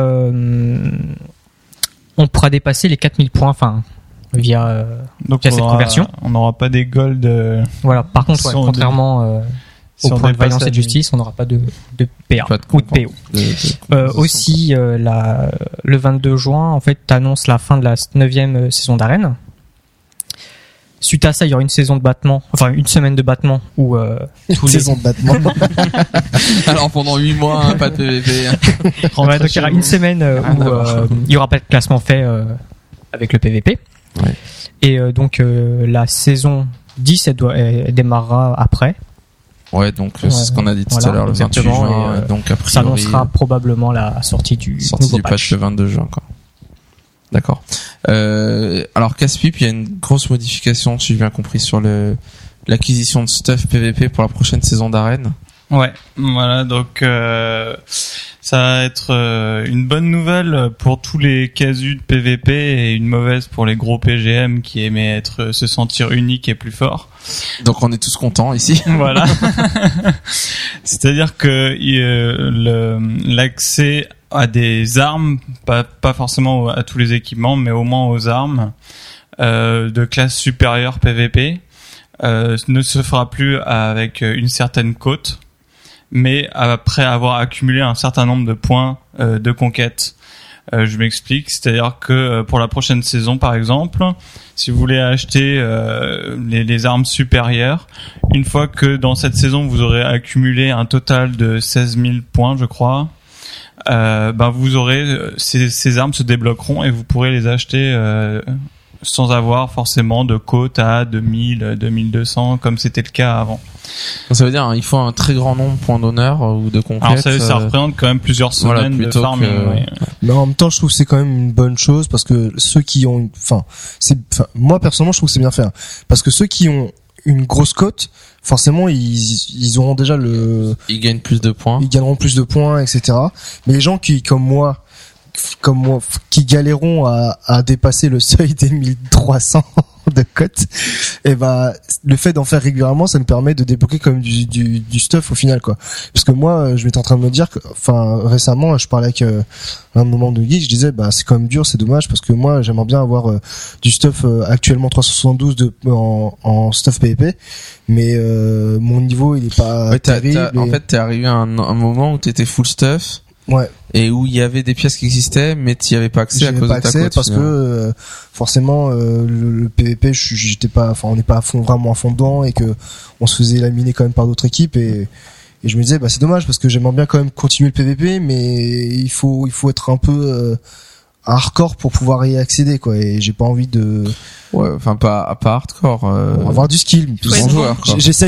on pourra dépasser les 4000 points, via cette conversion. On n'aura pas des gold. Voilà. Par contre, contrairement aux points de vaillance et de justice, on n'aura pas de PA ou de PO. Aussi, le 22 juin, en fait, t'annonces la fin de la 9e saison d'arène. Suite à ça, il y aura une saison de battement, une semaine de battement où saison de battement. Alors pendant 8 mois, pas de PVP. Donc il y aura une semaine où il y aura pas de classement fait avec le PVP. Ouais. Et donc la saison 10, elle démarrera après. Ouais, donc c'est ce qu'on a dit tout à l'heure, le 28 juin. Donc a priori, ça annoncera probablement la sortie du nouveau patch le 22 juin, quoi. D'accord. Alors Casse-Pipe, il y a une grosse modification, si j'ai bien compris, sur l'acquisition de stuff PVP pour la prochaine saison d'arène. Ouais, voilà, donc ça va être une bonne nouvelle pour tous les casus de PVP et une mauvaise pour les gros PGM qui aimaient se sentir unique et plus fort. Donc on est tous contents ici. Voilà. C'est-à-dire que l'accès à des armes, pas forcément à tous les équipements, mais au moins aux armes de classe supérieure PVP, ne se fera plus avec une certaine cote, mais après avoir accumulé un certain nombre de points de conquête. Je m'explique, c'est-à-dire que pour la prochaine saison, par exemple, si vous voulez acheter les armes supérieures, une fois que dans cette saison vous aurez accumulé un total de 16 000 points, je crois, vous aurez ces armes se débloqueront et vous pourrez les acheter sans avoir forcément de cote à 2000, 2200 comme c'était le cas avant. Ça veut dire il faut un très grand nombre de points d'honneur ou de conquête. Alors ça représente quand même plusieurs semaines de farming. Ouais. Mais en même temps, je trouve que c'est quand même une bonne chose parce que ceux qui ont, moi personnellement, je trouve que c'est bien fait, parce que ceux qui ont une grosse cote, forcément, ils auront déjà ils gagnent plus de points. Ils gagneront plus de points, etc. Mais les gens qui, comme moi, qui galéreront à dépasser le seuil des 1300 de cote, le fait d'en faire régulièrement, ça me permet de débloquer quand même du stuff au final, quoi. Parce que moi, je m'étais en train de me dire que, récemment, je parlais avec un moment de geek, je disais, c'est quand même dur, c'est dommage, parce que moi, j'aimerais bien avoir du stuff actuellement 372 en stuff PvP, mais mon niveau, il est pas terrible. En fait, t'es arrivé à un moment où t'étais full stuff. Ouais. Et où il y avait des pièces qui existaient, mais tu n'y avais pas accès à cause de ta cote. Parce que forcément le PVP, on n'est pas vraiment à fond dedans et que on se faisait laminer quand même par d'autres équipes et je me disais c'est dommage parce que j'aimerais bien quand même continuer le PVP, mais il faut être un peu hardcore pour pouvoir y accéder, quoi. Et j'ai pas envie de pas hardcore, avoir du skill, bon joueur, quoi. J'essaie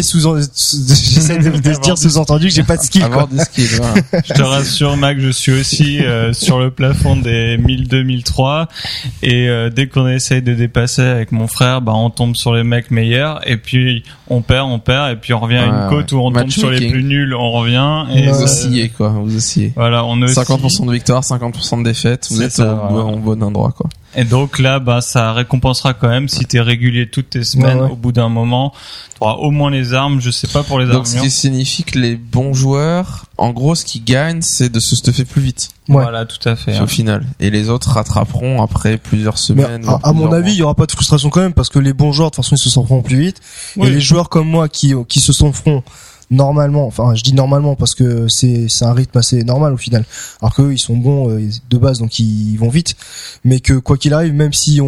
de dire sous-entendu que j'ai pas de skill, avoir des skills, voilà. Je te rassure, Mac, je suis aussi sur le plafond des 1002-1003 et dès qu'on essaye de dépasser avec mon frère, on tombe sur les mecs meilleurs et puis on perd et puis on revient à une côte où on tombe sur les plus nuls, on revient et vous oscillez, quoi. Vous oscillez. Voilà, on oscille. 50% de victoire, 50% de défaite. Vous êtes au bon endroit, quoi. Et donc là, ça récompensera quand même si t'es régulier toutes tes semaines. Au bout d'un moment, t'auras au moins les armes. Je sais pas pour les armes. Donc ce qui signifie que les bons joueurs, en gros, ce qu'ils gagnent, c'est de se stuffer plus vite. Ouais. Voilà, tout à fait. Au final. Et les autres rattraperont après plusieurs semaines. Mais à mon avis, il y aura pas de frustration quand même parce que les bons joueurs, de toute façon, ils se s'enferont plus vite. Oui. Et les joueurs comme moi qui se s'enferont normalement, je dis normalement parce que c'est un rythme assez normal au final, alors qu'eux ils sont bons de base donc ils vont vite, mais que quoi qu'il arrive, même si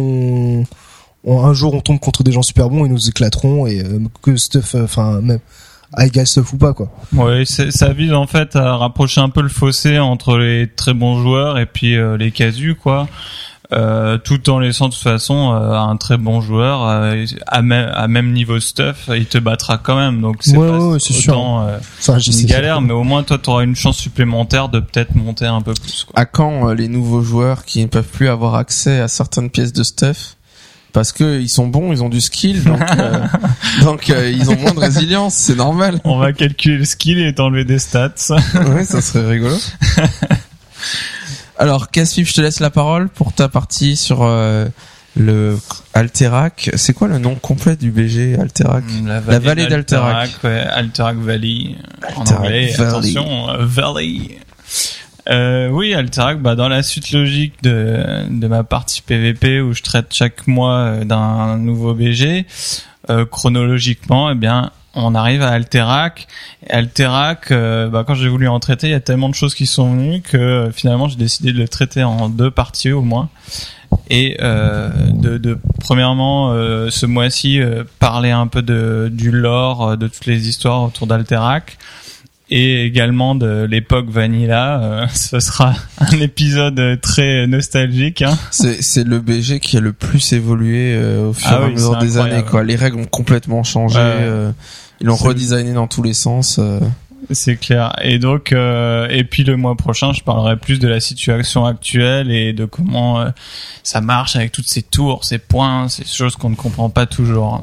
un jour on tombe contre des gens super bons, ils nous éclateront et que stuff, même à égal stuff ou pas, quoi. Ouais, ça vise en fait à rapprocher un peu le fossé entre les très bons joueurs et puis les casus, quoi. Tout en laissant de toute façon un très bon joueur à même niveau stuff, il te battra quand même, donc c'est pas autant une galère, mais au moins toi t'auras une chance supplémentaire de peut-être monter un peu plus, quoi. À quand les nouveaux joueurs qui ne peuvent plus avoir accès à certaines pièces de stuff parce que ils sont bons, ils ont du skill, donc ils ont moins de résilience, c'est normal. On va calculer le skill et t'enlever des stats. Ouais, ça serait rigolo. Alors, Casse-Pipe, je te laisse la parole pour ta partie sur le Alterac. C'est quoi le nom complet du BG Alterac? La vallée d'Alterac. Ouais, Alterac Valley. En Alterac anglais, Valley. attention, Valley. Oui, Alterac, dans la suite logique de ma partie PVP où je traite chaque mois d'un nouveau BG, chronologiquement, on arrive à Alterac. Et Alterac, quand j'ai voulu en traiter, il y a tellement de choses qui sont venues que finalement j'ai décidé de le traiter en 2 parties au moins. Et premièrement, ce mois-ci, parler un peu du lore, de toutes les histoires autour d'Alterac. Et également de l'époque Vanilla, ce sera un épisode très nostalgique. Hein. C'est le BG qui a le plus évolué au fur et à mesure des années. Quoi. Les règles ont complètement changé. Ils l'ont redesigné dans tous les sens. C'est clair. Et donc, et puis le mois prochain, je parlerai plus de la situation actuelle et de comment ça marche avec toutes ces tours, ces points, ces choses qu'on ne comprend pas toujours.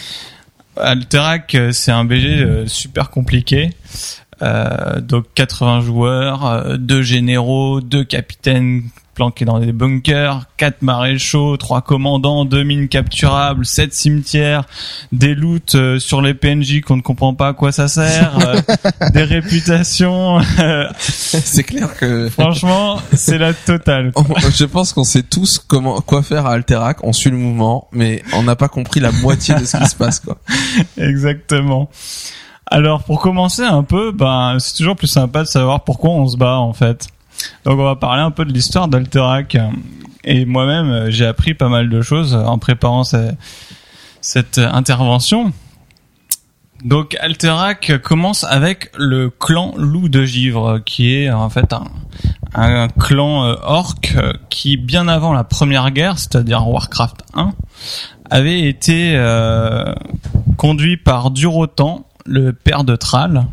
Alterac, c'est un BG super compliqué. Donc 80 joueurs, 2 généraux, 2 capitaines planqués dans des bunkers, 4 maréchaux, 3 commandants, 2 mines capturables, 7 cimetières, des loots sur les PNJ qu'on ne comprend pas à quoi ça sert, des réputations. C'est clair que franchement, c'est la totale. Je pense qu'on sait tous quoi faire à Alterac, on suit le mouvement, mais on n'a pas compris la moitié de ce qui se passe, quoi. Exactement. Alors, pour commencer un peu, c'est toujours plus sympa de savoir pourquoi on se bat, en fait. Donc, on va parler un peu de l'histoire d'Alterac. Et moi-même, j'ai appris pas mal de choses en préparant cette intervention. Donc, Alterac commence avec le clan Loup de Givre, qui est en fait un clan orc qui, bien avant la Première Guerre, c'est-à-dire Warcraft 1, avait été conduit par Durotan, le père de Thrall,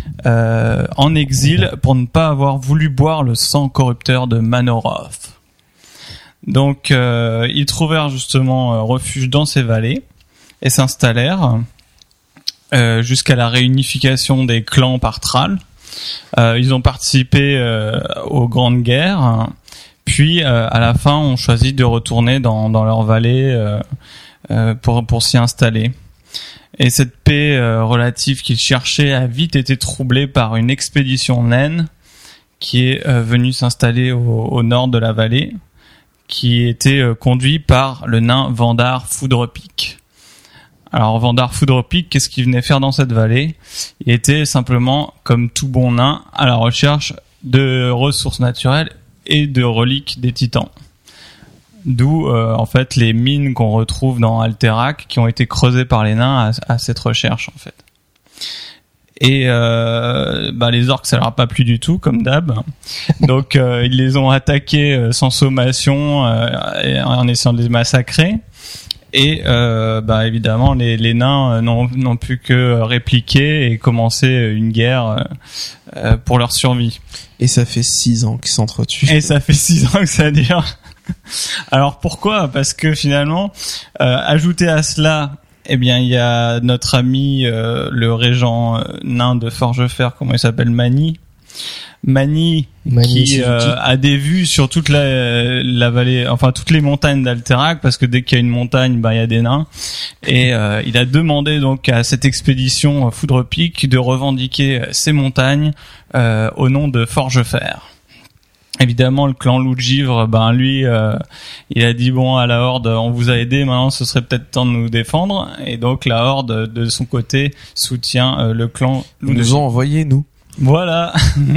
en exil pour ne pas avoir voulu boire le sang corrupteur de Manoroth. Donc, ils trouvèrent justement refuge dans ces vallées et s'installèrent jusqu'à la réunification des clans par Thrall. Ils ont participé aux grandes guerres, puis à la fin, ont choisi de retourner dans leur vallée pour s'y installer. Et cette paix relative qu'ils cherchaient a vite été troublée par une expédition naine qui est venue s'installer au nord de la vallée, qui était conduite par le nain Vandar Foudrepique. Alors Vandar Foudrepique, qu'est-ce qu'il venait faire dans cette vallée? Il était simplement, comme tout bon nain, à la recherche de ressources naturelles et de reliques des titans. D'où en fait les mines qu'on retrouve dans Alterac qui ont été creusées par les nains à cette recherche en fait. Et les orques ça leur a pas plu du tout comme d'hab. Donc ils les ont attaqués sans sommation en essayant de les massacrer. Et évidemment les nains n'ont pu que répliquer et commencer une guerre pour leur survie. Et ça fait 6 ans qu'ils s'entretuent. Et ça fait 6 ans que ça dure. Alors pourquoi? Parce que finalement, ajouté à cela, il y a notre ami le régent nain de Forgefer, comment il s'appelle, Mani qui a des vues sur toute la vallée, enfin toutes les montagnes d'Alterac, parce que dès qu'il y a une montagne, il y a des nains. Et il a demandé donc à cette expédition Foudrepique de revendiquer ces montagnes au nom de Forgefer. Évidemment, le clan Loup de Givre, lui, il a dit bon à la Horde, on vous a aidé, maintenant ce serait peut-être temps de nous défendre. Et donc la Horde, de son côté, soutient le clan Loup de Givre. Ils nous ont envoyé, nous. Voilà.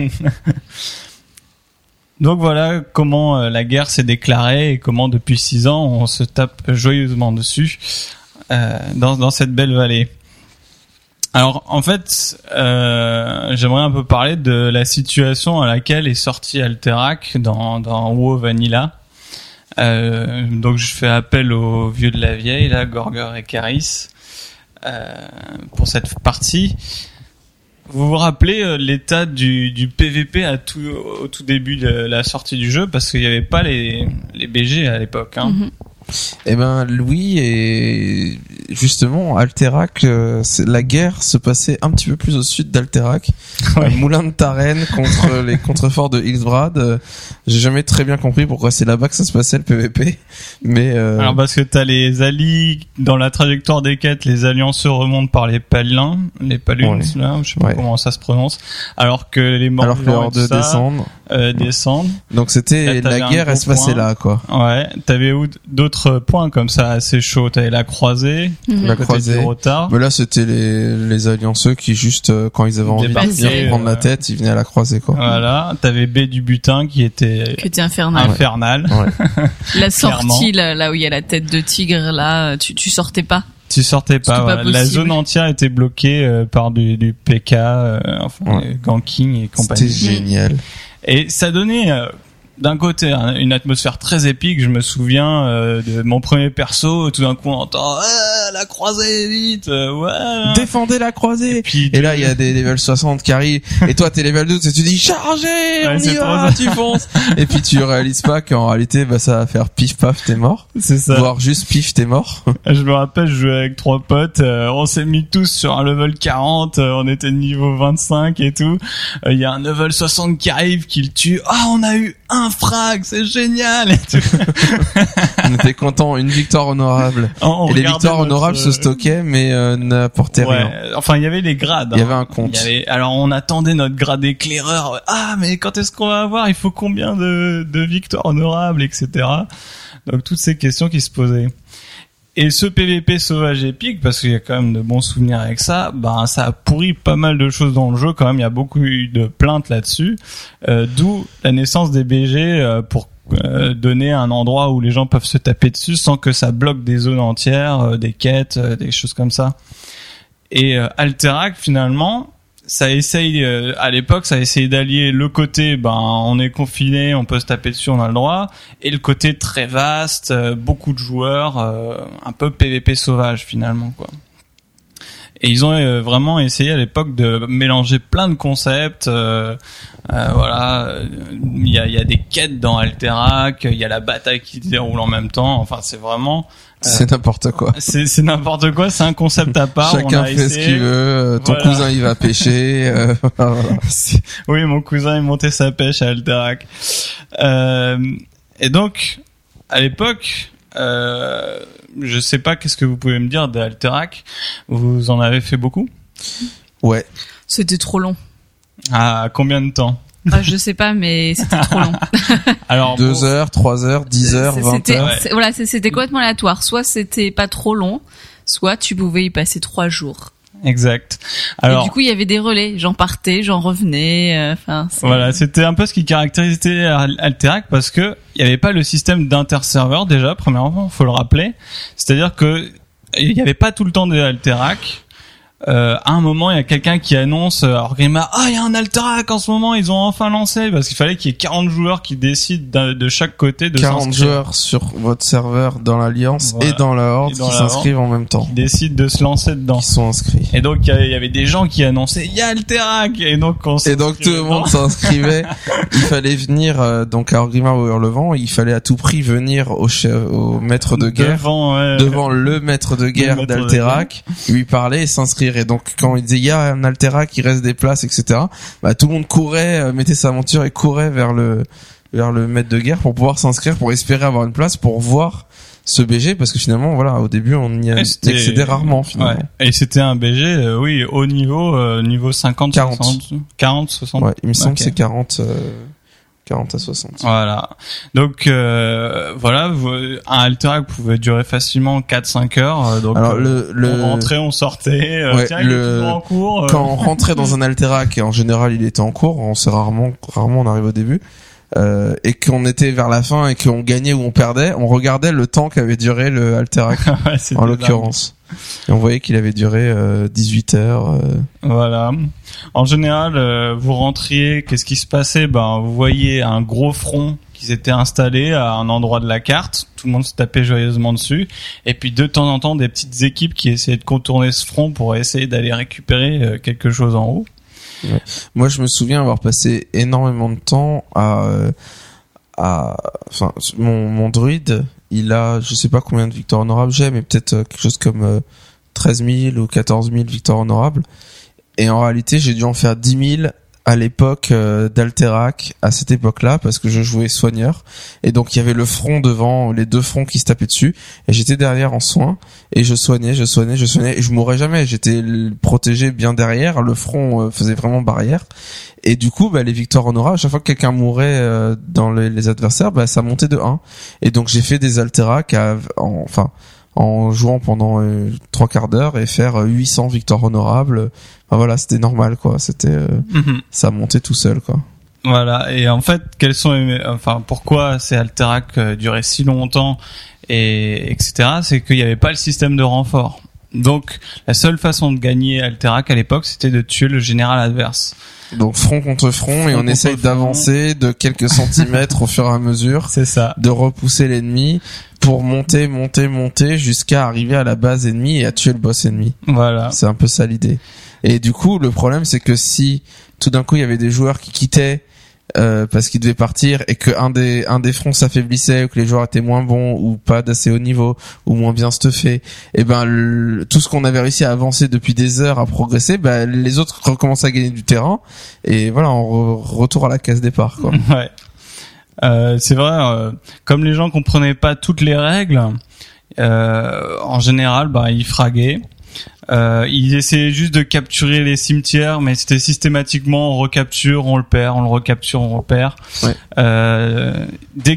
Donc voilà comment la guerre s'est déclarée et comment depuis 6 ans on se tape joyeusement dessus dans cette belle vallée. Alors en fait, j'aimerais un peu parler de la situation à laquelle est sorti Alterac dans WoW Vanilla. Donc je fais appel aux vieux de la vieille, là, Gorger et Caris, pour cette partie. Vous vous rappelez l'état du PVP au tout début de la sortie du jeu, parce qu'il n'y avait pas les BG à l'époque. Hein. Eh ben oui, et justement Alterac, la guerre se passait un petit peu plus au sud d'Alterac, Moulin de Tarenne contre les contreforts de Hillsbrad. J'ai jamais très bien compris pourquoi c'est là-bas que ça se passait le PVP, mais alors parce que t'as les alliés dans la trajectoire des quêtes, les alliances remontent par les Palins, là, je sais pas comment ça se prononce, alors que les Morts de descendent. Donc c'était là, la guerre, elle se passait là, quoi. Ouais, t'avais d'autres points comme ça assez chauds. T'avais la croisée, la croisée. Mais là, c'était les allianceux qui juste quand ils avaient envie de venir prendre la tête, ils venaient à la croisée, quoi. Voilà, t'avais Baie du Butin qui était infernal. Ouais. La sortie là où il y a la tête de tigre, là, tu sortais pas. Tu sortais pas, voilà. La zone entière était bloquée par du PK, ganking et compagnie. C'était génial. Et ça donnait d'un côté une atmosphère très épique. Je me souviens de mon premier perso, tout d'un coup on entend la croisée vite, défendez la croisée. Et là il y a des level 60 qui arrivent et toi t'es level 12 et tu dis chargez, on y va, tu fonces. Et puis tu réalises pas qu'en réalité ça va faire pif paf t'es mort. C'est ça. Voire juste pif t'es mort. Je me rappelle, je jouais avec 3 potes, on s'est mis tous sur un level 40, on était niveau 25 et tout. Il y a un level 60 qui arrive, qui le tue. On a eu un frag, c'est génial. Et tout. On était contents, une victoire honorable. Et les victoires honorables se stockaient mais n'apportaient rien. Enfin, il y avait les grades. Il y avait un compte. Alors on attendait notre grade d'éclaireur. Mais quand est-ce qu'on va avoir? Il faut combien de victoires honorables, etc. Donc toutes ces questions qui se posaient. Et ce PVP sauvage épique, parce qu'il y a quand même de bons souvenirs avec ça, ça a pourri pas mal de choses dans le jeu quand même. Il y a beaucoup eu de plaintes là-dessus, d'où la naissance des BG pour donner un endroit où les gens peuvent se taper dessus sans que ça bloque des zones entières, des quêtes, des choses comme ça. Et Alterac finalement, ça essaye à l'époque, ça a essayé d'allier le côté on est confiné, on peut se taper dessus, on a le droit, et le côté très vaste, beaucoup de joueurs, un peu PVP sauvage finalement, quoi. Et ils ont vraiment essayé à l'époque de mélanger plein de concepts. Voilà, il y a des quêtes dans Alterac, il y a la bataille qui se déroule en même temps. Enfin, c'est vraiment c'est n'importe quoi. C'est n'importe quoi, c'est un concept à part. Chacun fait ce qu'il veut, ton cousin il va pêcher. Voilà. Oui, mon cousin il montait sa pêche à Alterac. Et donc, à l'époque, je sais pas qu'est-ce que vous pouvez me dire d'Alterac. Vous en avez fait beaucoup? Ouais. C'était trop long. Combien de temps? Je sais pas, mais c'était trop long. Alors 2 heures, 3 heures, 10 heures, 20 heures. Voilà, c'était complètement aléatoire. Soit c'était pas trop long, soit tu pouvais y passer 3 jours. Exact. Alors, et du coup, il y avait des relais. J'en partais, j'en revenais. Voilà, c'était un peu ce qui caractérisait Alterac parce que il y avait pas le système d'interserveur déjà. Premièrement, faut le rappeler. C'est-à-dire que il y avait pas tout le temps de Alterac. À un moment, il y a quelqu'un qui annonce à Orgrimmar, il y a un Alterac en ce moment, ils ont enfin lancé, parce qu'il fallait qu'il y ait 40 joueurs qui décident de chaque côté de 40 s'inscrire. joueurs sur votre serveur dans l'Alliance, voilà. Et dans la Horde qui s'inscrivent en même temps. Qui décident de se lancer dedans. Qui sont inscrits. Et donc, il y avait des gens qui annonçaient, il y a Alterac! Et donc, tout le monde s'inscrivait. Il fallait venir, donc à Orgrimmar ou Hurlevent, il fallait à tout prix venir au maître de guerre. Devant le maître de guerre d'Alterac, lui parler et s'inscrire. Et donc, quand il disait, il y a un Alterac, il reste des places, etc., tout le monde courait, mettait sa monture et courait vers le maître de guerre pour pouvoir s'inscrire, pour espérer avoir une place, pour voir ce BG, parce que finalement, voilà, au début, on y accédait rarement, finalement. Ouais. Et c'était un BG, haut niveau, niveau 50, 40, 60. Ouais, il me semble que c'est 40 à 60. Voilà. Donc voilà, un Alterac pouvait durer facilement 4-5 heures. Donc alors, on rentrait, on sortait. Tiens, il est toujours en cours. Quand on rentrait dans un Alterac, et en général il était en cours, on sait rarement on arrive au début. Et qu'on était vers la fin et qu'on gagnait ou on perdait, on regardait le temps qu'avait duré le Alterac, en l'occurrence. Et on voyait qu'il avait duré 18 heures. Voilà. En général, vous rentriez, qu'est-ce qui se passait? Vous voyez un gros front qui s'était installé à un endroit de la carte. Tout le monde se tapait joyeusement dessus. Et puis de temps en temps, des petites équipes qui essayaient de contourner ce front pour essayer d'aller récupérer quelque chose en haut. Ouais. Moi, je me souviens avoir passé énormément de temps mon druide, il a, je sais pas combien de victoires honorables j'ai, mais peut-être quelque chose comme 13 000 ou 14 000 victoires honorables. Et en réalité, j'ai dû en faire 10 000 à l'époque d'Alterac, à cette époque-là, parce que je jouais soigneur. Et donc, il y avait le front devant, les deux fronts qui se tapaient dessus. Et j'étais derrière en soin. Et je soignais. Et je mourrais jamais. J'étais protégé bien derrière. Le front faisait vraiment barrière. Et du coup, les victoires honorables, à chaque fois que quelqu'un mourait dans les adversaires, ça montait de 1. Et donc, j'ai fait des Alterac en jouant pendant 3 quarts d'heure et faire 800 victoires honorables. Enfin, voilà, c'était normal, quoi. C'était ça montait tout seul, quoi. Voilà. Et en fait, pourquoi ces Alterac duraient si longtemps et etc. C'est qu'il n'y avait pas le système de renfort. Donc, la seule façon de gagner Alterac à l'époque, c'était de tuer le général adverse. Donc front contre front et on essaye d'avancer de quelques centimètres au fur et à mesure. C'est ça. De repousser l'ennemi pour monter jusqu'à arriver à la base ennemie et à tuer le boss ennemi. Voilà. C'est un peu ça l'idée. Et du coup, le problème c'est que si tout d'un coup il y avait des joueurs qui quittaient parce qu'ils devaient partir et que un des fronts s'affaiblissait ou que les joueurs étaient moins bons ou pas d'assez haut niveau ou moins bien stuffés, et tout ce qu'on avait réussi à avancer depuis des heures à progresser, les autres recommençaient à gagner du terrain et voilà, on retour à la case départ, quoi. Ouais. C'est vrai, comme les gens comprenaient pas toutes les règles, en général, ils fraguaient. Ils essayaient juste de capturer les cimetières, mais c'était systématiquement on recapture, on le perd, on le recapture, on le perd. Ouais. Dès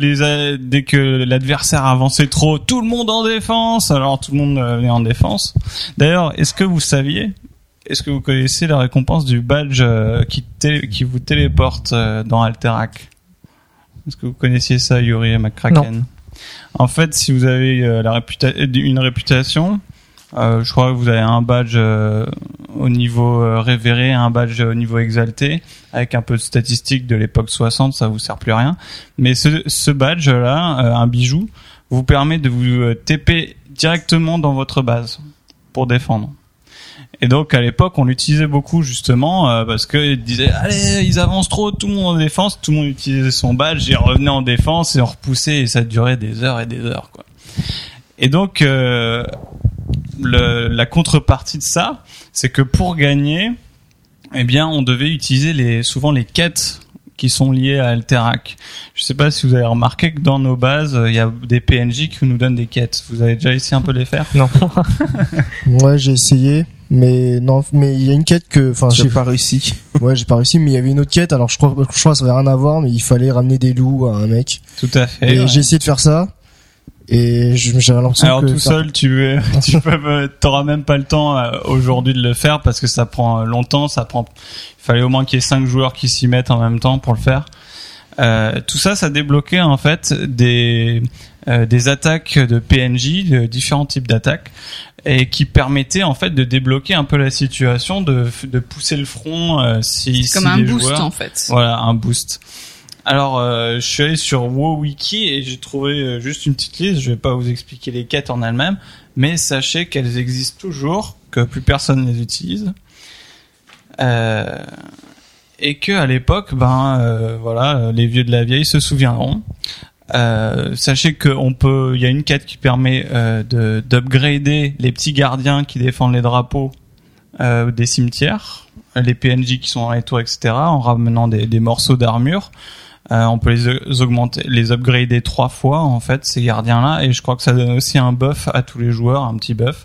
que l'adversaire avançait trop, tout le monde en défense. Alors tout le monde venait en défense. D'ailleurs, est-ce que vous connaissez la récompense du badge qui vous téléporte dans Alterac? Est-ce que vous connaissiez ça, Yuri et McCracken? Non. En fait, si vous avez une réputation, je crois que vous avez un badge au niveau révéré, un badge au niveau exalté, avec un peu de statistiques de l'époque 60, ça vous sert plus à rien. Mais ce badge-là, un bijou, vous permet de vous TP directement dans votre base pour défendre. Et donc à l'époque, on l'utilisait beaucoup justement parce que ils disaient allez, ils avancent trop, tout le monde en défense, tout le monde utilisait son badge, et revenait en défense et on repoussait et ça durait des heures et des heures, quoi. Et donc la contrepartie de ça, c'est que pour gagner, on devait utiliser souvent les quêtes qui sont liées à Alterac. Je sais pas si vous avez remarqué que dans nos bases, il y a des PNJ qui nous donnent des quêtes. Vous avez déjà essayé un peu de les faire? Non. Ouais, j'ai essayé, mais il y a une quête j'ai pas réussi. Ouais, j'ai pas réussi, mais il y avait une autre quête. Alors je crois que ça avait rien à voir, mais il fallait ramener des loups à un mec. Tout à fait. Et j'ai essayé de faire ça. Et j'avais l'impression alors tout seul, t'auras même pas le temps aujourd'hui de le faire parce que ça prend longtemps. Il fallait au moins qu'il y ait 5 joueurs qui s'y mettent en même temps pour le faire. Tout ça débloquait en fait des attaques de PNJ, de différents types d'attaques, et qui permettaient en fait de débloquer un peu la situation, de pousser le front si comme un boost joueurs, en fait. Voilà, un boost. Alors, je suis allé sur WoWiki et j'ai trouvé juste une petite liste. Je vais pas vous expliquer les quêtes en elles-mêmes, mais sachez qu'elles existent toujours, que plus personne les utilise, et que à l'époque, les vieux de la vieille se souviendront. Sachez que il y a une quête qui permet d'upgrader les petits gardiens qui défendent les drapeaux des cimetières, les PNJ qui sont dans les tours, etc., en ramenant des morceaux d'armure. On peut les augmenter, les upgrader 3 fois en fait, ces gardiens-là, et je crois que ça donne aussi un buff à tous les joueurs, un petit buff.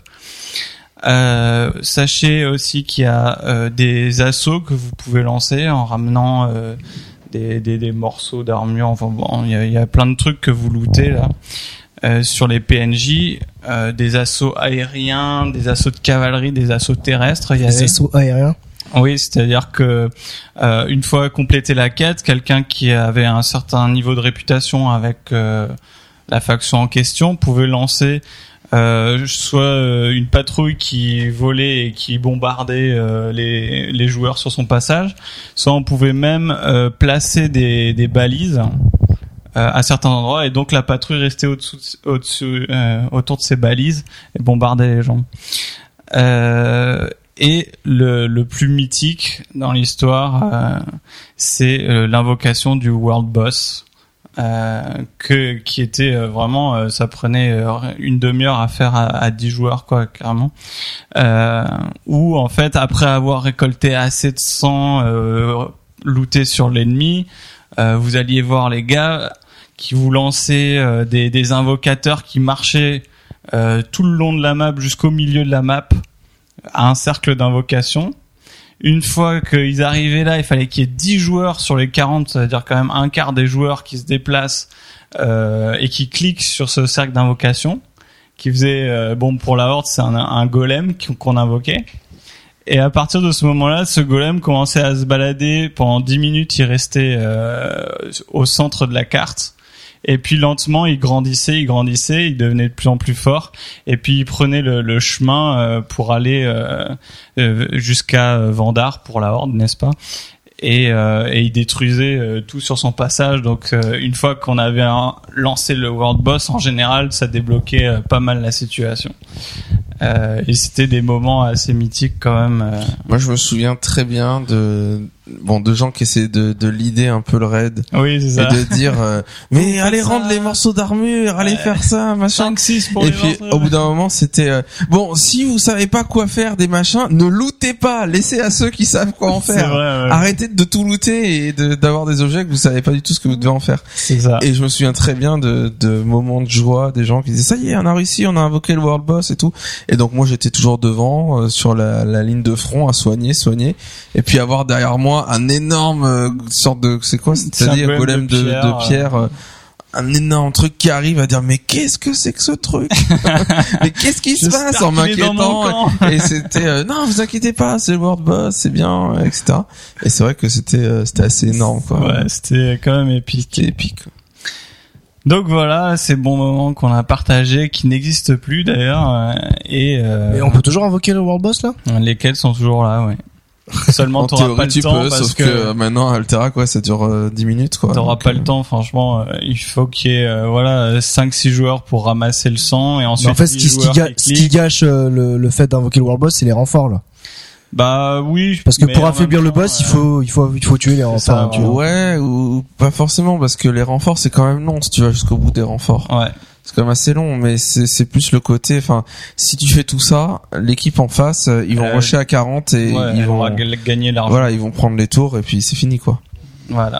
Sachez aussi qu'il y a des assauts que vous pouvez lancer en ramenant des morceaux d'armure. Enfin bon, il y a plein de trucs que vous lootez là. Sur les PNJ, des assauts aériens, des assauts de cavalerie, des assauts terrestres. Des assauts aériens. Oui, c'est-à-dire que une fois complété la quête, quelqu'un qui avait un certain niveau de réputation avec la faction en question pouvait lancer soit une patrouille qui volait et qui bombardait les joueurs sur son passage, soit on pouvait même placer des balises à certains endroits, et donc la patrouille restait autour de ces balises et bombardait les gens. Et le plus mythique dans l'histoire, c'est l'invocation du World Boss, qui était vraiment, ça prenait une demi-heure à faire à 10 joueurs, quoi, carrément. Où en fait, après avoir récolté assez de sang looté sur l'ennemi, vous alliez voir les gars qui vous lançaient des invocateurs qui marchaient tout le long de la map jusqu'au milieu de la map à un cercle d'invocation. Une fois qu'ils arrivaient là, il fallait qu'il y ait 10 joueurs sur les 40, c'est-à-dire quand même un quart des joueurs qui se déplacent et qui cliquent sur ce cercle d'invocation, qui faisait, pour la horde, c'est un golem qu'on invoquait. Et à partir de ce moment-là, ce golem commençait à se balader pendant 10 minutes, il restait au centre de la carte. Et puis lentement, il grandissait, il devenait de plus en plus fort. Et puis il prenait le chemin pour aller jusqu'à Vandar pour la Horde, n'est-ce pas ? Et il détruisait tout sur son passage. Donc une fois qu'on avait lancé le World Boss, en général, ça débloquait pas mal la situation. Et c'était des moments assez mythiques quand même. Moi, je me souviens très bien de gens qui essaient de leader un peu le raid. Oui, c'est ça. Et de dire mais allez rendre les morceaux d'armure, allez faire ça, machin. 5-6 pour et les puis morceaux. Au bout d'un moment, c'était si vous savez pas quoi faire des machins, ne lootez pas, laissez à ceux qui savent quoi en faire. C'est vrai, ouais. Arrêtez de tout looter et d'avoir des objets que vous savez pas du tout ce que vous devez en faire. C'est ça. Et je me souviens très bien de moments de joie, des gens qui disaient ça y est, on a réussi, on a invoqué le World Boss et tout. Et donc moi j'étais toujours devant sur la ligne de front à soigner et puis avoir derrière moi un énorme sorte de c'est-à-dire un golem de pierre un énorme truc qui arrive à dire mais qu'est-ce que c'est que ce truc mais qu'est-ce qui se passe en m'inquiétant et c'était non vous inquiétez pas c'est le World Boss c'est bien etc. Et c'est vrai que c'était assez énorme quoi. Ouais, c'était quand même épique. C'était épique. Donc voilà, ces bons moments qu'on a partagés, qui n'existent plus d'ailleurs, et on peut toujours invoquer le World Boss là ? Lesquels sont toujours là, ouais. Seulement en t'auras théorie, pas le tu temps peux, parce sauf que maintenant Altera quoi, ça dure 10 minutes quoi. T'auras donc, pas le temps, franchement. Il faut qu'il y ait 5-6 joueurs pour ramasser le sang et ensuite. Mais en fait, ce qui gâche le fait d'invoquer le World Boss, c'est les renforts là. Bah oui. Parce que pour affaiblir le boss, il faut tuer les renforts. Ouais, ou pas forcément parce que les renforts c'est quand même long si tu vas jusqu'au bout des renforts. Ouais. C'est quand même assez long, mais c'est plus le côté. Enfin, si tu fais tout ça, l'équipe en face, ils vont rusher à 40 et ils vont gagner l'argent. Voilà, ils vont prendre les tours et puis c'est fini quoi. Voilà.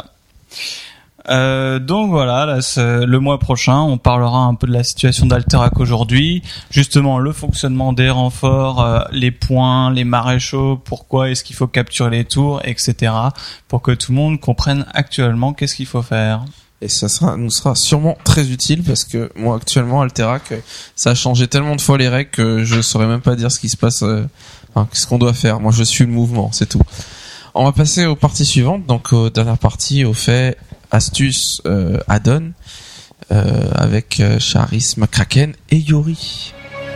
Donc voilà, là, le mois prochain, on parlera un peu de la situation d'Alterac aujourd'hui, justement le fonctionnement des renforts, les points, les maréchaux, pourquoi est-ce qu'il faut capturer les tours, etc. pour que tout le monde comprenne actuellement qu'est-ce qu'il faut faire. Et ça nous sera sûrement très utile parce que moi actuellement Alterac, ça a changé tellement de fois les règles que je saurais même pas dire ce qui se passe, ce qu'on doit faire. Moi je suis le mouvement, c'est tout. On va passer aux parties suivantes, donc aux dernières parties, aux faits, astuces, add-on, avec Charis, McCracken et Yori.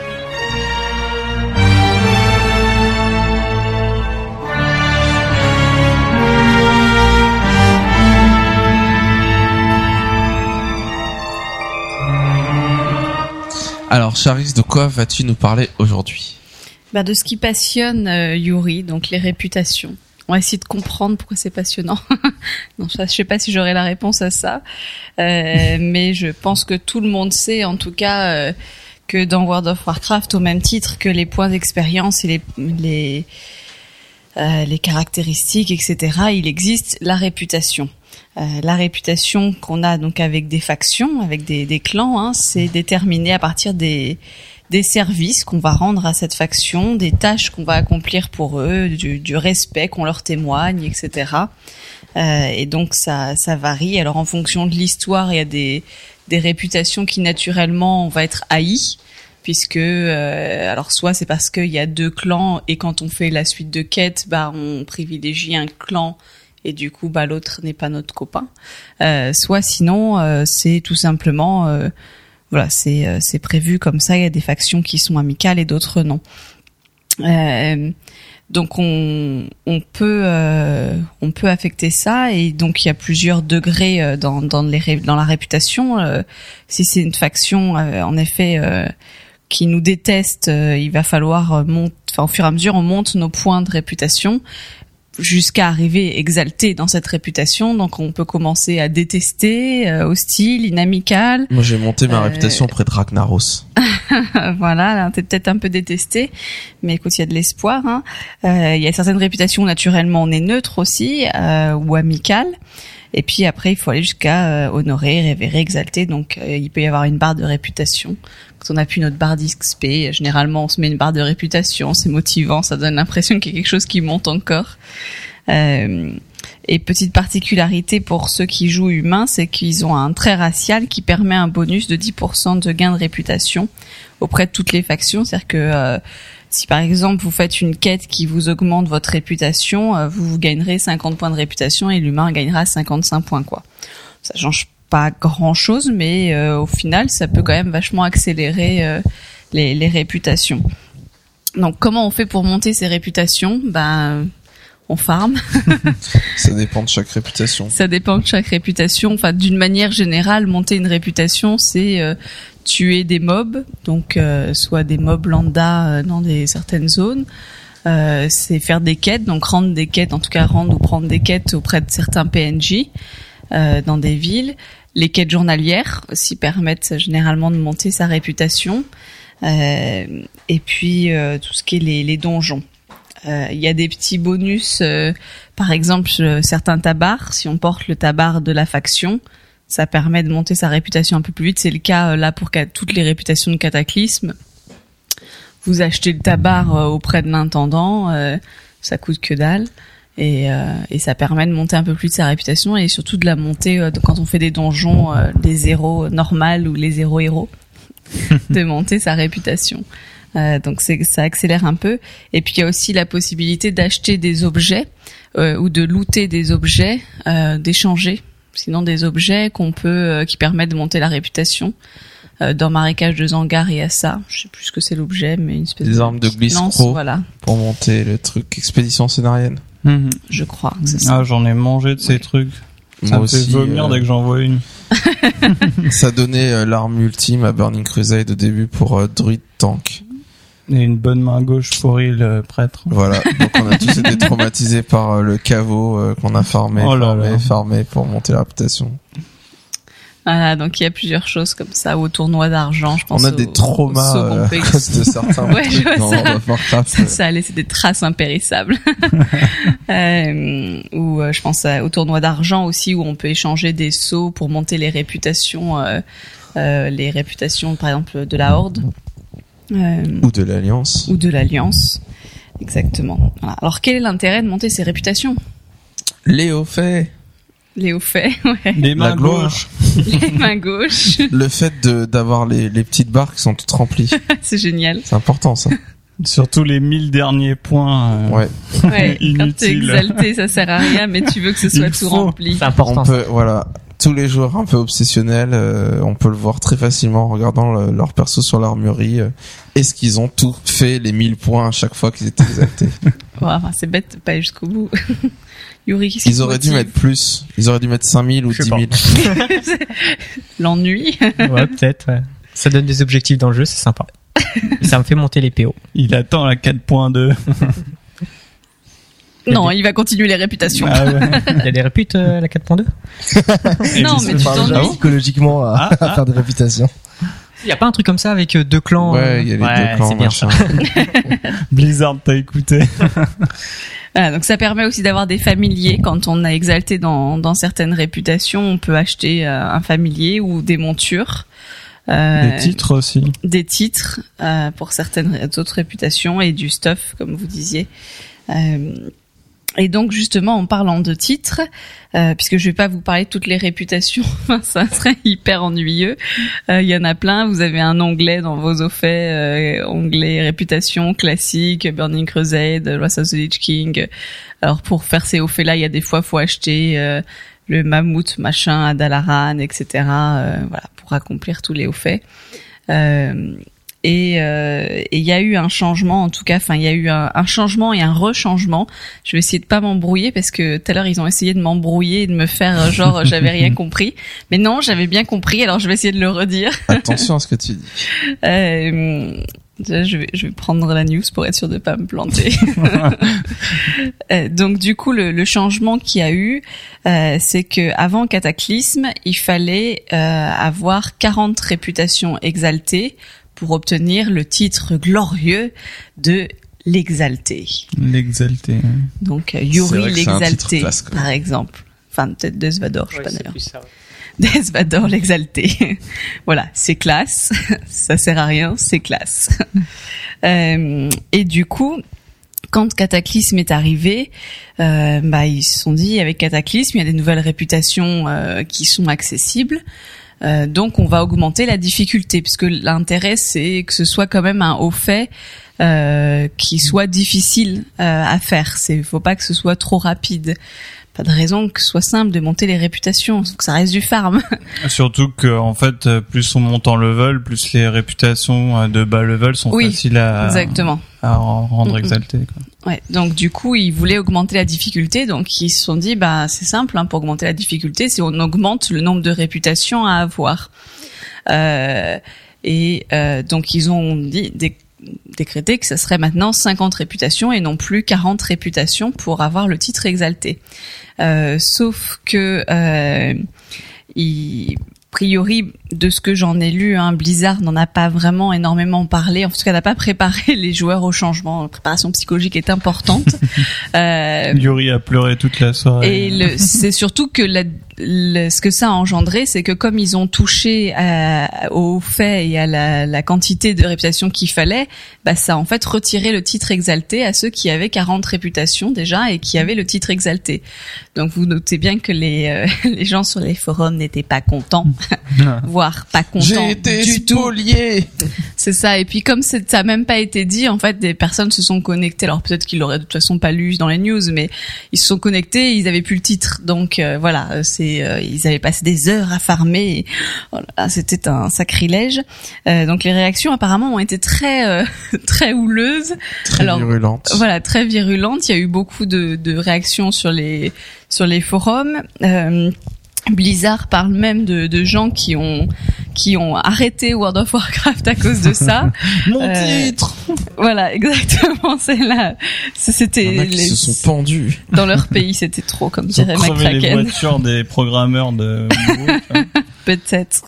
Alors Charis, de quoi vas-tu nous parler aujourd'hui ? De ce qui passionne Yuri, donc les réputations. On va essayer de comprendre pourquoi c'est passionnant. Non, je sais pas si j'aurai la réponse à ça, mais je pense que tout le monde sait, en tout cas, que dans World of Warcraft, au même titre que les points d'expérience et les caractéristiques, etc., il existe la réputation. La réputation qu'on a donc avec des factions, avec des clans, c'est déterminé à partir des services qu'on va rendre à cette faction, des tâches qu'on va accomplir pour eux, du respect qu'on leur témoigne, etc. Et donc ça varie. Alors en fonction de l'histoire, il y a des réputations qui naturellement vont être haïes, puisque alors soit c'est parce qu'il y a deux clans et quand on fait la suite de quêtes, on privilégie un clan et du coup l'autre n'est pas notre copain. Soit sinon c'est tout simplement voilà, c'est prévu comme ça. Il y a des factions qui sont amicales et d'autres non. Donc on peut affecter ça et donc il y a plusieurs degrés dans la réputation. Si c'est une faction en effet qui nous déteste, il va falloir au fur et à mesure on monte nos points de réputation. jusqu'à arriver exalté dans cette réputation. Donc on peut commencer à détester, hostile, inamical. Moi j'ai monté ma réputation auprès de Ragnaros. Voilà, là, t'es peut-être un peu détesté, mais écoute, il y a de l'espoir. Hein. Il y a certaines réputations, naturellement, on est neutre aussi, ou amical. Et puis après, il faut aller jusqu'à honorer, révérer, exalter. Donc il peut y avoir une barre de réputation. Quand on appuie notre barre d'XP, généralement on se met une barre de réputation, c'est motivant, ça donne l'impression qu'il y a quelque chose qui monte encore. Et petite particularité pour ceux qui jouent humains, c'est qu'ils ont un trait racial qui permet un bonus de 10% de gain de réputation auprès de toutes les factions. C'est-à-dire que si par exemple vous faites une quête qui vous augmente votre réputation, vous gagnerez 50 points de réputation et l'humain gagnera 55 points, quoi. Ça change pas grand-chose, mais au final, ça peut quand même vachement accélérer les réputations. Donc, comment on fait pour monter ces réputations ? On farm. Ça dépend de chaque réputation. Ça dépend de chaque réputation. Enfin, d'une manière générale, monter une réputation, c'est tuer des mobs, donc soit des mobs lambda dans certaines zones. C'est faire des quêtes, donc rendre des quêtes, en tout cas rendre ou prendre des quêtes auprès de certains PNJ dans des villes. Les quêtes journalières aussi permettent généralement de monter sa réputation. Et puis tout ce qui est les donjons. Il y a des petits bonus, par exemple certains tabards. Si on porte le tabard de la faction, ça permet de monter sa réputation un peu plus vite. C'est le cas là pour toutes les réputations de Cataclysme. Vous achetez le tabard auprès de l'intendant, ça coûte que dalle. Et ça permet de monter un peu plus de sa réputation et surtout de la monter quand on fait des donjons, des héros normales ou les héros, de monter sa réputation. Donc ça accélère un peu. Et puis il y a aussi la possibilité d'acheter des objets ou de looter des objets, d'échanger. Sinon des objets qui permettent de monter la réputation. Dans Marécage de Zangar, il y a ça. Je sais plus ce que c'est l'objet, mais une espèce des armes de Blitzcrow, voilà, pour monter le truc expédition scénarienne. Je crois que c'est ça. Ah, j'en ai mangé de ces trucs. Ça Moi me aussi, fait vomir dès que j'en vois une. Ça donnait l'arme ultime à Burning Crusade au début pour druide tank. Et une bonne main gauche pour le prêtre. Voilà, donc on a tous été traumatisés par le caveau qu'on a farmé pour monter la réputation. Voilà, donc il y a plusieurs choses comme ça, au tournoi d'argent, je pense. On a des traumas à cause de certains trucs dans World of Warcraft. Ça a laissé des traces impérissables. Ou je pense au tournoi d'argent aussi, où on peut échanger des sceaux pour monter les réputations par exemple de la Horde. Ou de l'Alliance. Ou de l'Alliance, exactement. Voilà. Alors quel est l'intérêt de monter ces réputations ? Les hauts faits. Les hauts faits, ouais. Les mains gauches. Les mains gauches. Le fait d'avoir les petites barres qui sont toutes remplies. C'est génial. C'est important, ça. Surtout les 1000 derniers points. Ouais, quand t'es exalté, ça sert à rien, mais tu veux que ce soit tout rempli. C'est important. On peut, voilà. Tous les joueurs un peu obsessionnels, on peut le voir très facilement en regardant leur perso sur l'armurerie. Est-ce qu'ils ont tout fait les 1000 points à chaque fois qu'ils étaient exaltés? Ouais, enfin, c'est bête de pas aller jusqu'au bout. Yuri, qu'est-ce Ils auraient dû mettre plus. Ils auraient dû mettre 5000 ou 10 000. L'ennui. Ouais, peut-être. Ouais. Ça donne des objectifs dans le jeu, c'est sympa. Et ça me fait monter les PO. Il attend la 4.2. Non, il va continuer les réputations. Ah ouais. Il y a des réputes à la 4.2 Non, mais tu t'ennuies. Psychologiquement à faire des réputations. Il y a pas un truc comme ça avec deux clans? Ouais, il y a les deux clans, c'est bien ça. Blizzard t'a écouté. Voilà, donc ça permet aussi d'avoir des familiers. Quand on a exalté dans certaines réputations, on peut acheter un familier ou des montures. Des titres aussi. Des titres pour certaines autres réputations et du stuff, comme vous disiez. Et donc justement en parlant de titres, puisque je vais pas vous parler de toutes les réputations, ça serait hyper ennuyeux. Il y en a plein. Vous avez un onglet dans vos faits, onglet réputation classique, Burning Crusade, Wrath of the Lich King. Alors pour faire ces faits là, il y a des fois faut acheter le mammouth machin à Dalaran, etc. Voilà, pour accomplir tous les hauts faits. Et il y a eu un changement, en tout cas, enfin il y a eu un changement et un rechangement. Je vais essayer de pas m'embrouiller parce que tout à l'heure ils ont essayé de m'embrouiller et de me faire genre j'avais rien compris. Mais non, j'avais bien compris. Alors je vais essayer de le redire. Attention à ce que tu dis. Déjà, je vais prendre la news pour être sûr de pas me planter. Donc du coup, le changement qu'il y a eu, c'est que avant Cataclysme, il fallait avoir 40 réputations exaltées pour obtenir le titre glorieux de l'Exalté. L'exalté. Donc C'est Yuri vrai que c'est un titre l'Exalté, classe, quand même. par exemple. Enfin, peut-être Desvador, je sais pas c'est d'ailleurs. plus ça, ouais. Desvador l'Exalté. Voilà, c'est classe. Ça sert à rien, c'est classe. Et du coup, quand Cataclysme est arrivé, ils se sont dit, avec Cataclysme, il y a des nouvelles réputations qui sont accessibles. Donc on va augmenter la difficulté, puisque l'intérêt c'est que ce soit quand même un haut fait qui soit difficile à faire. Faut pas que ce soit trop rapide. Pas de raison que ce soit simple de monter les réputations, faut que ça reste du farm. Surtout que en fait, plus on monte en level, plus les réputations de bas level sont faciles exactement. à rendre exaltées, quoi. Ouais, donc du coup, ils voulaient augmenter la difficulté, donc ils se sont dit, c'est simple, pour augmenter la difficulté, c'est on augmente le nombre de réputations à avoir. Donc ils ont décrété que ça serait maintenant 50 réputations et non plus 40 réputations pour avoir le titre exalté. Sauf que priori, de ce que j'en ai lu, Blizzard n'en a pas vraiment énormément parlé. En tout cas, n'a pas préparé les joueurs au changement. La préparation psychologique est importante. Yuri a pleuré toute la soirée. Et c'est surtout que ce que ça a engendré, c'est que comme ils ont touché au fait et à la quantité de réputation qu'il fallait, ça a en fait retiré le titre exalté à ceux qui avaient 40 réputations déjà et qui avaient le titre exalté. Donc vous notez bien que les gens sur les forums n'étaient pas contents, voire pas contents J'ai été du tout. spolié. C'est ça. Et puis comme ça a même pas été dit, en fait, des personnes se sont connectées. Alors peut-être qu'ils l'auraient de toute façon pas lu dans les news, mais ils se sont connectés, ils avaient plus le titre. Donc voilà, ils avaient passé des heures à farmer. Et, voilà, c'était un sacrilège. Donc les réactions apparemment ont été très très houleuses. Très virulente. Voilà, très virulentes. Il y a eu beaucoup de réactions sur les forums. Blizzard parle même de gens qui ont arrêté World of Warcraft à cause de ça. Mon titre. Voilà, exactement. C'était qui se sont pendus dans leur pays, c'était trop, comme Ils ont dirait crevé les McCracken. voitures des programmeurs de Peut-être.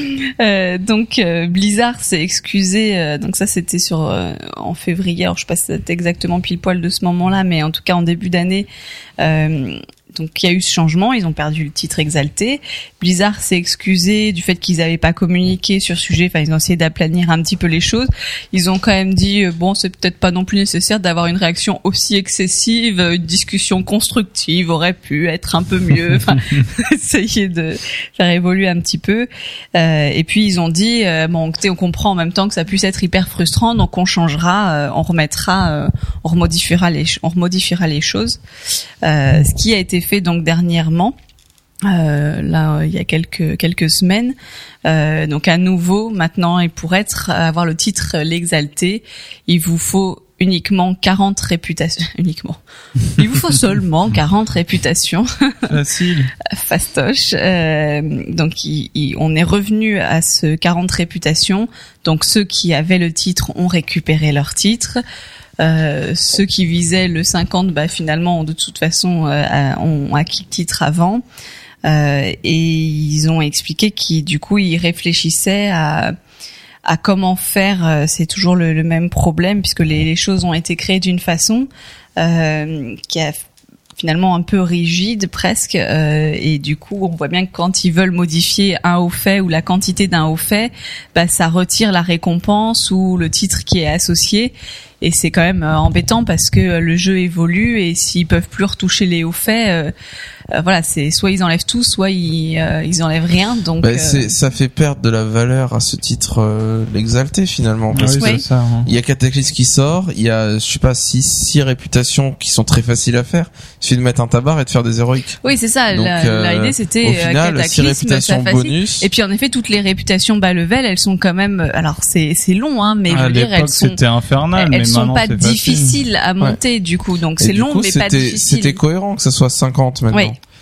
Donc Blizzard s'est excusé. Donc ça c'était en février. Alors je sais pas si c'était exactement pile poil de ce moment-là, mais en tout cas en début d'année. Donc il y a eu ce changement, ils ont perdu le titre exalté. Blizzard s'est excusé du fait qu'ils n'avaient pas communiqué sur ce sujet, enfin ils ont essayé d'aplanir un petit peu les choses. Ils ont quand même dit c'est peut-être pas non plus nécessaire d'avoir une réaction aussi excessive, une discussion constructive aurait pu être un peu mieux, enfin essayer de faire évoluer un petit peu. Et puis ils ont dit on comprend en même temps que ça puisse être hyper frustrant, donc on changera, on remodifiera les choses. Ce qui a été fait donc dernièrement, là il y a quelques semaines, donc à nouveau maintenant, et pour avoir le titre l'Exalté, il vous faut uniquement 40 réputations. Il vous faut seulement 40 réputations. Facile. Fastoche. Donc on est revenu à ce 40 réputations. Donc ceux qui avaient le titre ont récupéré leur titre. Ceux qui visaient le 50, finalement, de toute façon, ont acquis le titre avant. Et ils ont expliqué qu'ils réfléchissaient à comment faire. C'est toujours le même problème, puisque les choses ont été créées d'une façon qui a finalement un peu rigide presque, et du coup on voit bien que quand ils veulent modifier un haut fait ou la quantité d'un haut fait, ça retire la récompense ou le titre qui est associé. Et c'est quand même embêtant parce que le jeu évolue et s'ils peuvent plus retoucher les hauts faits, voilà, c'est soit ils enlèvent tout, soit ils enlèvent rien. Donc ça fait perdre de la valeur à ce titre l'exalté finalement, parce oui. que il y a Cataclysme qui sort, il y a je sais pas 6 réputations qui sont très faciles à faire. Il suffit de mettre un tabar et de faire des héroïques. Oui, c'est ça. Donc, l'idée c'était au final, Cataclysme, 6 réputations bonus. Et puis en effet, toutes les réputations bas level, elles sont quand même. Alors c'est long, mais je veux dire, elles sont. C'était infernal, elles sont pas difficiles à monter du coup. Donc c'est long, mais pas difficile. C'était cohérent que ça soit 50 maintenant. Oui.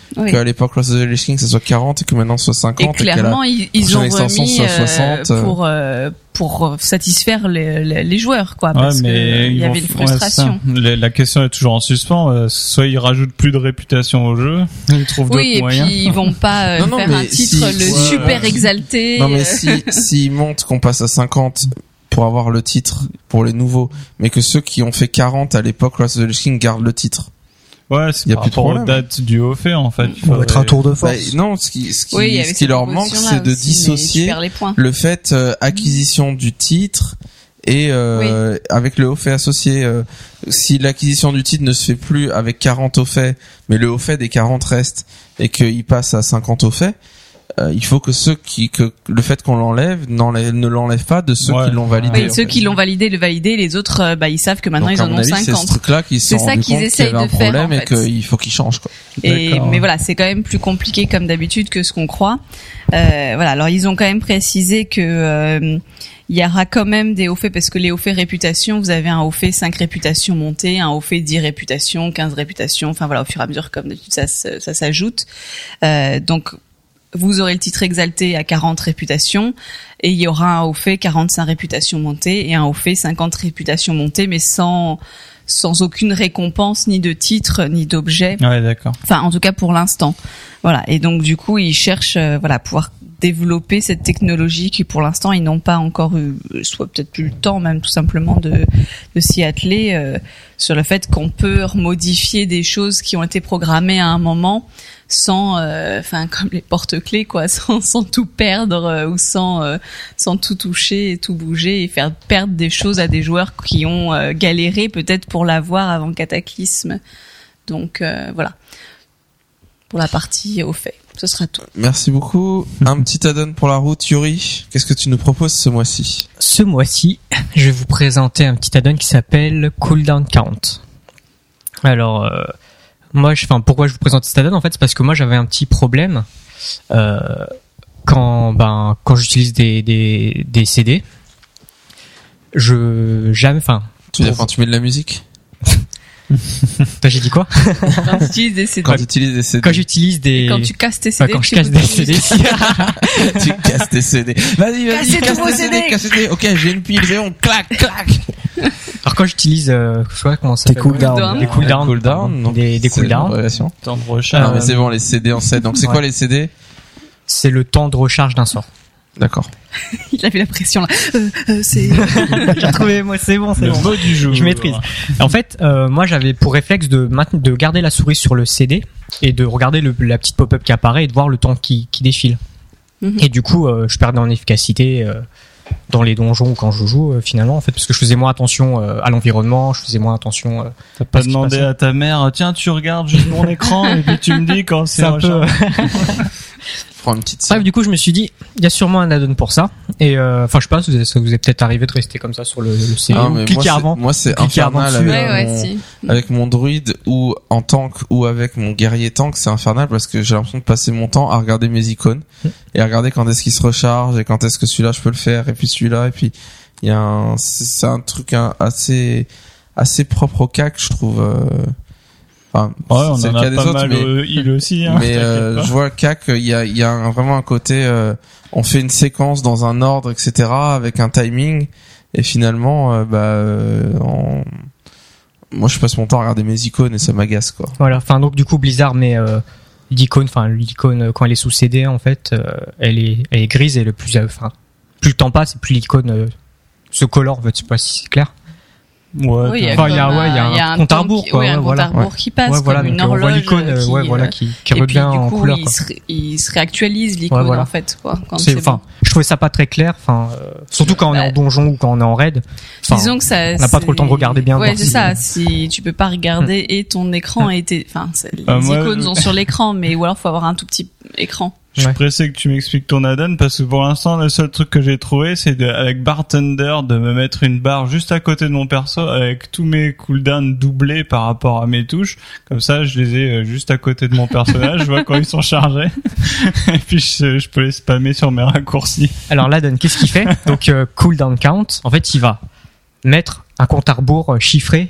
Oui. qu'à l'époque Lost of the Lich King ça soit 40 et que maintenant ce soit 50 Et clairement, ils ont prochaine extension remis soit 60. pour satisfaire les joueurs, quoi, parce mais que il y avait une frustration. La question est toujours en suspens. Soit ils rajoutent plus de réputation au jeu, ils trouvent d'autres Oui, et moyens. puis ils vont pas Non, faire mais un titre super exalté. Non mais s'ils montent qu'on passe à 50 pour avoir le titre pour les nouveaux, mais que ceux qui ont fait 40 à l'époque Lost of the Lich King gardent le titre. Ouais, c'est Y a par plus de rapport aux problème. dates du haut fait en fait. On va être un tour de force. Non, ce qui Oui, il y avait ce qui cette leur manque, proposition-là c'est de aussi, mais tu dissocier perds les points. le fait acquisition du titre et avec le haut fait associé. Si l'acquisition du titre ne se fait plus avec 40 au fait, mais le haut fait des 40 reste et qu'il passe à 50 au fait, il faut que que le fait qu'on l'enlève ne l'enlève pas de ceux qui l'ont validé. Oui, ceux qui l'ont validé, les autres, ils savent que maintenant donc, ils à en mon ont avis, 50. C'est ce truc-là qu'ils se C'est sont ça rendus qu'ils compte qu'il y essayent avait un de faire, problème en et fait. qu'il faut qu'ils changent, quoi. Mais voilà, c'est quand même plus compliqué comme d'habitude que ce qu'on croit. Voilà, alors ils ont quand même précisé que il y aura quand même des hauts faits, parce que les hauts faits réputation, vous avez un haut fait 5 réputations montées, un haut fait 10 réputations, 15 réputations, enfin voilà, au fur et à mesure comme d'habitude ça s'ajoute. Donc vous aurez le titre exalté à 40 réputations et il y aura un haut fait 45 réputations montées et un haut fait 50 réputations montées, mais sans aucune récompense, ni de titre, ni d'objet. Ouais, d'accord. Enfin, en tout cas pour l'instant. Voilà. Et donc du coup, ils cherchent, à pouvoir développer cette technologie qui, pour l'instant, ils n'ont pas encore eu, soit peut-être plus le temps, même tout simplement de s'y atteler, sur le fait qu'on peut modifier des choses qui ont été programmées à un moment sans, comme les porte-clés, quoi, sans tout perdre ou sans tout toucher et tout bouger et faire perdre des choses à des joueurs qui ont galéré peut-être pour l'avoir avant Cataclysme. Donc voilà, pour la partie au fait. Ce sera tout. Merci beaucoup. Un petit add-on pour la route, Yuri. Qu'est-ce que tu nous proposes ce mois-ci? Ce mois-ci, je vais vous présenter un petit add-on qui s'appelle Cooldown Count. Alors, pourquoi je vous présente cet add-on, en fait, c'est parce que moi j'avais un petit problème quand j'utilise des CD. Tu veux dire quand tu mets de la musique? J'ai dit quoi? Quand tu utilises des CD. Quand tu utilises des CD. Quand j'utilise des... Quand tu casses tes CD. Quand je casse des CD. Tu casses tes CD. Vas-y, Cassez casse tous vos tes CD, CD. casse tes CD. Ok, j'ai une pile, c'est bon, clac. Alors quand j'utilise, je sais pas comment ça Des s'appelle. cooldowns. Des cooldowns. Cooldown, donc Des c'est cooldowns. une abréviation. Temps de recharge. Non, mais c'est bon, les CD en 7. Donc c'est quoi Ouais. les CD? C'est le temps de recharge d'un sort. D'accord. Il avait la pression là. C'est. J'ai retrouvé, moi, c'est bon, Le mot du jour. Je maîtrise. En fait, moi, j'avais pour réflexe de garder la souris sur le CD et de regarder la petite pop-up qui apparaît et de voir le temps qui défile. Mhm. Et du coup, je perdais en efficacité dans les donjons ou quand je joue, finalement, en fait, parce que je faisais moins attention à l'environnement, je faisais moins attention. T'as pas ce qui demandé passait. à ta mère, tiens, tu regardes juste mon écran et puis tu me dis quand c'est C'est un peu. Prends une petite Bref, du coup, je me suis dit, il y a sûrement un add-on pour ça. Et je sais pas, ça vous est peut-être arrivé de rester comme ça sur le CD Ah, ou mais cliquer avant. moi c'est cliquer avant infernal dessus. avec, Ouais, si. avec mon druide ou en tank ou avec mon guerrier tank, c'est infernal parce que j'ai l'impression de passer mon temps à regarder mes icônes et à regarder quand est-ce qu'il se recharge et quand est-ce que celui-là je peux le faire et puis celui-là et puis il y a c'est un truc assez propre au CAC, je trouve. Enfin, Ouais, on c'est en le a cas des pas autres, mal mais il aussi, hein. mais t'inquiète pas. je vois CAC, il y a vraiment un côté on fait une séquence dans un ordre, etc. avec un timing et finalement moi je passe mon temps à regarder mes icônes et ça m'agace, quoi. Voilà. Enfin, donc, du coup, Blizzard met l'icône quand elle est sous CD, en fait, elle est grise et plus le temps passe, plus l'icône se colore, en fait, je sais pas si c'est clair. Ouais, Oui, il y a Enfin, il y a comme un compte à rebours, temps quoi, un compte voilà. à rebours qui passe, Ouais, voilà, comme une donc, on voit horloge l'icône, qui et puis revient du en coup, couleur, il quoi. se réactualise l'icône, Ouais, voilà. en fait, quoi. Quand c'est Enfin, bon. je trouvais ça pas très clair, surtout quand on est en donjon ou quand on est en raid. Enfin, Disons que ça, on n'a pas trop le temps de regarder bien. Ouais, voir c'est si- ça. Si tu peux pas regarder et ton écran et les moi, icônes sont sur l'écran, mais ou alors faut avoir un tout petit écran. Je suis Ouais. pressé que tu m'expliques ton add-on parce que pour l'instant le seul truc que j'ai trouvé c'est avec Bartender de me mettre une barre juste à côté de mon perso avec tous mes cooldowns doublés par rapport à mes touches. Comme ça je les ai juste à côté de mon personnage, je vois quand ils sont chargés et puis je peux les spammer sur mes raccourcis. Alors là, Dan, qu'est-ce qu'il fait? Donc, cooldown count. En fait, il va mettre un compte à rebours chiffré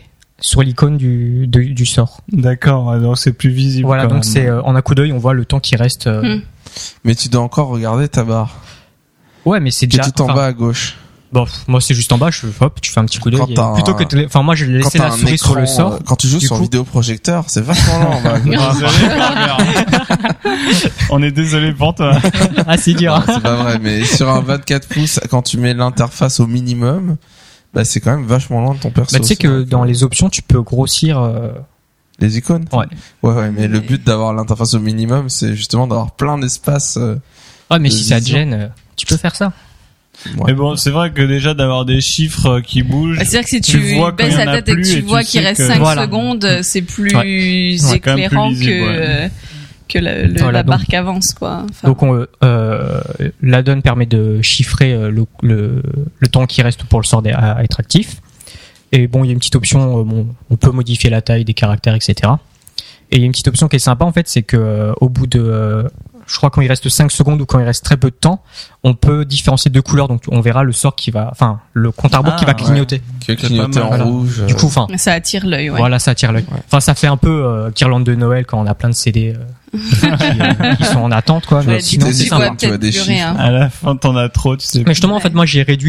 sur l'icône du sort. D'accord, donc c'est plus visible. Voilà, quand donc même. c'est en un coup d'œil, on voit le temps qui reste. Mais tu dois encore regarder ta barre. Ouais, mais c'est Qui est déjà. tout en enfin, bas à gauche. Bon, moi c'est juste en bas. Hop, tu fais un petit coup d'œil. Quand t'as Plutôt un- que enfin moi je Quand laissais t'as la un souris sur le écran, sort. quand tu joues Du sur coup- vidéoprojecteur, c'est vachement lent en bas à gauche. Désolé, Barbara. On est désolé pour toi. Ah c'est dur. Non, c'est pas vrai, mais sur un 24 pouces, quand tu mets l'interface au minimum, bah c'est quand même vachement loin de ton perso. Bah, tu sais que dans les options, tu peux grossir. Les icônes. Ouais. Ouais, mais le but d'avoir l'interface au minimum, c'est justement d'avoir plein d'espace. Ouais, mais de si ça te vision. gêne, tu peux faire ça. Ouais. Mais bon, c'est vrai que déjà d'avoir des chiffres qui bougent. C'est-à-dire que si Tu tu vois quand baisses il y en la a tête et que plus tu et vois tu qu'il sais reste que- 5 Voilà. secondes, c'est plus quand même plus éclairant lisible, que Voilà, la donc- barre qui avance, quoi. Enfin, Donc l'add-on permet de chiffrer le temps qui reste pour le sort à être actif. Et bon, il y a une petite option, on peut modifier la taille des caractères, etc. Et il y a une petite option qui est sympa en fait, c'est que au bout de, je crois quand il reste 5 secondes ou quand il reste très peu de temps, on peut différencier deux couleurs. Donc on verra le sort qui va, enfin le compte à rebours qui va ouais. clignoter. Qui va C'est clignoter pas en mal. Voilà. rouge. Du coup, enfin. ça attire l'œil, ouais. Voilà, ça attire l'œil. Ouais. Enfin, ça fait un peu guirlande de Noël quand on a plein de CD qui sont en attente, quoi. Ouais, Mais du sinon, coup, c'est tu sympa. vois Tu vois peut-être des plus chiffres. rien. À la fin, t'en as trop, tu sais. Mais justement, en fait, moi, j'ai réduit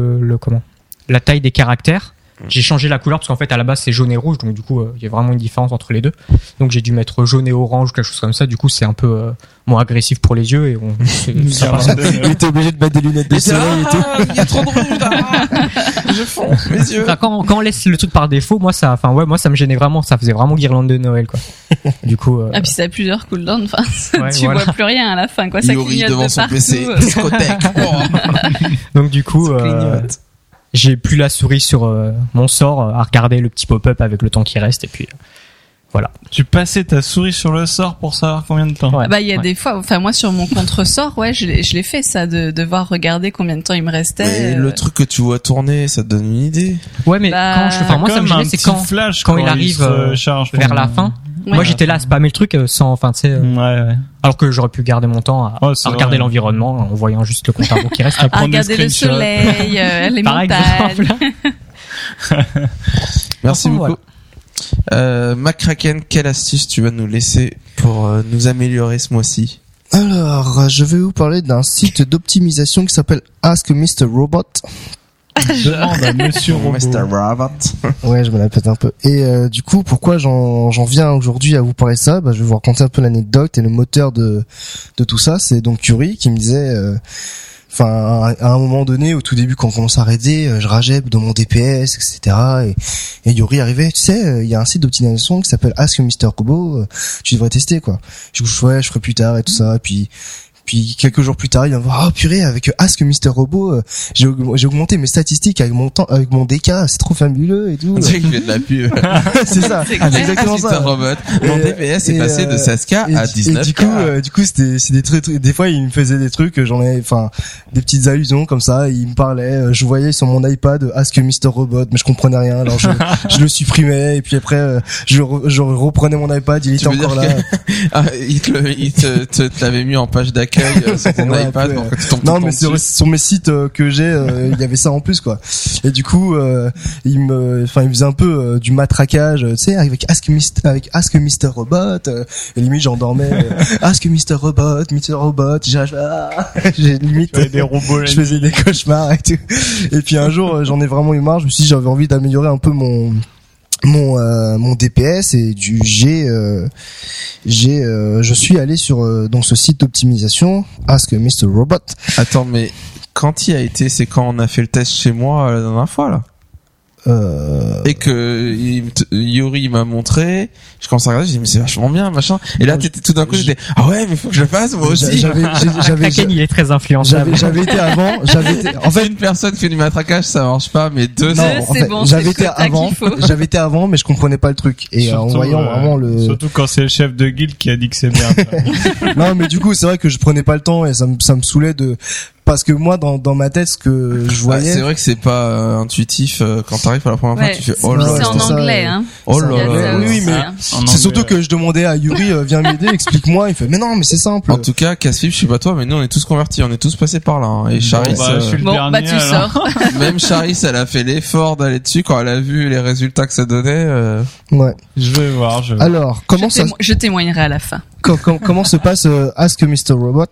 la taille des caractères. J'ai changé la couleur parce qu'en fait, à la base, c'est jaune et rouge, donc du coup, il y a vraiment une différence entre les deux. Donc, j'ai dû mettre jaune et orange, quelque chose comme ça. Du coup, c'est un peu moins agressif pour les yeux et ça passe. Il était obligé de mettre des lunettes de soleil et tout. Il y a trop de rouge là. Je fonds mes yeux. Enfin, quand on laisse le truc par défaut, moi, ça me gênait vraiment. Ça faisait vraiment guirlande de Noël, quoi. Du coup, Ah, puis ça a plusieurs cooldowns, enfin, Ouais, tu voilà. vois plus rien à la fin, quoi. Ça Yuri clignote devant de son partout. PC. Discothèque. Oh, donc du coup, ça clignote. j'ai plus la souris sur mon sort à regarder le petit pop-up avec le temps qui reste et puis voilà. Tu passais ta souris sur le sort pour savoir combien de temps. Ouais. Bah, il y a Ouais. des fois, enfin, moi, sur mon contre-sort, ouais, je l'ai fait, ça, de devoir regarder combien de temps il me restait. Mais le truc que tu vois tourner, ça te donne une idée. Ouais, mais Bah, enfin moi ça me Comme un gênait, c'est petit quand flash quand il arrive, se recharge vers la fin. Ouais. Moi j'étais là à spammer le truc sans, enfin tu sais, Ouais. alors que j'aurais pu garder mon temps à, Oh, c'est à regarder vrai. l'environnement en voyant juste le compte à rebours qui reste. À prendre des regarder le screenshots. soleil, les Par montagnes. exemple. Merci Enfin, beaucoup. McCracken, quelle astuce tu vas nous laisser pour nous améliorer ce mois-ci? Alors, je vais vous parler d'un site d'optimisation qui s'appelle Ask Mr. Robot. Demande à Monsieur Robot. Mr. Robot. Ouais, je me la pète un peu. Et du coup, pourquoi j'en viens aujourd'hui à vous parler de ça? Bah, je vais vous raconter un peu l'anecdote et le moteur de tout ça. C'est donc Yuri qui me disait, enfin, à un moment donné, au tout début, quand on commence à raider, je rageais dans mon DPS, etc. Et Yuri arrivait, tu sais, il y a un site d'optimisation qui s'appelle Ask Mr. Robot, tu devrais tester, quoi. Je dis, ouais, je ferai plus tard et tout ça. Puis quelques jours plus tard, il vient me voir, oh purée, avec Ask Mr. Robot, j'ai augmenté mes statistiques avec mon temps, avec mon DK, c'est trop fabuleux et tout. On dirait qu'il fait de la pub. C'est ça, C'est c'est exactement Mr. ça. Robot. Mon Et, DPS est et, passé de 16K à 19K. Et du coup, c'est des trucs, des fois, il me faisait des trucs, enfin, des petites allusions comme ça, il me parlait, je voyais sur mon iPad Ask Mr. Robot, mais je comprenais rien, alors je le supprimais, et puis après, je reprenais mon iPad, il Tu était veux encore dire là. Ah, il te l'avait mis en page d'accueil sur ton Ouais, iPad ouais. pour que tu tombes Non, tout mais le temps sur mes sites que j'ai, il y avait ça en plus, quoi. Et du coup, il me faisait un peu du matraquage, tu sais, avec Ask Mr. Robot. Et limite, j'endormais. Ask Mr. Robot, j'ai limite. Ouais, des robots là. Je faisais des cauchemars et tout. Et puis un jour, j'en ai vraiment eu marre. Je me suis dit, j'avais envie d'améliorer un peu mon DPS et je suis allé sur donc ce site d'optimisation Ask Mr. Robot. Attends, mais quand il a été, c'est quand on a fait le test chez moi la dernière fois là. Et que Yuri m'a montré, je commence à regarder, j'ai dit mais c'est vachement bien machin. Et là t'étais tout d'un coup j'étais ah ouais mais faut que je le fasse moi aussi. Kraken, il est très influençable. J'avais été avant, En fait une personne fait du matraquage ça marche pas mais deux non, c'est en c'est fait, bon, j'avais c'est été le quota avant, qu'il faut. j'avais été avant, mais je comprenais pas le truc. Et en Surtout, voyant vraiment Surtout quand c'est le chef de guilde qui a dit que c'est bien. non, mais du coup, c'est vrai que je prenais pas le temps et ça me saoulait de parce que moi dans ma tête ce que je voyais, c'est vrai que c'est pas intuitif quand t'arrives pour la première fois, tu fais oh là Ouais, c'est en c'est ça, anglais, hein. oh c'est là en anglais. là. Oui, mais c'est surtout que je demandais à Yuri viens m'aider, explique-moi, il fait mais non mais c'est simple. En tout cas, Cassif, je sais pas toi, mais nous on est tous convertis, on est tous passés par là. Hein. Et Charis, je suis le Bon, dernier, bah tu alors. sors. même Charis, elle a fait l'effort d'aller dessus quand elle a vu les résultats que ça donnait. Ouais. Je vais voir. Alors comment ça Je témoignerai à la fin. comment se passe Ask Mr. Robot?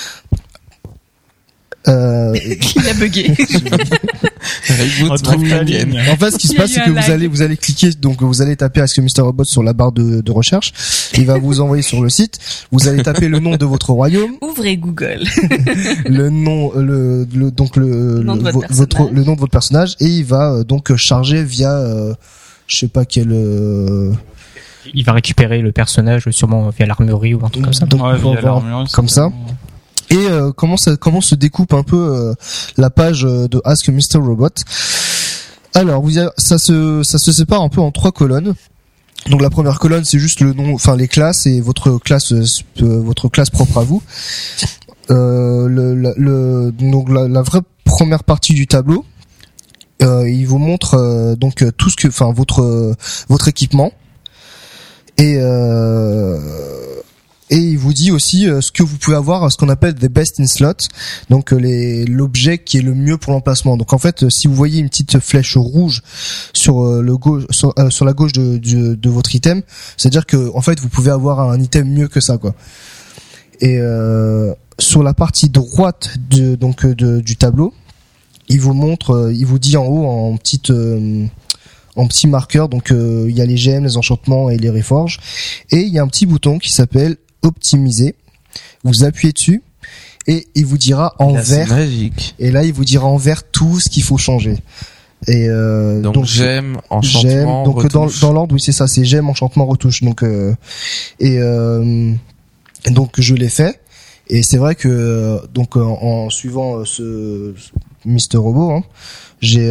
Il a bugué. Reboot, Retrouve ta ligne. En fait, ce qui se Il y a passe, eu c'est un que lag. vous allez cliquer, donc vous allez taper Ask Mr. Robot sur la barre de recherche. Il va vous envoyer sur le site. Vous allez taper le nom de votre royaume, Ouvrez Google. le nom, le Nom de votre personnage. le nom de votre personnage, et il va donc charger via, je sais pas quel. Il va récupérer le personnage sûrement via l'armurerie ou un truc comme ça. Donc, Ouais, on va via voir l'armure, comme ça. Et comment se découpe un peu la page de Ask Mr. Robot. Alors, ça se sépare un peu en 3 colonnes. Donc la première colonne, c'est juste le nom, enfin les classes et votre classe propre à vous. Donc la vraie première partie du tableau, il vous montre donc tout ce que, enfin votre équipement. Et il vous dit aussi ce que vous pouvez avoir, ce qu'on appelle des best in slot, donc l'objet qui est le mieux pour l'emplacement. Donc en fait, si vous voyez une petite flèche rouge sur sur la gauche de votre item, c'est-à-dire que en fait vous pouvez avoir un item mieux que ça, quoi. Et sur la partie droite du tableau, il vous montre, il vous dit en haut en petit marqueur, donc il y a les gemmes, les enchantements et les reforges, et il y a un petit bouton qui s'appelle optimiser. Vous appuyez dessus et il vous dira en là, vert. c'est magique. Et là, il vous dira en vert tout ce qu'il faut changer. Et Donc j'aime, enchantement, donc retouche. dans l'ordre, oui, c'est ça, c'est j'aime, enchantement, retouche. Donc donc je l'ai fait. Et c'est vrai que donc en suivant ce Mr. Robot, hein, j'ai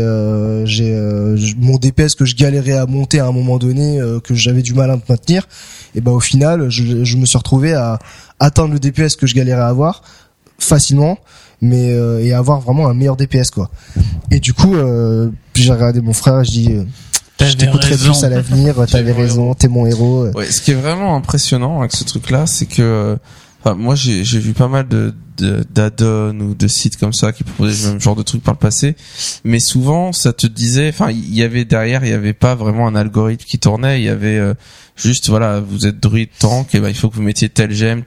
mon DPS que je galérais à monter à un moment donné, que j'avais du mal à me maintenir, et ben au final je me suis retrouvé à atteindre le DPS que je galérais à avoir facilement, mais et avoir vraiment un meilleur DPS, quoi. Et du coup j'ai regardé mon frère, je dis je t'écouterai plus à l'avenir, t'avais raison, t'es mon héros. Ouais, ce qui est vraiment impressionnant avec ce truc-là, c'est que moi j'ai vu pas mal d'add-ons ou de sites comme ça qui proposaient le même genre de trucs par le passé, mais souvent ça te disait, enfin il y avait derrière, il y avait pas vraiment un algorithme qui tournait, il y avait juste voilà, vous êtes druide tank, et ben il faut que vous mettiez telle gemme,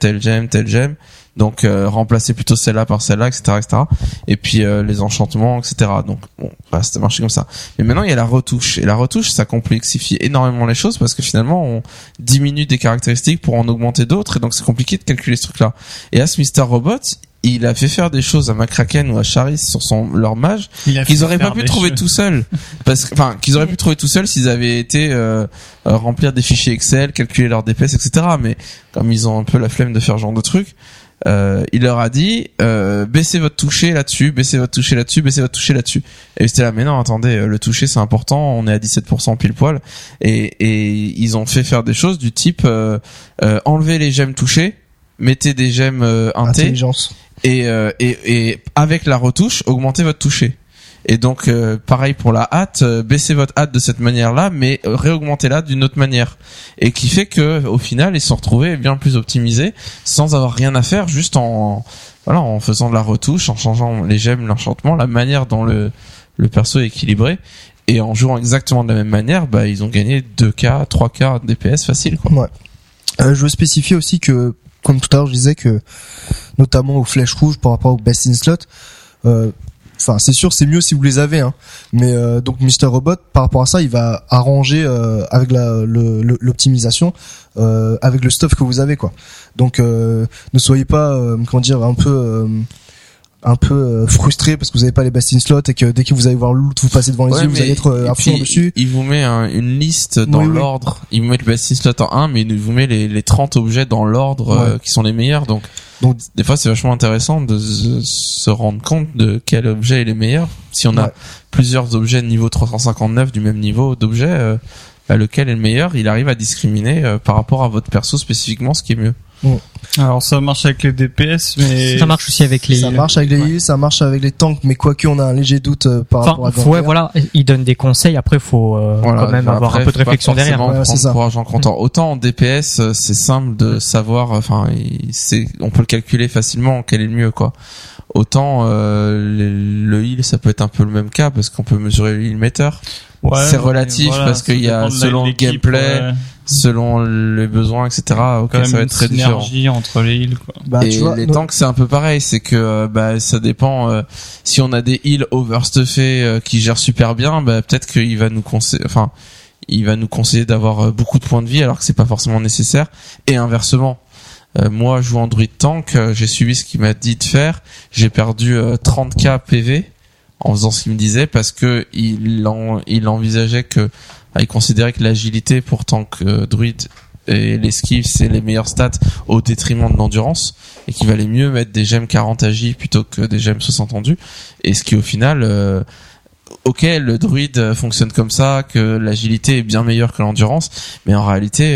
donc remplacez plutôt celle-là par celle-là, etc. Et puis les enchantements, etc. Donc bon, voilà, c'était marché comme ça. Mais maintenant il y a la retouche, et la retouche ça complexifie énormément les choses parce que finalement on diminue des caractéristiques pour en augmenter d'autres, et donc c'est compliqué de calculer ce truc-là. Et à ce Mr. Robot, il a fait faire des choses à McCracken ou à Charis sur leur mage qu'ils auraient pas pu trouver tout seuls, qu'ils auraient pu trouver tout seuls s'ils avaient été remplir des fichiers Excel, calculer leur DPS, etc. Mais comme ils ont un peu la flemme de faire ce genre de trucs, il leur a dit baissez votre toucher là-dessus, baissez votre toucher là-dessus, baissez votre toucher là-dessus. Et c'était là, mais non, attendez, le toucher c'est important, on est à 17% pile poil, et ils ont fait faire des choses du type enlever les gemmes touchées, mettez des gemmes Intelligence. et avec la retouche augmentez votre toucher. Et donc pareil pour la hâte, baissez votre hâte de cette manière-là, mais réaugmentez-la d'une autre manière. Et qui fait que au final ils se sont retrouvés bien plus optimisés sans avoir rien à faire, juste en faisant de la retouche, en changeant les gemmes, l'enchantement, la manière dont le perso est équilibré, et en jouant exactement de la même manière, bah ils ont gagné 2K, 3K DPS facile, quoi. Ouais. Je veux spécifier aussi que, comme tout à l'heure je disais que notamment aux flèches rouges par rapport au best in slot, enfin c'est sûr c'est mieux si vous les avez, hein, mais donc Mr. Robot par rapport à ça il va arranger avec l'optimisation avec le stuff que vous avez, quoi. Donc ne soyez pas comment dire un peu frustré parce que vous avez pas les best in slot et que dès que vous allez voir le loot vous passez devant les yeux, vous allez être à fond dessus. Il vous met une liste dans l'ordre. Il vous met le best in slot en 1, mais il vous met les 30 objets dans l'ordre qui sont les meilleurs. Donc des fois c'est vachement intéressant de se rendre compte de quel objet est le meilleur. Si on a plusieurs objets de niveau 359 du même niveau d'objet, lequel est le meilleur, il arrive à discriminer par rapport à votre perso spécifiquement ce qui est mieux. Alors ça marche avec les DPS, mais Ça marche aussi avec les Ça marche avec les heals, ça marche avec les tanks, mais quoique on a un léger doute par rapport à ouais, voilà, il donne des conseils. Après, faut Voilà, quand même avoir après, un peu de faut pas réflexion derrière. forcément Ouais, c'est prendre ça. pour argent comptant. Autant en DPS, c'est simple de savoir, enfin, on peut le calculer facilement quel est le mieux, quoi. Autant le heal, ça peut être un peu le même cas parce qu'on peut mesurer le heal meter. ouais, c'est mais relatif parce ça qu'il y a dépend de selon le l'équipe, gameplay, ouais. selon les besoins, etc. Ok, Quand même ça va une être très différent. synergie entre les heals, quoi. Bah, Et tu vois, les no- tanks c'est un peu pareil, c'est que ça dépend si on a des heals overstuffés qui gèrent super bien, peut-être qu'il va nous conseiller d'avoir beaucoup de points de vie alors que c'est pas forcément nécessaire, et inversement. Moi jouant druide tank, j'ai suivi ce qu'il m'a dit de faire, j'ai perdu 30k PV en faisant ce qu'il me disait parce que il envisageait que il considérait que l'agilité pour tank druide et l'esquive c'est les meilleures stats au détriment de l'endurance et qu'il valait mieux mettre des gemmes 40 agi plutôt que des gemmes 60 endues, et ce qui au final ok, le druide fonctionne comme ça, que l'agilité est bien meilleure que l'endurance, mais en réalité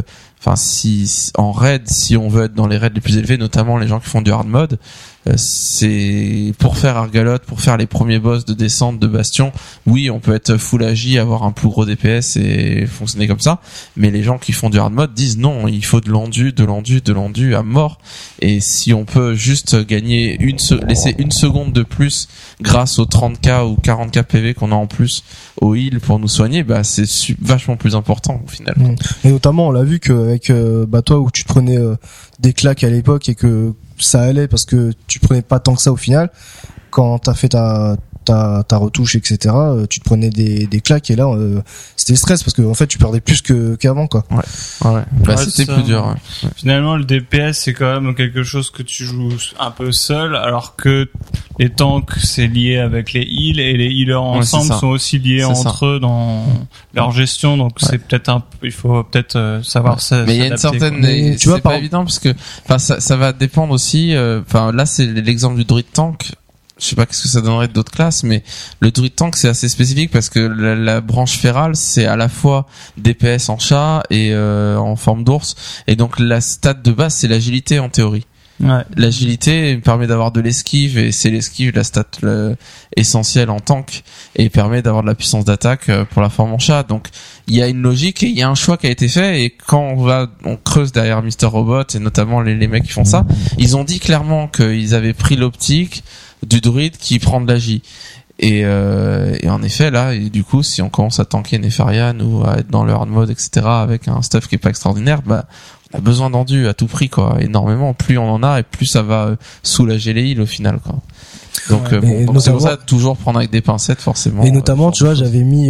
si en raid, si on veut être dans les raids les plus élevés, notamment les gens qui font du hard mode, c'est pour faire Argaloth, pour faire les premiers boss de descente de bastion. Oui, on peut être full agi, avoir un plus gros DPS et fonctionner comme ça. Mais les gens qui font du hard mode disent non, il faut de l'endu à mort. Et si on peut juste gagner laisser une seconde de plus grâce aux 30k ou 40k PV qu'on a en plus au heal pour nous soigner, c'est vachement plus important au final. Et notamment, on l'a vu qu'avec toi où tu te prenais des claques à l'époque et que ça allait parce que tu prenais pas tant que ça au final, quand t'as fait ta retouche, etc., tu te prenais des claques et là c'était le stress parce que en fait tu perdais plus qu'avant, quoi. Ouais. C'était ça. plus dur. Ouais. Finalement, le DPS, c'est quand même quelque chose que tu joues un peu seul, alors que les tanks, c'est lié avec les heals, et les healers ensemble sont aussi liés entre eux dans leur gestion, donc c'est peut-être il faut peut-être savoir ça. Mais il y a une certaine, tu vois, pas évident parce que, ça va dépendre aussi, là, c'est l'exemple du druid tank. Je sais pas qu'est-ce que ça donnerait d'autres classes, mais le druid tank c'est assez spécifique parce que la branche férale c'est à la fois DPS en chat et en forme d'ours, et donc la stat de base c'est l'agilité en théorie. Ouais. L'agilité permet d'avoir de l'esquive, et c'est l'esquive la stat essentielle en tank, et permet d'avoir de la puissance d'attaque pour la forme en chat. Donc il y a une logique et il y a un choix qui a été fait, et quand on creuse derrière Mr. Robot et notamment les mecs qui font ça, ils ont dit clairement qu'ils avaient pris l'optique du druide qui prend de l'agi. Et en effet là, et du coup si on commence à tanker Nefarian ou à être dans le hard mode, etc., avec un stuff qui est pas extraordinaire, on a besoin d'endu à tout prix, quoi, énormément. Plus on en a et plus ça va soulager les heals au final, quoi. Donc, donc c'est pour ça toujours prendre avec des pincettes forcément. Et notamment tu vois, j'avais mis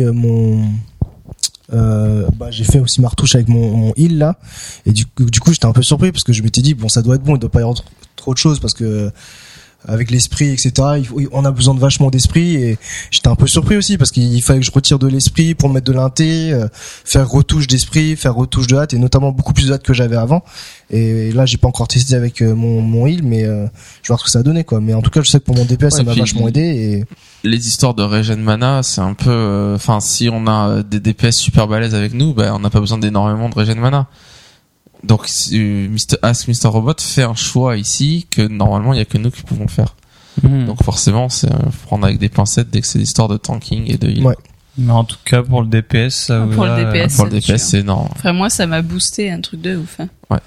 j'ai fait aussi ma retouche avec mon heal là, et du coup j'étais un peu surpris parce que je m'étais dit ça doit être bon, il doit pas y avoir trop de choses parce que avec l'esprit, etc., on a besoin de vachement d'esprit, et j'étais un peu surpris aussi parce qu'il fallait que je retire de l'esprit pour mettre de l'inté, faire retouche d'esprit, faire retouche de hâte, et notamment beaucoup plus de hâte que j'avais avant. Et là j'ai pas encore testé avec mon heal, mais je vais voir ce que ça a donné, quoi. Mais en tout cas je sais que pour mon DPS ça m'a vachement aidé. Et les histoires de regen mana, c'est un peu si on a des DPS super balèzes avec nous, on n'a pas besoin d'énormément de regen mana. Donc Mr. Robot fait un choix ici que normalement il y a que nous qui pouvons faire. Donc forcément c'est prendre avec des pincettes dès que c'est l'histoire de tanking et de heal. Ouais. Mais en tout cas pour le DPS, pour le DPS c'est énorme. Enfin, moi ça m'a boosté un truc de ouf. Ouais.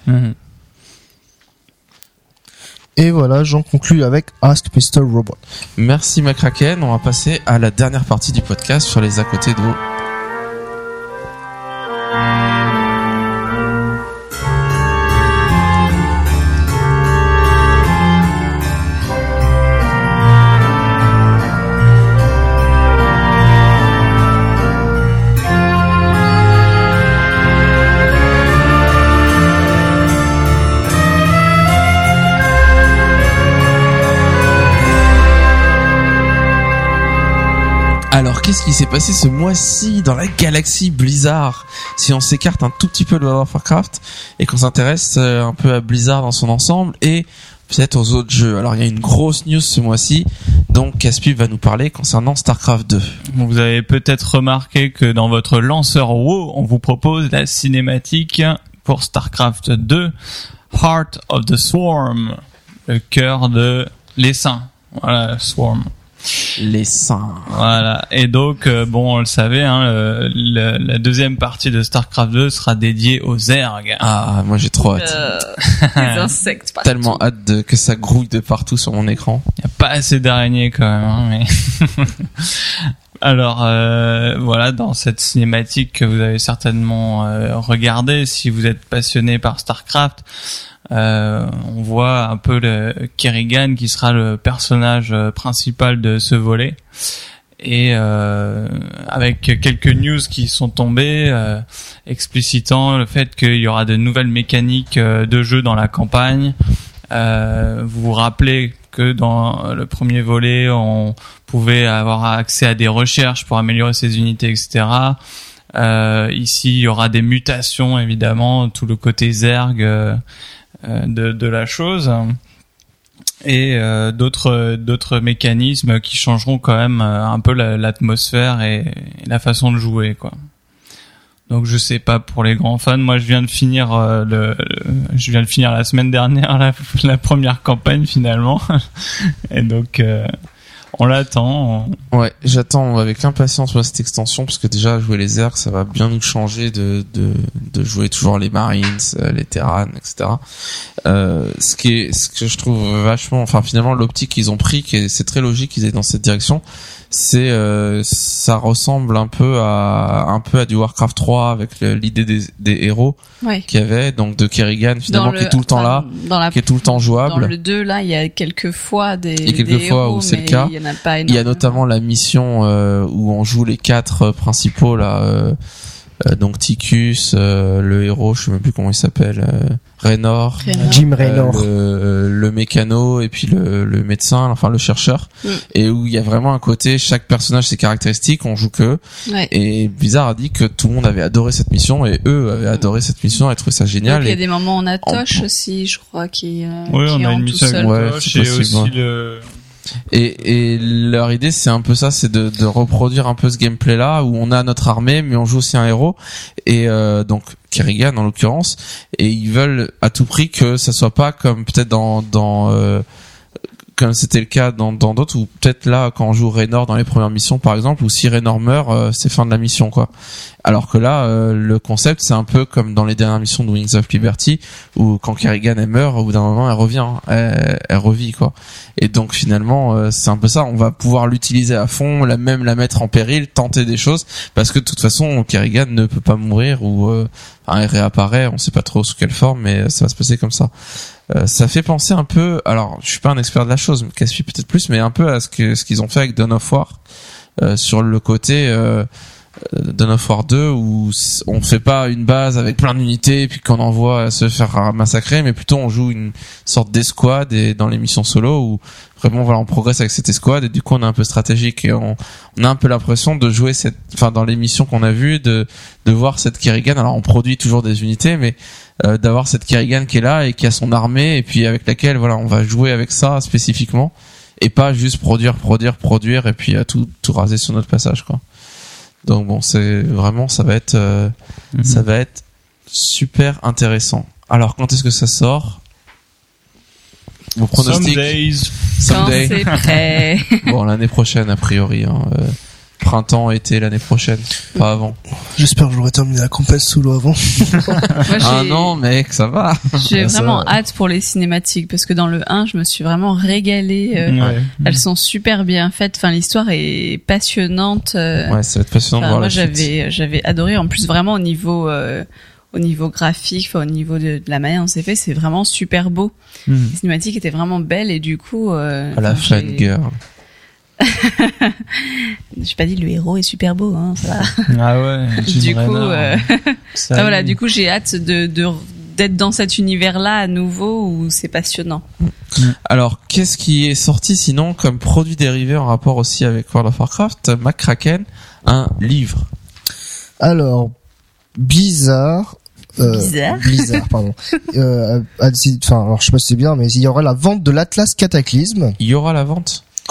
Et voilà, j'en conclus avec Ask Mr. Robot. Merci Macraken, on va passer à la dernière partie du podcast sur les à côté de vous. Alors, qu'est-ce qui s'est passé ce mois-ci dans la galaxie Blizzard? Si on s'écarte un tout petit peu de World of Warcraft et qu'on s'intéresse un peu à Blizzard dans son ensemble et peut-être aux autres jeux. Alors, il y a une grosse news ce mois-ci, donc Caspi va nous parler concernant StarCraft 2. Vous avez peut-être remarqué que dans votre lanceur WoW, on vous propose la cinématique pour StarCraft 2. heart of the swarm, le cœur de l'essaim. Voilà, swarm. Les seins. Voilà. Et donc, bon, on le savait, hein, la deuxième partie de StarCraft 2 sera dédiée aux Zerg. Ah, moi j'ai trop hâte. Les insectes partout. Tellement hâte que ça grouille de partout sur mon écran. Il n'y a pas assez d'araignées quand même, hein, mais... Alors, voilà, dans cette cinématique que vous avez certainement regardée, si vous êtes passionné par StarCraft, on voit un peu le Kerrigan qui sera le personnage principal de ce volet, et avec quelques news qui sont tombées explicitant le fait qu'il y aura de nouvelles mécaniques de jeu dans la campagne. Vous vous rappelez que dans le premier volet, on pouvait avoir accès à des recherches pour améliorer ses unités, etc. Ici, il y aura des mutations, évidemment, tout le côté Zerg de la chose, et d'autres mécanismes qui changeront quand même un peu l'atmosphère et la façon de jouer, quoi. Donc je sais pas pour les grands fans, moi je viens de finir la semaine dernière la première campagne finalement, et donc on l'attend. Ouais, j'attends avec impatience cette extension, parce que déjà jouer les Zerg, ça va bien nous changer de jouer toujours les Marines, les Terrans, etc. Ce que je trouve vachement, enfin finalement l'optique qu'ils ont pris, c'est très logique qu'ils aient dans cette direction. C'est ça ressemble un peu à du Warcraft 3 avec l'idée des héros qu'il y avait, donc de Kerrigan finalement, qui est tout le temps là, qui est tout le temps jouable. Dans le 2 là, il y a quelques fois des fois héros, où c'est le cas. Il y en a pas énormément. Il y a notamment la mission où on joue les 4 principaux là, donc Ticus, le héros, je sais même plus comment il s'appelle, Raynor. Jim Raynor, le mécano, et puis le médecin, enfin le chercheur, et où il y a vraiment un côté, chaque personnage ses caractéristiques, on joue que, et Blizzard a dit que tout le monde avait adoré cette mission, et eux avaient adoré cette mission et trouvé ça génial. Donc, il y a des moments où on a Tosh aussi, je crois, qui oui, on a une mission avec Tosh, et aussi le... Et leur idée, c'est un peu ça, c'est de reproduire un peu ce gameplay là où on a notre armée mais on joue aussi un héros, et donc Kerrigan en l'occurrence, et ils veulent à tout prix que ça soit pas comme peut-être dans comme c'était le cas dans d'autres, ou peut-être là quand on joue Raynor dans les premières missions par exemple, ou si Raynor meurt, c'est fin de la mission, quoi. Alors que là, le concept, c'est un peu comme dans les dernières missions de Wings of Liberty, où quand Kerrigan elle meurt, au bout d'un moment elle revient, elle revit, quoi. Et donc finalement, c'est un peu ça, on va pouvoir l'utiliser à fond, la mettre en péril, tenter des choses, parce que de toute façon Kerrigan ne peut pas mourir, ou elle réapparaît, on sait pas trop sous quelle forme, mais ça va se passer comme ça. Ça fait penser un peu, alors je suis pas un expert de la chose, mais Caspi peut-être plus, mais un peu à ce qu'ils ont fait avec Dawn of War, sur le côté Dawn of War 2, où on fait pas une base avec plein d'unités et puis qu'on envoie se faire massacrer, mais plutôt on joue une sorte d'escouade, et dans les missions solo où vraiment voilà, on progresse avec cette escouade, et du coup on est un peu stratégique, et on a un peu l'impression de jouer dans les missions qu'on a vues, de voir cette Kerrigan. Alors on produit toujours des unités, mais d'avoir cette Kerrigan qui est là et qui a son armée, et puis avec laquelle voilà, on va jouer avec ça spécifiquement, et pas juste produire et puis tout raser sur notre passage, quoi. Donc bon, c'est vraiment, ça va être super intéressant. Alors quand est-ce que ça sort? Vos pronostics? Someday. Quand c'est prêt. Bon, l'année prochaine a priori, hein. Printemps, été l'année prochaine, pas avant. J'espère que j'aurai terminé la campagne solo avant. Moi, non mec, ça va. J'ai vraiment hâte pour les cinématiques, parce que dans le 1 je me suis vraiment régalée. Elles sont super bien faites, enfin l'histoire est passionnante. Ouais, ça va être passionnant de voir moi, la suite. j'avais adoré, en plus vraiment au niveau graphique, au niveau de la manière dont c'est fait, c'est vraiment super beau. Les cinématiques étaient vraiment belles, et du coup à la fan girl. J'ai pas dit le héros est super beau, hein, ça va. Ah ouais. Du coup, voilà, du coup, j'ai hâte d'être dans cet univers-là à nouveau, où c'est passionnant. Alors, qu'est-ce qui est sorti sinon comme produit dérivé en rapport aussi avec World of Warcraft? McCracken, un livre. Alors, Blizzard, pardon. Alors je sais pas si c'est bien, mais il y aura la vente de l'Atlas Cataclysme. Il y aura la vente? Quand?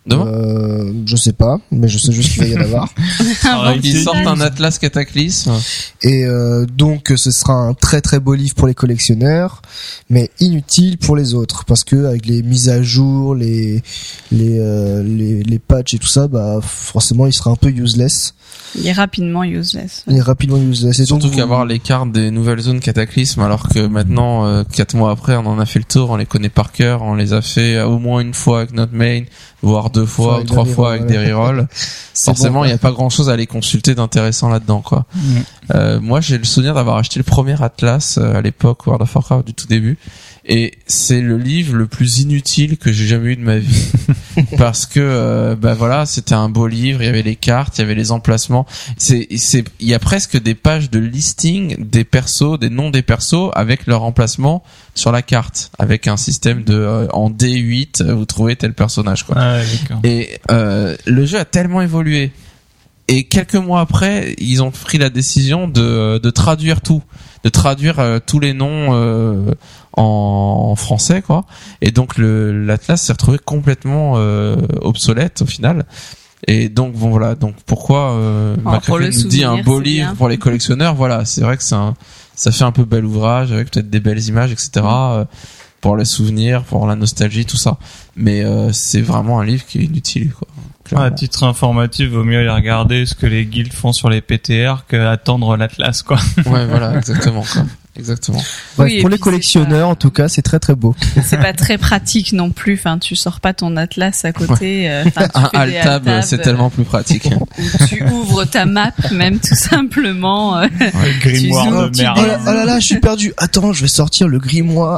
Je sais pas, mais je sais juste qu'il va y en avoir. Ils sortent un Atlas Cataclysme. Et donc ce sera un très très beau livre pour les collectionneurs, mais inutile pour les autres, parce que avec les mises à jour, les patchs et tout ça, bah forcément il sera un peu useless. Il est rapidement useless. Il est rapidement useless. Et Surtout donc, qu'avoir les cartes des nouvelles zones Cataclysme, alors que maintenant, 4 mois après, on en a fait le tour, on les connaît par cœur, on les a fait au moins une fois avec notre main, voire 2 fois ou 3 fois avec des rerolls. Forcément, il n'y a pas grand chose à les consulter d'intéressant là-dedans, quoi. Moi, j'ai le souvenir d'avoir acheté le premier Atlas à l'époque, World of Warcraft du tout début. Et c'est le livre le plus inutile que j'ai jamais eu de ma vie. Parce que, voilà, c'était un beau livre, il y avait les cartes, il y avait les emplacements. Il y a presque des pages de listing des persos, des noms des persos avec leur emplacement sur la carte. Avec un système en D8, vous trouvez tel personnage, quoi. Ah ouais, d'accord. Et, le jeu a tellement évolué. Et quelques mois après, ils ont pris la décision de traduire tout. De traduire tous les noms, en français, quoi. Et donc l'Atlas s'est retrouvé complètement obsolète au final. Et donc bon voilà, donc pourquoi McCracken nous dit un beau livre pour les collectionneurs, voilà, c'est vrai que ça fait un peu bel ouvrage avec peut-être des belles images, etc. Pour les souvenirs, pour la nostalgie, tout ça. Mais c'est vraiment un livre qui est inutile, quoi. À titre informatif, vaut mieux aller regarder ce que les guildes font sur les PTR que attendre l'Atlas, quoi. Ouais, voilà, exactement, quoi. Exactement. Bref, Oui, pour les collectionneurs, en tout cas, c'est très très beau. C'est pas très pratique non plus. Enfin, tu sors pas ton Atlas à côté. Un alt-tab, c'est tellement plus pratique. Où tu ouvres ta map, même tout simplement. Le grimoire de merde. Oh là là, je suis perdu. Attends, je vais sortir le grimoire.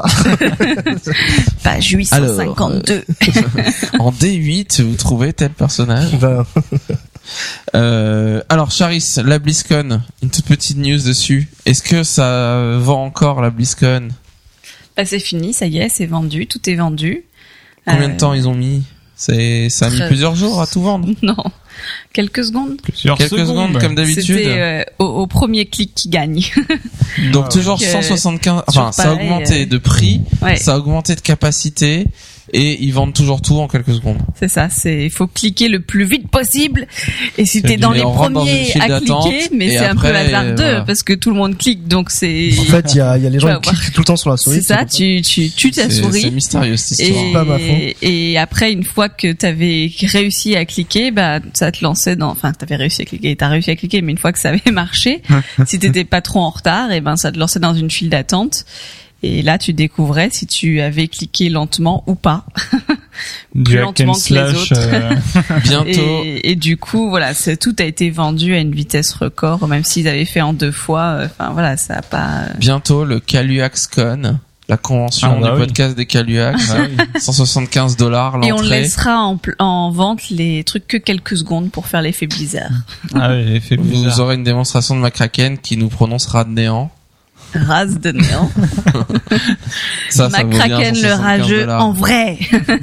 Page 852. En D8, vous trouvez tel personnage. Alors Charis, la BlizzCon, une toute petite news dessus. Est-ce que ça vend encore la BlizzCon? Bah, c'est fini, ça y est, c'est vendu, tout est vendu. Combien de temps ils ont mis? Ça a mis plusieurs jours à tout vendre. Non, quelques secondes. Quelques secondes comme d'habitude. C'était au premier clic qui gagne. Donc toujours 175. Enfin, ça a augmenté de prix, ça a augmenté de capacité. Et ils vendent toujours tout en quelques secondes. C'est ça, il faut cliquer le plus vite possible. Et si t'es dans les premiers à cliquer, mais c'est un peu hasardeux voilà. Parce que tout le monde clique, donc c'est. En fait, il y a les gens qui cliquent tout le temps sur la souris. C'est ça, tu ta souris. C'est mystérieux cette histoire. Et après, une fois que t'avais réussi à cliquer, bah ça te lançait t'avais réussi à cliquer, t'as réussi à cliquer, mais une fois que ça avait marché, si t'étais pas trop en retard, et ben ça te lançait dans une file d'attente. Et là, tu découvrais si tu avais cliqué lentement ou pas. Plus lentement que les autres. Bientôt. Et du coup, voilà, tout a été vendu à une vitesse record, même s'ils avaient fait en 2 fois. Enfin, voilà, ça a pas. Bientôt, le Caluax-Con, la convention du podcast des Caluax. $175 l'entrée. Et on laissera en vente les trucs que quelques secondes pour faire l'effet Blizzard. Ah oui, l'effet Blizzard. Vous aurez une démonstration de McCracken qui nous prononcera de néant. Race de néant. ça McCracken le rageux en vrai.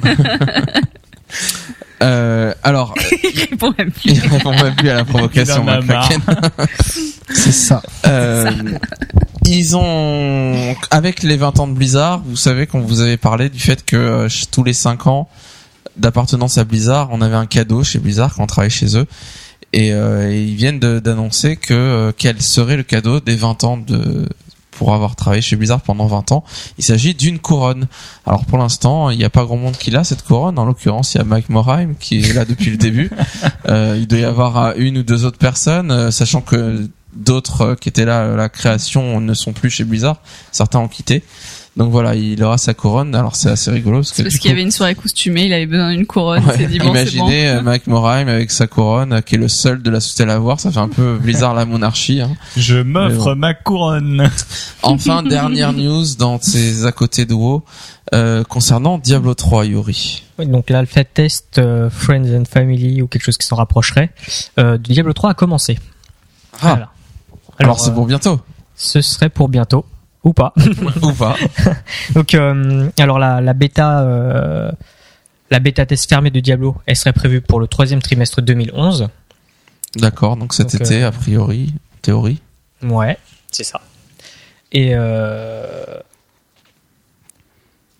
Alors. Il répond même plus. Il répond même plus à la provocation, McCracken. C'est ça. Ils ont, avec les 20 ans de Blizzard, vous savez qu'on vous avait parlé du fait que tous les 5 ans d'appartenance à Blizzard, on avait un cadeau chez Blizzard quand on travaillait chez eux. Et ils viennent d'annoncer quel serait le cadeau des 20 ans pour avoir travaillé chez Blizzard pendant 20 ans. Il s'agit d'une couronne. Alors pour l'instant, il n'y a pas grand monde qui l'a, cette couronne. En l'occurrence, il y a Mike Morhaime qui est là depuis le début. Il doit y avoir 1 ou 2 autres personnes, sachant que d'autres qui étaient là à la création ne sont plus chez Blizzard. Certains ont quitté. Donc voilà, il aura sa couronne. Alors c'est assez rigolo parce qu'il y avait une soirée costumée, il avait besoin d'une couronne. Ouais, c'est dit, bon, imaginez c'est bon. Mike Morhaime avec sa couronne, qui est le seul de la société à l'avoir. Ça fait un peu Blizzard la monarchie. Hein. Je m'offre ma couronne. Enfin, dernière news dans ces à côté de WoW concernant Diablo 3, Yuri. Oui, donc l'alpha test Friends and Family ou quelque chose qui s'en rapprocherait de Diablo 3 a commencé. Ah. Voilà. Alors c'est pour bientôt. Ce serait pour bientôt. Ou pas. Ou pas. Donc, alors la bêta test fermée de Diablo, elle serait prévue pour le 3e trimestre 2011. D'accord, donc cet été, a priori, théorie. Ouais, c'est ça. Et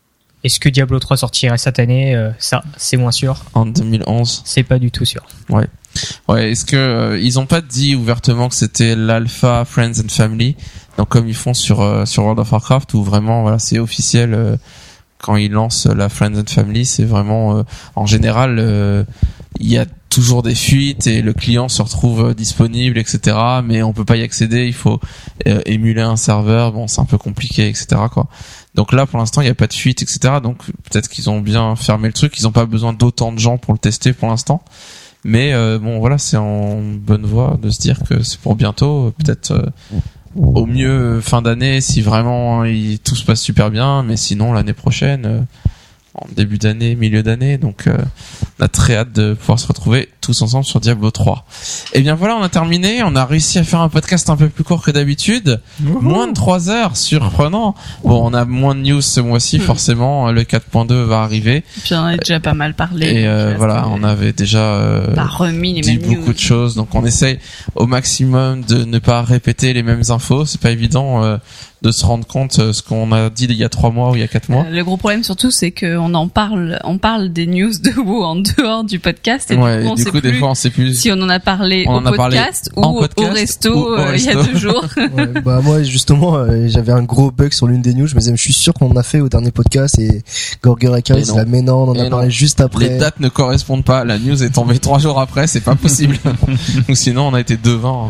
Est-ce que Diablo 3 sortirait cette année? Ça, c'est moins sûr. En 2011. C'est pas du tout sûr. Ouais. Est-ce que ils ont pas dit ouvertement que c'était l'alpha Friends and Family, donc comme ils font sur World of Warcraft, où vraiment voilà c'est officiel quand ils lancent la Friends and Family, c'est vraiment en général il y a toujours des fuites et le client se retrouve disponible, etc. Mais on peut pas y accéder, il faut émuler un serveur, bon c'est un peu compliqué, etc. quoi. Donc là pour l'instant il y a pas de fuite, etc. Donc peut-être qu'ils ont bien fermé le truc, ils ont pas besoin d'autant de gens pour le tester pour l'instant. Mais bon voilà, c'est en bonne voie de se dire que c'est pour bientôt, peut-être au mieux fin d'année si vraiment tout se passe super bien, mais sinon l'année prochaine, en début d'année, milieu d'année. Donc on a très hâte de pouvoir se retrouver tous ensemble sur Diablo 3. Et bien voilà, on a terminé, on a réussi à faire un podcast un peu plus court que d'habitude. Moins de 3 heures, surprenant. Bon, on a moins de news ce mois-ci, forcément, le 4.2 va arriver. Puis on a déjà pas mal parlé. Et voilà, on avait déjà remis les dit mêmes beaucoup news. de choses, donc on essaye au maximum de ne pas répéter les mêmes infos. C'est pas évident de se rendre compte ce qu'on a dit il y a 3 mois ou il y a 4 mois. Le gros problème surtout, c'est qu'on en parle, on parle des news de WoW en dehors du podcast, et Ouais, du coup, on du sait coup, des plus fois, on sait plus. si on en a parlé On au en a parlé podcast ou en podcast au resto, ou au il y a resto. 2 jours. Ouais, bah moi justement j'avais un gros bug sur l'une des news, je me disais je suis sûr qu'on en a fait au dernier podcast et Gorgoraka Et non. mais non, on en a Et parlé non. juste après. Les dates ne correspondent pas. La news est tombée 3 jours après, c'est pas possible. Ou sinon, on a été devant.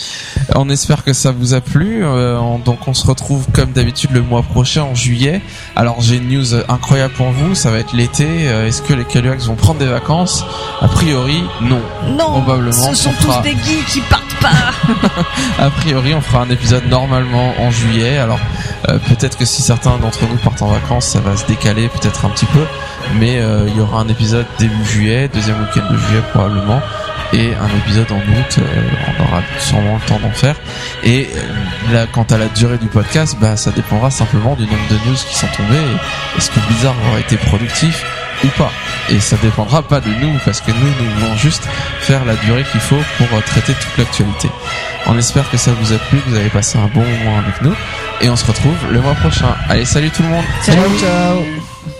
On espère que ça vous a plu. Donc on se retrouve comme d'habitude le mois prochain en juillet. Alors j'ai une news incroyable pour vous, ça va être l'été. Est-ce que les Caluax vont prendre des vacances? A priori, non. Non, Probablement, ce sont on fera- tous des geeks qui partent pas. A priori, on fera un épisode normalement en juillet. Alors peut-être que si certains d'entre nous partent en vacances, ça va se décaler peut-être un petit peu. Mais il y aura un épisode début juillet, deuxième week-end de juillet probablement. Et un épisode en août, on aura sûrement le temps d'en faire. Et là, quant à la durée du podcast, bah ça dépendra simplement du nombre de news qui sont tombées. Est-ce que Blizzard aura été productif ou pas? Et ça dépendra pas de nous, parce que nous voulons juste faire la durée qu'il faut pour traiter toute l'actualité. On espère que ça vous a plu, que vous avez passé un bon moment avec nous. Et on se retrouve le mois prochain. Allez, salut tout le monde! Ciao ciao.